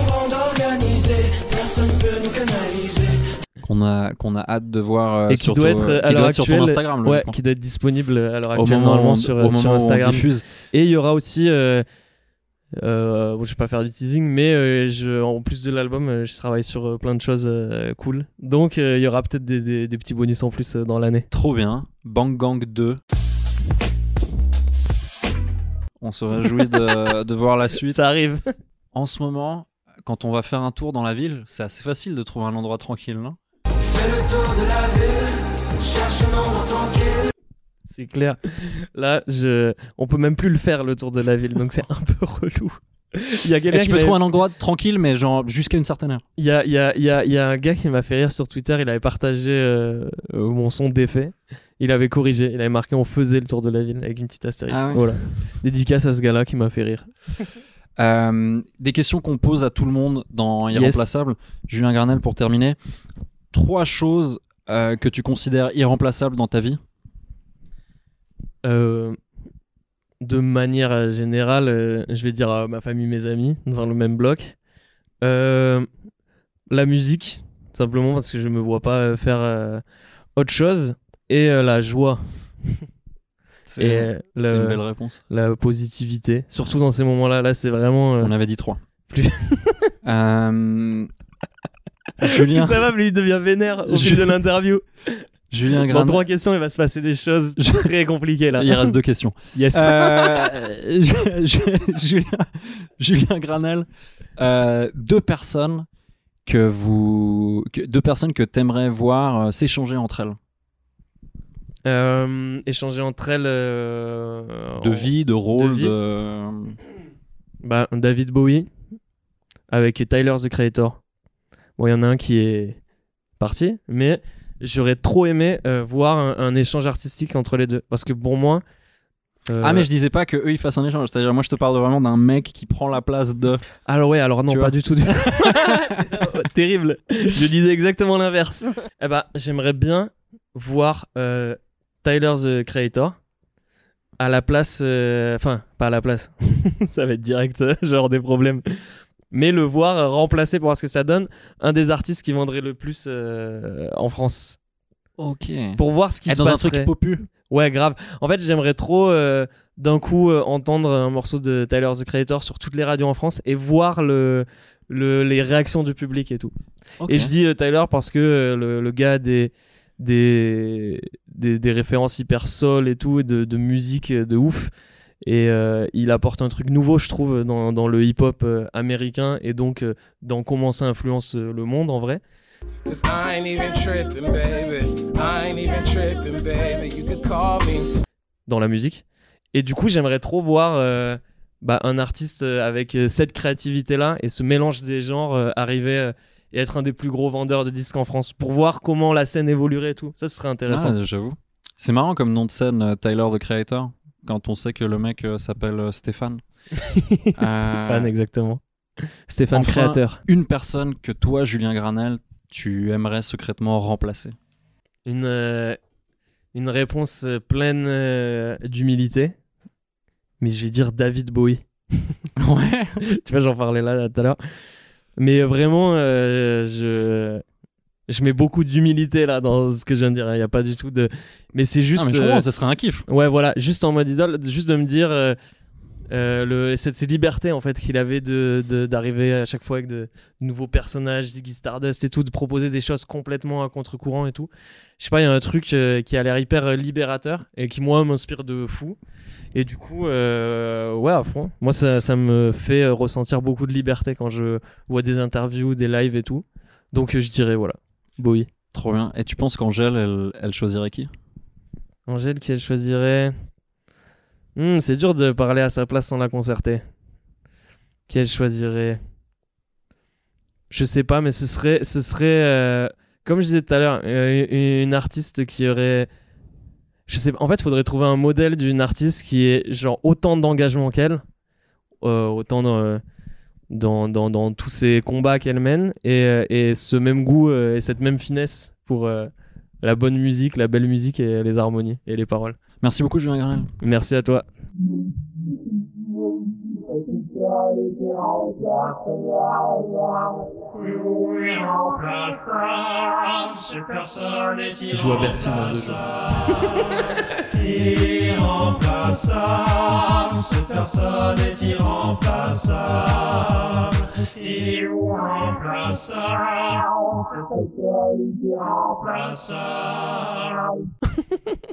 Personne peut nous canaliser. Qu'on a, qu'on a hâte de voir euh, et qui surtout, doit être, euh, à qui l'heure doit actuelle, être sur ton Instagram. Ouais, qui doit être disponible à l'heure actuelle moment normalement on, sur, au sur moment Instagram. Où on diffuse. Et il y aura aussi, euh, euh, bon, je vais pas faire du teasing, mais euh, je, en plus de l'album, euh, je travaille sur euh, plein de choses euh, cool. Donc il euh, y aura peut-être des, des, des petits bonus en plus euh, dans l'année. Trop bien. Bang Gang deux. On se réjouit de, de voir la suite. Ça arrive. En ce moment, quand on va faire un tour dans la ville, c'est assez facile de trouver un endroit tranquille, non ? Fais le tour de la ville, cherche un endroit tranquille. C'est clair. Là, je... on peut même plus le faire, le tour de la ville, donc c'est un peu relou. Il y a Et tu peux trouver un endroit tranquille, mais genre jusqu'à une certaine heure. Il y a, il y a, il y a, il y a un gars qui m'a fait rire sur Twitter, il avait partagé euh, euh, mon son défait. Il avait corrigé, il avait marqué on faisait le tour de la ville avec une petite astérisque. Ah ouais. Voilà. Dédicace à ce gars-là qui m'a fait rire. Euh, des questions qu'on pose à tout le monde dans Irremplaçable. Yes. Julien Granel, pour terminer. Trois choses euh, que tu considères irremplaçables dans ta vie ? euh, De manière générale, euh, je vais dire à ma famille, mes amis, dans le même bloc. Euh, la musique, simplement parce que je me vois pas faire euh, autre chose. Et euh, la joie. C'est, et, euh, c'est le, une belle réponse. La positivité, surtout dans ces moments-là. Là, c'est vraiment. Euh... On avait dit trois. Plus. euh... Julien. Ça va, mais il devient vénère au Je... fil de l'interview. Julien Granel. Dans trois questions, il va se passer des choses très compliquées là. Il reste deux questions. Yes. Euh, je, je, Julien, Julien Granel, euh, deux personnes que vous, que, deux personnes que t'aimerais voir euh, s'échanger entre elles. Euh, échanger entre elles. Euh, de en... vie, de rôle, de. Vie. de... Bah, David Bowie avec Tyler the Creator. Bon, il y en a un qui est parti, mais j'aurais trop aimé euh, voir un, un échange artistique entre les deux. Parce que pour moi. Euh... Ah, mais je disais pas qu'eux ils fassent un échange. C'est-à-dire, moi je te parle vraiment d'un mec qui prend la place de. Alors, ouais, alors non, tu pas vois du tout. Terrible. Je disais exactement l'inverse. Eh bah, j'aimerais bien voir euh, Tyler the Creator à la place. Enfin, euh, pas à la place. Ça va être direct, genre des problèmes. Mais le voir remplacer, pour voir ce que ça donne, un des artistes qui vendrait le plus euh, en France. Ok. Pour voir ce qui Et se dans passerait. un truc popu. Ouais, grave. En fait, j'aimerais trop euh, d'un coup euh, entendre un morceau de Tyler the Creator sur toutes les radios en France et voir le, le, les réactions du public et tout. Okay. Et je dis euh, Tyler parce que euh, le, le gars a des, des, des, des références hyper soul et tout, et de, de musique de ouf. Et euh, il apporte un truc nouveau, je trouve, dans, dans le hip-hop euh, américain et donc euh, dans comment ça influence euh, le monde en vrai. Dans la musique. Et du coup, j'aimerais trop voir euh, bah, un artiste avec euh, cette créativité-là et ce mélange des genres euh, arriver euh, et être un des plus gros vendeurs de disques en France pour voir comment la scène évoluerait et tout. Ça, ce serait intéressant. Ah, j'avoue. C'est marrant comme nom de scène, euh, Tyler the Creator. Quand on sait que le mec euh, s'appelle euh, Stéphane. Stéphane, euh... exactement. Stéphane enfin, Créateur. Une personne que toi, Julien Granel, tu aimerais secrètement remplacer. Une, euh, une réponse pleine euh, d'humilité. Mais je vais dire David Bowie. Ouais. Tu vois, j'en parlais là tout à l'heure. Mais vraiment, euh, je... Je mets beaucoup d'humilité là dans ce que je viens de dire. Il n'y a pas du tout de. Mais c'est juste. Ah, mais je comprends, euh... ça serait un kiff. Ouais, voilà. Juste en mode idole, juste de me dire euh, euh, le... cette, cette liberté en fait qu'il avait de, de, d'arriver à chaque fois avec de nouveaux personnages, Ziggy Stardust et tout, de proposer des choses complètement à contre-courant et tout. Je sais pas, il y a un truc euh, qui a l'air hyper libérateur et qui moi m'inspire de fou. Et du coup, euh, ouais, à fond. Moi, ça, ça me fait ressentir beaucoup de liberté quand je vois des interviews, des lives et tout. Donc, euh, je dirais voilà. Bowie. Trop bien. Et tu penses qu'Angèle, elle, elle choisirait qui ? Angèle, qui elle choisirait hmm, c'est dur de parler à sa place sans la concerter. Qui elle choisirait Je sais pas, mais ce serait, ce serait euh, comme je disais tout à l'heure, une, une artiste qui aurait... Je sais pas, en fait, il faudrait trouver un modèle d'une artiste qui ait genre autant d'engagement qu'elle, euh, autant dans... Euh, Dans, dans, dans tous ces combats qu'elle mène et, et ce même goût euh, et cette même finesse pour euh, la bonne musique, la belle musique et les harmonies et les paroles. Merci beaucoup Julien Granel. Merci à toi. Je joue à Bercy dans deux jours. Irremplaçable, cette personne est irremplaçable. Irremplaçable, cette personne est irremplaçable.